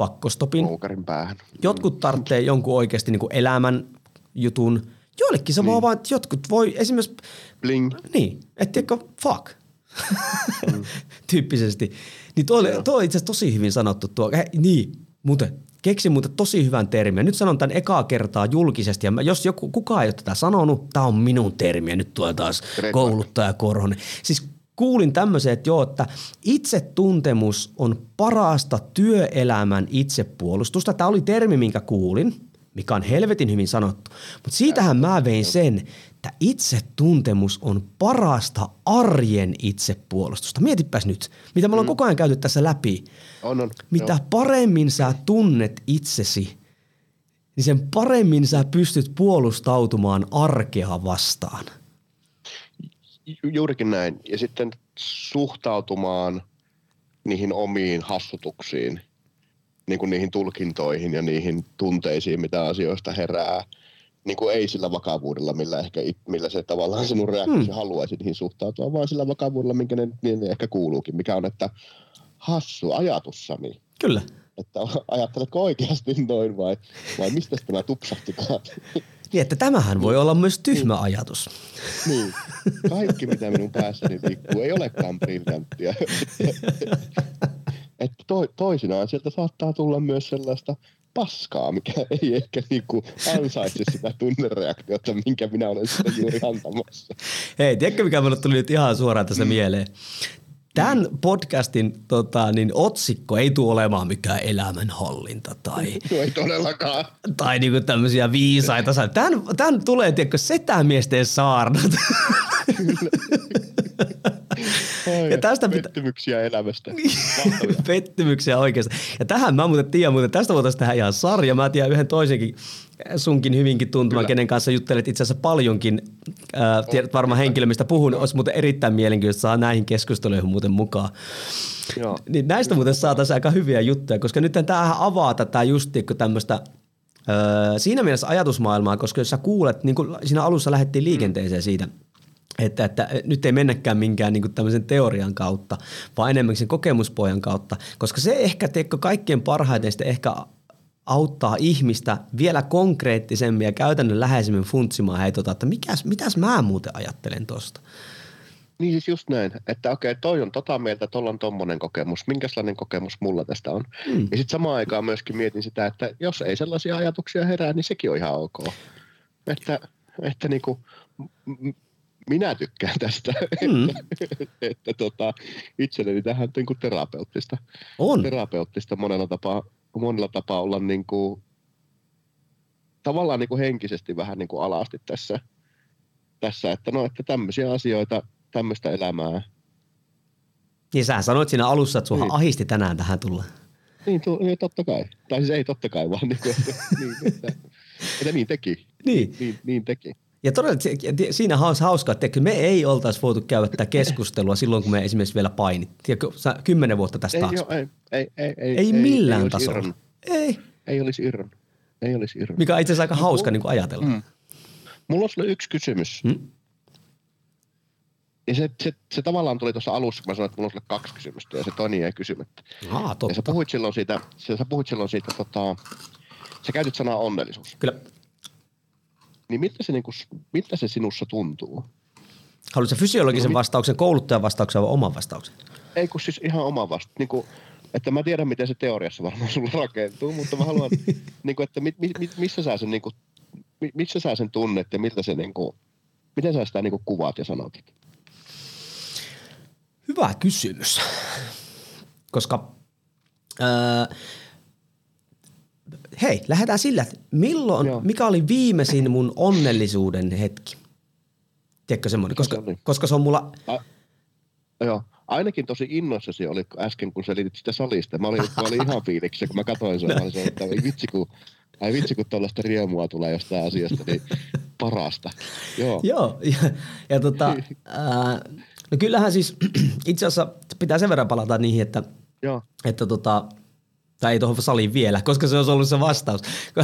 pakkostopin. Moukarin päähän. Jotkut tarvitsee jonkun oikeasti niin kuin elämän jutun. Joillekin se vaan, että jotkut voi esimerkiksi... Bling. Niin, että fuck. Tyyppisesti. Niin tuo on itse asiassa tosi hyvin sanottu tuo. Keksin muuten tosi hyvän termin. Nyt sanon tämän ekaa kertaa julkisesti. Ja jos kukaan ei ole tätä sanonut, tämä on minun termi. Nyt tuo taas kouluttaja Korhonen. Siis kuulin tämmöisen, että että itsetuntemus on parasta työelämän itsepuolustusta. Tämä oli termi, minkä kuulin, mikä on helvetin hyvin sanottu. Mutta siitähän mä vein sen, että itsetuntemus on parasta arjen itsepuolustusta. Mietipäs nyt, mitä me ollaan koko ajan käyty tässä läpi. Mitä paremmin sä tunnet itsesi, niin sen paremmin sä pystyt puolustautumaan arkea vastaan. Juurikin näin. Ja sitten suhtautumaan niihin omiin hassutuksiin, niin kuin niihin tulkintoihin ja niihin tunteisiin, mitä asioista herää, niin kuin ei sillä vakavuudella, millä se tavallaan sinun reaktiosi haluaisi niihin suhtautua, vaan sillä vakavuudella, minkä ne ehkä kuuluukin, mikä on, että hassu ajatussani. Kyllä. Että ajatteletko oikeasti noin vai mistä tämä tupsahtikaan? Niin, että tämähän voi olla myös tyhmä ajatus. Niin. Kaikki, mitä minun päässäni liikkuu, ei olekaan briljanttia. Että toisinaan sieltä saattaa tulla myös sellaista paskaa, mikä ei ehkä niinku ansaitse sitä tunnereaktiota, minkä minä olen sitä juuri antamassa. Hei, tiedätkö mikä minulle tuli nyt ihan suoraan tässä mieleen? Tämän podcastin otsikko ei tule olemaan mikään elämänhallinta tai... Ei todellakaan. Tai niinku tämmöisiä viisaita. Tämän tulee, tiedätkö, setämiesten saarnat. Ja tästä pettymyksiä elämästä. Pettymyksiä oikeasti. Ja tähän mä tiedän, tästä voitaisiin tehdä ihan sarja. Mä tiedän yhden toisenkin, sunkin hyvinkin tuntuma, kenen kanssa juttelet itse asiassa paljonkin. Tiedät varmaan henkilö, mistä puhun. Olisi muuten erittäin mielenkiintoista saa näihin keskusteluihin muuten mukaan. Joo. Niin näistä muuten saataisiin aika hyviä juttuja, koska nyt tämähän avaa tätä just tämmöistä siinä mielessä ajatusmaailmaa, koska jos sä kuulet, niin kuin siinä alussa lähdettiin liikenteeseen siitä, että nyt ei mennäkään minkään niin kuin tämmöisen teorian kautta, vaan enemmänkin sen kokemuspohjan kautta, koska se ehkä kaikkein parhaiten sitten ehkä auttaa ihmistä vielä konkreettisemmin ja käytännönläheisemmin funtsimaan että mitäs mä muuten ajattelen tosta. Niin siis just näin, että okei, toi on mieltä, tuolla on tommonen kokemus, minkälainen kokemus mulla tästä on. Ja sitten samaan aikaan myöskin mietin sitä, että jos ei sellaisia ajatuksia herää, niin sekin on ihan ok. Että niinku... Minä tykkään tästä, että itselleni tähän niin kuin terapeuttista. On. Terapeuttista monella tapaa olla niin kuin, tavallaan niin kuin henkisesti vähän niin kuin alasti tässä että että tämmöisiä asioita, tämmöistä elämää. Niin sä sanoit siinä alussa, että sua ahisti tänään tähän tulla. Niin, totta kai. Tai siis ei totta kai, vaan että niin teki. Niin teki. Ja todella siinä on hauskaa, että me ei oltaisi voitu käydä tätä keskustelua silloin, kun me esimerkiksi vielä painittiin. 10 vuotta tästä taakse. Ei millään tasolla. Ei olisi irronnut. Mikä on itse asiassa aika hauska niin kuin ajatella. Mulla olisi yksi kysymys. Ja se tavallaan tuli tuossa alussa, kun mä sanoin, että mulla olisi 2 kysymystä, ja se toinen jäi kysymättä. Totta. Ja sä puhuit silloin siitä sä käytit sanaa onnellisuus. Kyllä. Niin miltä se sinussa tuntuu? Haluatko fysiologisen vastauksen, kouluttajan vastauksen vai oman vastauksen? Ei kun siis ihan oma vastauksen. Niin kuin, että mä tiedän, miten se teoriassa varmaan sulla rakentuu, mutta mä haluan, niin kuin, että missä sä sen tunnet ja miltä se, niin kuin, miten sä sitä niin kuin kuvaat ja sanot? Hyvä kysymys, koska hei, lähdetään sillä, että mikä oli viimeisin mun onnellisuuden hetki? Tiedätkö semmoinen? Koska se on mulla... Joo, ainakin tosi innoissasi oli äsken, kun selitit sitä salista. Mä olin ihan fiiliksissä, kun mä katsoin sen. Mä olin sanonut, että ai vitsi, kun tuollaista riemua tulee jostain asiasta, niin parasta. Joo, ja no kyllähän siis itse asiassa pitää sen verran palata niihin, että tai ei tuohon saliin vielä, koska se olisi ollut se vastaus.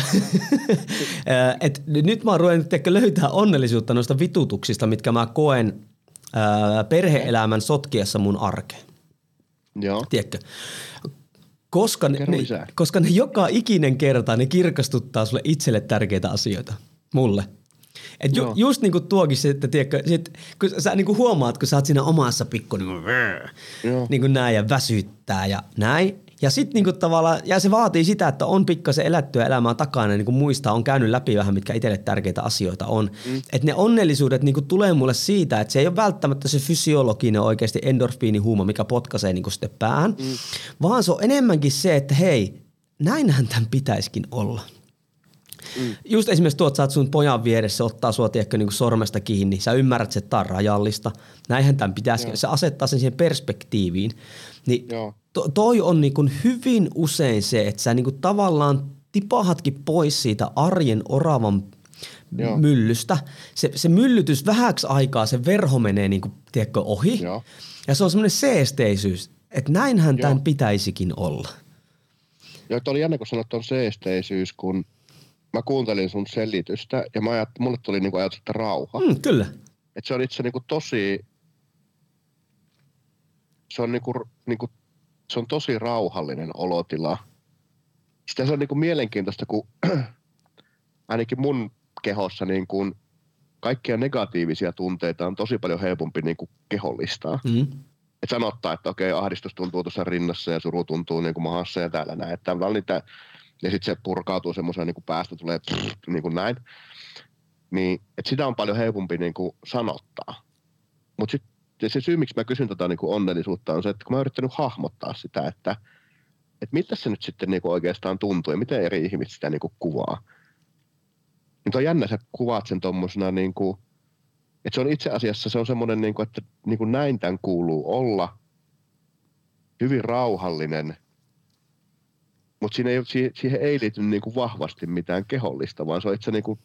Nyt mä oon ruvennut löytää onnellisuutta noista vitutuksista, mitkä mä koen perhe-elämän sotkiessa mun arkeen. Joo. Tiedätkö? koska ne joka ikinen kerta ne kirkastuttaa sulle itselle tärkeitä asioita. Mulle. Et just niinku tuokin se, että tiedätkö, kun sä niinku huomaat, kun sä oot siinä omassa pikku niinku näin ja väsyttää ja näin. Ja sit niinku tavallaan, ja se vaatii sitä, että on pikkasen elättyä elämää takana ja niinku muistaa, on käynyt läpi vähän, mitkä itselle tärkeitä asioita on. Että ne onnellisuudet niinku tulee mulle siitä, että se ei ole välttämättä se fysiologinen oikeasti endorfiinihuuma, mikä potkaisee niinku sitten päähän, vaan se on enemmänkin se, että hei, näinhän tämän pitäisikin olla. Just esimerkiksi tuot, sä oot sun pojan vieressä, ottaa sua tiedätkö niin kuin sormesta kiinni, sä ymmärrät, että tämä on rajallista, näinhän tämän pitäisi, se asettaa sen siihen perspektiiviin. Niin toi on niin kuin hyvin usein se, että sä niin kuin tavallaan tipahatkin pois siitä arjen oravan myllystä. Se myllytys vähäksi aikaa, se verho menee niin kuin, tiedätkö, ohi. Ja se on semmoinen seesteisyys, että näinhän tämän pitäisikin olla. Joo, oli jännä, kun sanot on seesteisyys, kun mä kuuntelin sun selitystä ja mulle tuli niinku ajatus, että rauha. Kyllä. Et se on itse niinku tosi, se on tosi rauhallinen olotila. Sitten se on niinku mielenkiintoista, kun ainakin mun kehossa niinku kaikkia negatiivisia tunteita on tosi paljon helpompi niinku kehollistaa. Et sanottaa, että okei, ahdistus tuntuu tuossa rinnassa ja suru tuntuu niinku mahassa ja täällä näin. Että on niitä. Ja sitten se purkautuu semmoisena, niin kuin päästä tulee niin kuin näin. Niin, että sitä on paljon helpompi niin kuin sanottaa. Mutta sitten se syy, miksi mä kysyn niin kuin onnellisuutta, on se, että kun mä oon yrittänyt hahmottaa sitä, että mitä se nyt sitten niin kuin oikeastaan tuntuu ja miten eri ihmiset sitä niin kuin kuvaa. Niin on jännä, sä kuvaat sen tommosena, niin kuin, että se on itse asiassa se on semmoinen, niin kuin, että niin kuin näin tämän kuuluu olla. Hyvin rauhallinen. Mutta siihen ei liity niinku vahvasti mitään kehollista, vaan se on itse niinku,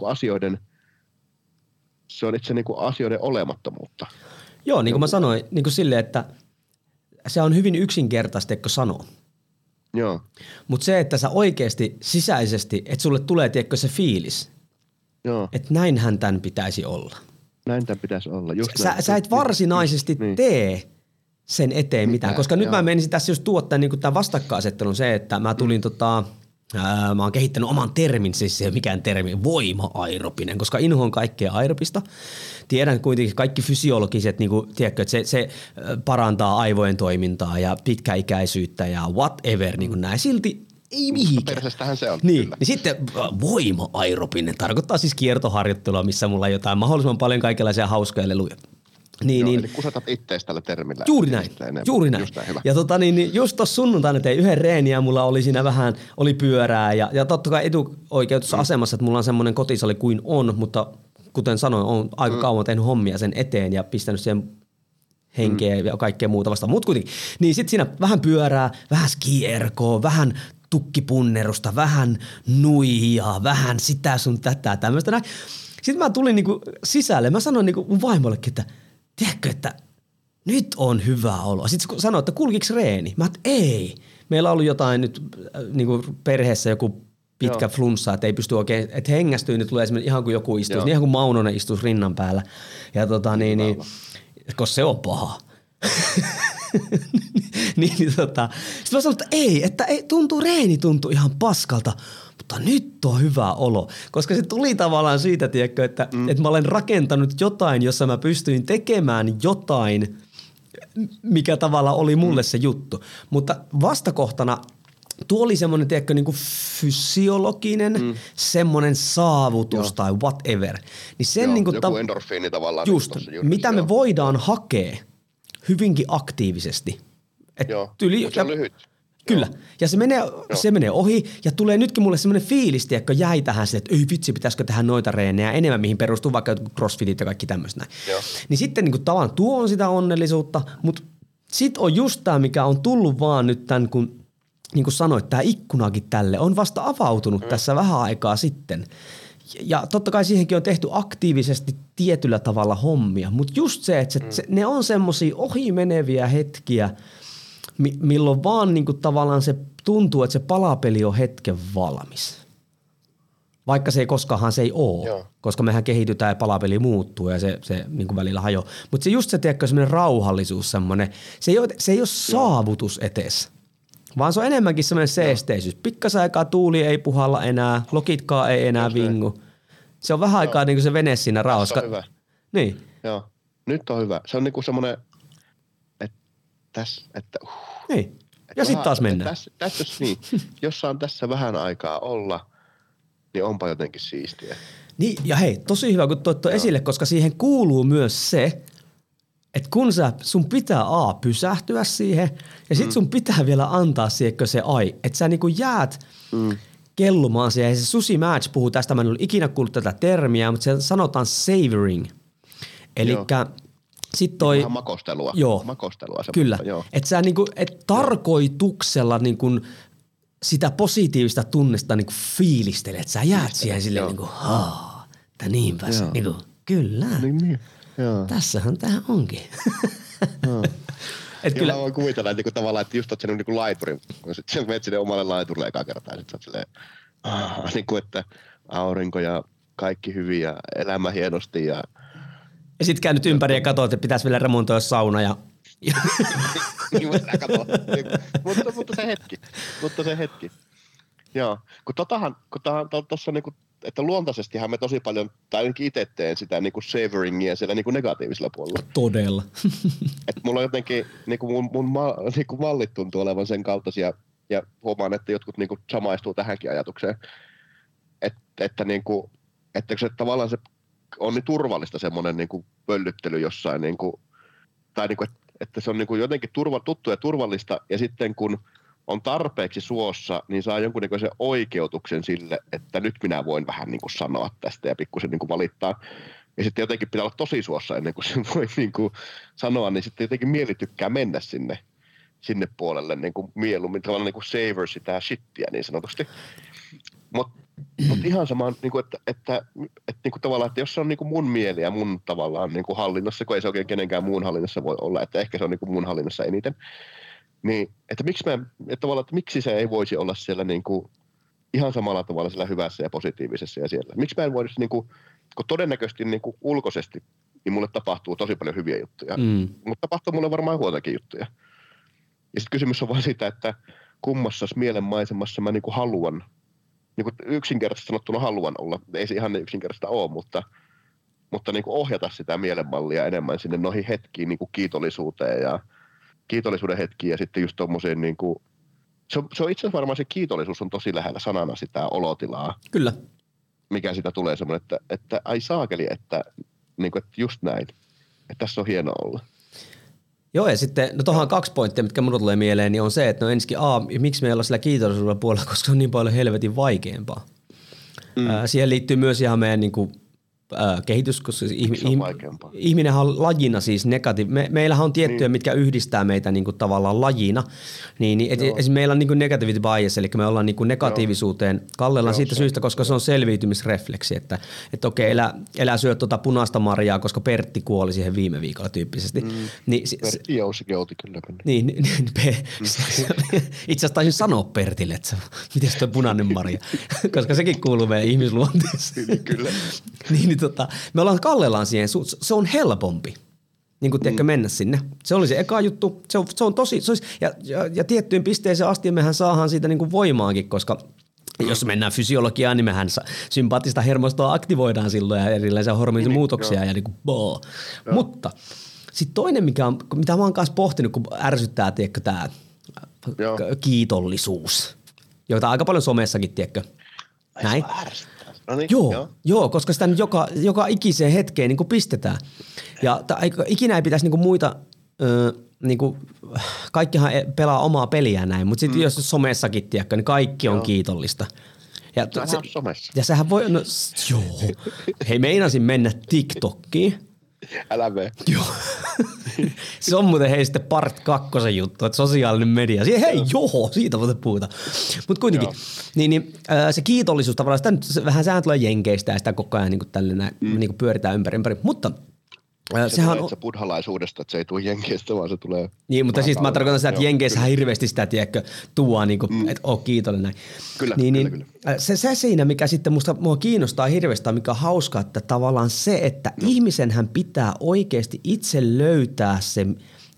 asioiden olemattomuutta. Joo, niin kuin mä sanoin, niin kuin silleen, että se on hyvin yksinkertaista, eikö sanoa. Joo. Mutta se, että sä oikeasti sisäisesti, että sulle tulee, tiedätkö, se fiilis, että näinhän tämän pitäisi olla. Näin tämän pitäisi olla, just sä et varsinaisesti tee sen eteen mitään, koska nyt mä menisin tässä just tuottaa niin tämän vastakkainasettelun se, että mä tulin mä oon kehittänyt oman termin, siis se ei ole mikään termi, voima-aeropinen, koska inhoan kaikkea aeropista. Tiedän kuitenkin kaikki fysiologiset, niin kuin, tiedätkö, että se parantaa aivojen toimintaa ja pitkäikäisyyttä ja whatever, niin kuin näin. Silti ei mihinkään. Persestähän se on. Niin sitten voima-aeropinen tarkoittaa siis kiertoharjoittelua, missä mulla on jotain mahdollisimman paljon kaikenlaisia hauskoja leluja. Eli kusetat ittees tällä termillä. Juuri näin. Just näin, hyvä. Ja just tuossa sunnuntaina tein yhden reenin ja mulla oli siinä vähän, oli pyörää ja totta kai etuoikeutussa asemassa, että mulla on semmoinen kotisali kuin on, mutta kuten sanoin, on aika kauan tehnyt hommia sen eteen ja pistänyt siihen henkeä ja kaikkea muuta vastaan. Mut kuitenkin, niin sit siinä vähän pyörää, vähän skierkoa, vähän tukkipunnerusta, vähän nuijaa, vähän sitä sun tätä, tämmöistä näin. Sitten mä tulin niinku sisälle, mä sanoin niinku mun vaimollekin, että tiedätkö, että nyt on hyvä olo. Sitten sanoin, että kulkiks reeni? Mä ei. Meillä on ollut jotain nyt niinku perheessä joku pitkä flunssa, että ei pysty oikein, että hengästyy, niin tulee esimerkiksi ihan kuin joku istuisi, niin ihan kuin Maunonen istuisi rinnan päällä. Ja koska se on paha. Sitten mä sanoin, että ei, reeni tuntuu ihan paskalta, mutta nyt on hyvä olo. Koska se tuli tavallaan siitä, tiedätkö, että mä olen rakentanut jotain, jossa mä pystyin tekemään jotain, mikä tavallaan oli mulle se juttu. Mutta vastakohtana tuo oli semmoinen, tiedätkö, niin kuin fysiologinen semmoinen saavutus tai whatever. Niin sen niin kuin joku endorfiini tavallaan. Just, mitä me voidaan hakea hyvinkin aktiivisesti. Se on lyhyt. Kyllä. Ja se menee ohi ja tulee nytkin mulle semmoinen fiilis, tiedätkö, jäi tähän se, että ei vitsi, pitäisikö tehdä noita reenejä enemmän, mihin perustuu vaikka crossfitit ja kaikki tämmöistä näin. Niin sitten niin kuin tavallaan tuo on sitä onnellisuutta, mutta sitten on just tämä, mikä on tullut vaan nyt tämän, kun niin kuin sanoit, tämä ikkunakin tälle on vasta avautunut tässä vähän aikaa sitten. Ja totta kai siihenkin on tehty aktiivisesti tietyllä tavalla hommia, mutta just se, että ne on semmoisia ohimeneviä hetkiä, milloin vaan niinku tavallaan se tuntuu, että se palapeli on hetken valmis. Vaikka se ei koskaan se ei ole, koska mehän kehitytään ja palapeli muuttuu ja se niinku välillä hajoaa. Mutta se just se, tiedätkö, semmoinen rauhallisuus semmoinen, se ei ole saavutus etes, Vaan se on enemmänkin semmoinen seesteisyys. Pikkasen aikaa tuuli ei puhalla enää, lokitkaan ei enää vingu. Se on vähän aikaa niin kuin se vene siinä raossa. Se on hyvä. Niin. Joo, nyt on hyvä. Se on niinku semmoinen, Niin. Ja sitten taas mennään. Tässä niin, jos saan tässä vähän aikaa olla, niin onpa jotenkin siistiä. Niin, ja hei, tosi hyvä, kun toit esille, koska siihen kuuluu myös se, että kun sun pitää pysähtyä siihen, ja sit sun pitää vielä antaa siihen se että sä niinku jäät kellumaan siihen. Ja se Susi Match puhuu tästä, mä en ole ikinä kuullut tätä termiä, mutta se sanotaan savoring. Elikkä sit toi... Vähän makostelua. Joo, makostelua kyllä. Että sä niinku, tarkoituksella niinku sitä positiivista tunnesta niinku fiilistelet. Sä jäät siihen silleen niinku, että niinpäs, niinku, kyllä. Niin. Joo. Tässähän tää onkin. Et kyllä voin kuvitella, että niinku tavallaan, että just oot sen niinku laiturin, kun sä menet sinne omalle laiturille ekaa kertaa, ja sit sä oot silleen, niinku, että aurinko ja kaikki hyvin ja elämä hienosti ja sit käynyt ympäri ja katsoit, että pitäisi vielä remontoida sauna ja... Niin mä katsoin. Mutta se hetki. Joo, kun tossa niinku, että luontaisestihan me tosi paljon, tai ainakin itse teen sitä niinku savoringia siellä niinku negatiivisella puolella. Todella. Että mulla on jotenkin, niinku mun niinku mallit tuntuu olevan sen kaltaisia, ja huomaan, että jotkut niinku samaistuu tähänkin ajatukseen, että niinku, että se tavallaan se on niin turvallista semmoinen niinku pöllyttely jossain, niinku, tai niinku, että se on niinku jotenkin tuttu ja turvallista, ja sitten kun on tarpeeksi suossa, niin saa jonkunnäköisen oikeutuksen sille, että nyt minä voin vähän niinku sanoa tästä ja pikkusen niinku valittaa. Ja sitten jotenkin pitää olla tosi suossa ennen kuin sen voi niinku sanoa, niin sitten jotenkin mieli tykkää mennä sinne puolelle niinku mieluummin, tavallaan niinku savor sitä shittiä niin sanotusti. Mutta ihan sama, niinku, että niinku tavallaan, että jos se on niinku mun mieli ja mun tavallaan niinku hallinnassa, kun ei se oikein kenenkään muun hallinnassa voi olla, että ehkä se on niinku mun hallinnassa eniten, niin että miksi se ei voisi olla siellä niinku ihan samalla tavalla siellä hyvässä ja positiivisessa ja siellä. Miksi mä en voisi, niinku, kun todennäköisesti niinku ulkoisesti, niin mulle tapahtuu tosi paljon hyviä juttuja, mutta tapahtuu mulle varmaan huonoakin juttuja. Ja sitten kysymys on vaan siitä, että kummassa mielenmaisemassa mä niinku haluan, niinku yksinkertaisesti sanottuna haluan olla, ei se ihan niin yksinkertaista ole, mutta niinku ohjata sitä mielenmallia enemmän sinne noihin hetkiin niinku kiitollisuuteen ja kiitollisuuden hetkiin ja sitten just tommoseen niinku, se on itse asiassa varmaan se kiitollisuus on tosi lähellä sanana sitä olotilaa. Kyllä. Mikä sitä tulee semmoinen, että ai saakeli, että niinku, että just näin, että tässä on hienoa olla. Joo, ja sitten, no tuohon 2 pointtia, mitkä minulle tulee mieleen, niin on se, että no ensinnäkin miksi me ei olla sillä kiitollisuudella puolella, koska se on niin paljon helvetin vaikeampaa. Siihen liittyy myös ihan meidän niinku, kehitys, koska ihminenhän on lajina siis meillähän on tiettyjä, mitkä yhdistää meitä niinku tavallaan lajina, niin esimerkiksi meillä on niinku negativity bias, eli me ollaan niinku negatiivisuuteen kallellaan siitä syystä, koska se on selviytymisrefleksi, että okei, elää syö punaista marjaa, koska Pertti kuoli siihen viime viikolla tyyppisesti. Niin, Pertti jousikin outi kyllä. itse asiassa taisin sanoa Pertille, että miten se on punainen marja, koska sekin kuuluu meidän ihmisluonteeseen. Kyllä. Me kallellaan siihen, se on helpompi niin kuin tiedätkö, mennä sinne. Se oli se eka juttu, se on tosi, ja tiettyyn pisteeseen asti mehän saadaan siitä niin kuin voimaakin, koska jos mennään fysiologiaan, niin mehän sympaattista hermostoa aktivoidaan silloin ja erilaisia hormonimuutoksia ja niin kuin Mutta sitten toinen, mitä mä oon kanssa pohtinut, kun ärsyttää, tiedätkö, tämä kiitollisuus, jota aika paljon somessakin, tiedätkö, näin. No niin, joo, koska sitä nyt joka ikiseen hetkeen niin kuin pistetään. Ja ikinä ei pitäisi niin kuin muita, niin kuin, kaikkihan pelaa omaa peliä näin, mutta sitten jos somessakin, tiedätkö, niin kaikki on kiitollista. Ja ja sehän voi, hei meinasin mennä TikTokkiin. Älä mene. Joo. Se on muuten hei sitten part 2 juttu, että sosiaalinen media. Siitä muuten puhutaan. Mutta kuitenkin, niin, se kiitollisuus tavallaan, sitä nyt vähän tulee jenkeistä ja sitä koko ajan niin kuin pyöritään ympäri. Mutta sehän on buddhalaisuudesta, että se ei tule jenkeistä, vaan se tulee. Niin, mutta siis mä tarkoitan sitä, että jenkeissähän hirveästi sitä, tiedätkö, tuo niin kuin, että kiitollinen näin. Kyllä, kyllä. Se siinä, mikä sitten mua kiinnostaa hirveästi, mikä on hauskaa, että tavallaan se, että ihmisenhän pitää oikeasti itse löytää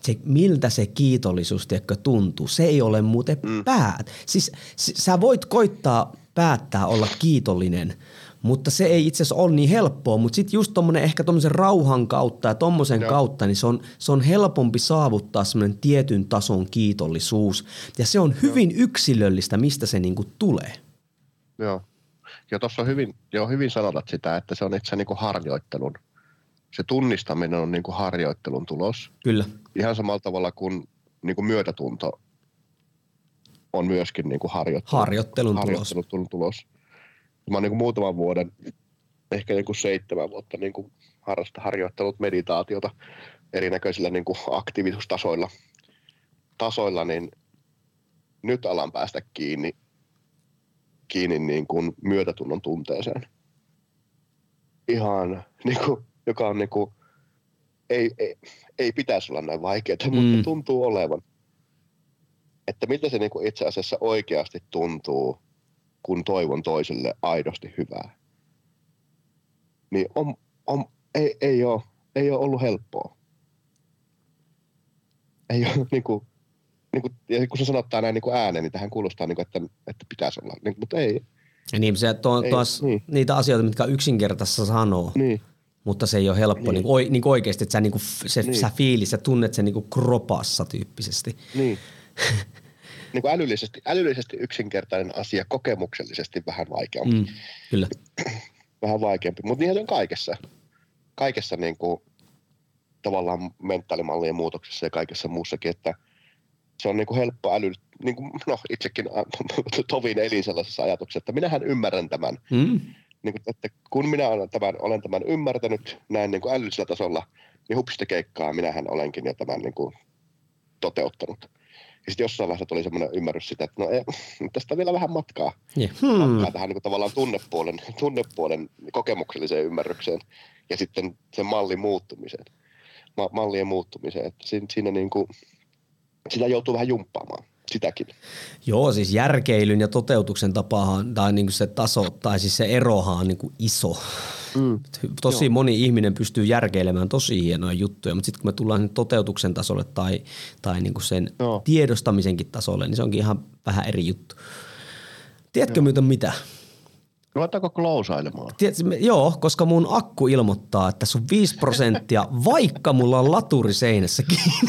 miltä se kiitollisuus tuntuu, se ei ole muuten päät. Siis sä voit koittaa päättää olla kiitollinen, mutta se ei itse asiassa ole niin helppoa, mutta sitten just ehkä tommosen rauhan kautta ja tommosen kautta, niin se on helpompi saavuttaa semmoinen tietyn tason kiitollisuus. Ja se on hyvin yksilöllistä, mistä se niinku tulee. Joo. Ja tuossa on hyvin sanotat sitä, että se on itse niinku harjoittelun. Se tunnistaminen on niinku harjoittelun tulos. Kyllä. Ihan samalla tavalla kuin niinku myötätunto on myöskin niinku harjoittelun tulos. Mä oon niinku muutaman vuoden, ehkä niinku 7 vuotta niinku harjoittanut meditaatiota erinäköisillä niinku aktiivisuustasoilla, niin nyt alan päästä kiinni niin myötätunnon tunteeseen. Ihan niinku, joka on niinku, ei pitäisi olla näin vaikeaa, mutta tuntuu olevan. Että miltä se niinku itse asiassa oikeasti tuntuu, kun toivon toiselle aidosti hyvää. Niin ei ole ollut helppoa. Ei ole niinku, ja kun se sanottaa näin niinku ääneen, niin tähän kuulostaa niinku, että pitäisi olla, niin, mutta ei. Ja niin se niin. Niitä asioita, mitkä yksinkertaisesti sanoo, niin. Mutta se ei ole helppo niin oikeasti, että sä fiilis, sä tunnet sen niinku kropassa tyyppisesti. Niin. Niin kuin älyllisesti yksinkertainen asia, kokemuksellisesti vähän vaikeampi. Kyllä. Vähän vaikeampi, mutta niinhän on kaikessa. Kaikessa niin kuin, tavallaan mentaalimallien muutoksessa ja kaikessa muussakin, että se on niin kuin helppo niin kuin, itsekin tovin elin sellaisessa ajatuksessa, että minähän ymmärrän tämän. Niin kuin, että kun minä olen tämän ymmärtänyt näin niin kuin älyllisellä tasolla, niin hupsista keikkaa minähän olenkin jo tämän niin kuin, toteuttanut. Ja sitten jossain vaiheessa tuli semmoinen ymmärrys sitä, että tästä on vielä vähän matkaa. Matkaa tähän niin kuin tavallaan tunnepuolen kokemukselliseen ymmärrykseen ja sitten sen mallin muuttumiseen. Mallien muuttumiseen. Että siinä niin kuin, sitä joutuu vähän jumppaamaan. Sitäkin. Joo, siis järkeilyn ja toteutuksen tapahan, tai niin kuin se taso, tai siis se erohan on niin kuin iso. Tosi moni ihminen pystyy järkeilemään tosi hienoja juttuja, mutta sitten kun me tullaan toteutuksen tasolle tai niin kuin sen tiedostamisenkin tasolle, niin se onkin ihan vähän eri juttu. Tiedätkö muuten mitä? Ruvetaanko klousailemaan? Joo, koska mun akku ilmoittaa, että se on 5%, vaikka mulla on laturi seinässä kiinni.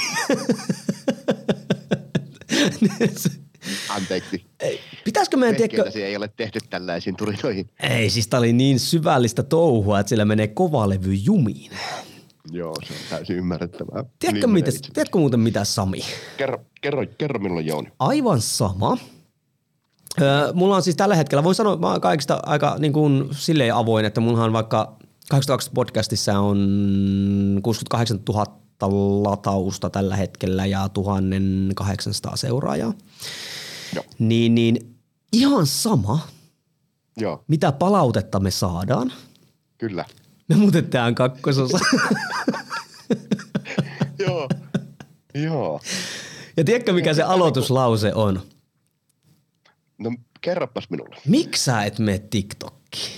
Anteeksi. Pitäisikö meidän ei ole tehty tällaisiin turinoihin. Ei, siis tää oli niin syvällistä touhua, että sillä menee kova levy jumiin. Joo, se on täysin ymmärrettävää. Tiedätkö muuten mitä, Sami? Kerro minulle, Jouni. Aivan sama. Mulla on siis tällä hetkellä, voin sanoa, mä oon kaikista aika niin kuin silleen avoin, että mullahan vaikka 2020 podcastissa on 68 000 latausta tällä hetkellä ja 1800 seuraajaa. Joo. Niin ihan sama, joo, mitä palautetta me saadaan. Kyllä. Me muuten tehdään kakkososa. Joo. Ja tiedätkö mikä se aloituslause on? No kerropas minulle. Miksi sä et mene TikTokkiin?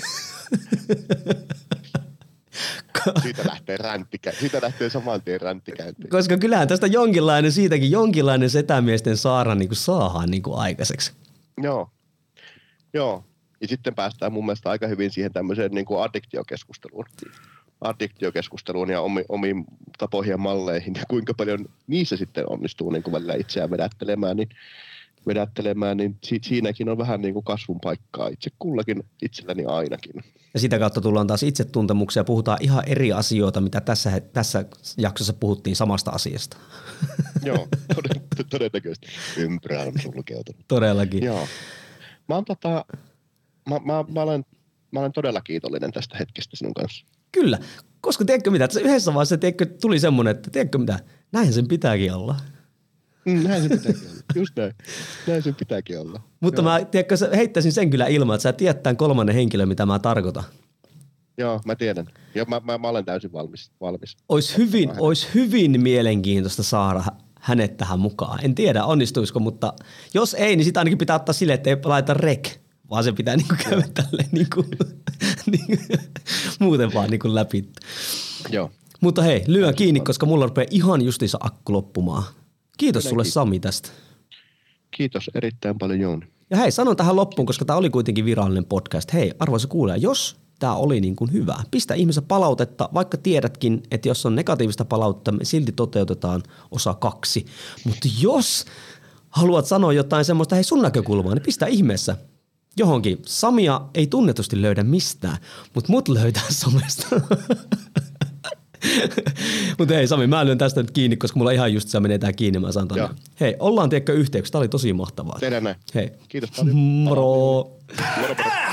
Siitä lähtee saman tien ränttikäyntiin. Koska kyllähän tästä jonkinlainen setämiesten saara niin kuin saadaan niin kuin aikaiseksi. Joo. Ja sitten päästään mun mielestä aika hyvin siihen tämmöiseen niin kuin addiktiokeskusteluun ja omiin tapoihin ja malleihin ja kuinka paljon niissä sitten onnistuu niin kuin välillä itseään vedättelemään, niin siinäkin on vähän niin kuin kasvun paikkaa itse kullakin, itselläni ainakin. Ja sitä kautta tullaan taas itsetuntemuksia ja puhutaan ihan eri asioita, mitä tässä jaksossa puhuttiin samasta asiasta. Joo, todennäköisesti. Ympyrä on sulkeutunut. Todellakin. Joo. Mä olen todella kiitollinen tästä hetkestä sinun kanssa. Kyllä, koska tiedätkö mitä, yhdessä vaiheessa tuli semmoinen, että tiedätkö mitä, näin sen pitääkin olla. Näin se pitääkin olla, just näin. Näin se pitääkin olla. Mutta mä heittäisin sen kyllä ilman, että sä tiedät tämän kolmannen henkilön, mitä mä tarkoitan. Joo, mä tiedän. Ja mä olen täysin valmis. Olisi hyvin mielenkiintoista saada hänet tähän mukaan. En tiedä, onnistuisiko, mutta jos ei, niin sitä ainakin pitää ottaa silleen, että ei laita rek, vaan se pitää niinku käydä tälleen niinku, muuten vaan niinku läpi. Joo. Mutta hei, lyön kiinni, koska mulla rupeaa ihan justiinsa akku loppumaan. Kiitos sulle Sami tästä. Kiitos erittäin paljon Jouni. Ja hei, sanon tähän loppuun, koska tämä oli kuitenkin virallinen podcast. Hei, arvoisa kuulija, jos tämä oli niin kuin hyvä, pistä ihmisen palautetta, vaikka tiedätkin, että jos on negatiivista palautetta, me silti toteutetaan osa 2. Mutta jos haluat sanoa jotain semmoista, hei sun näkökulmaa, niin pistä ihmeessä johonkin. Samia ei tunnetusti löydä mistään, mutta mut löytää somesta. Mutta hei Sami, mä lyön tästä nyt kiinni, koska mulla ihan just se menee tää kiinni. Mä sanon tänne. Hei, ollaan tiedätkö yhteyksissä. Tää oli tosi mahtavaa. Tehdään näin. Hei. Kiitos paljon. Moro. Moro.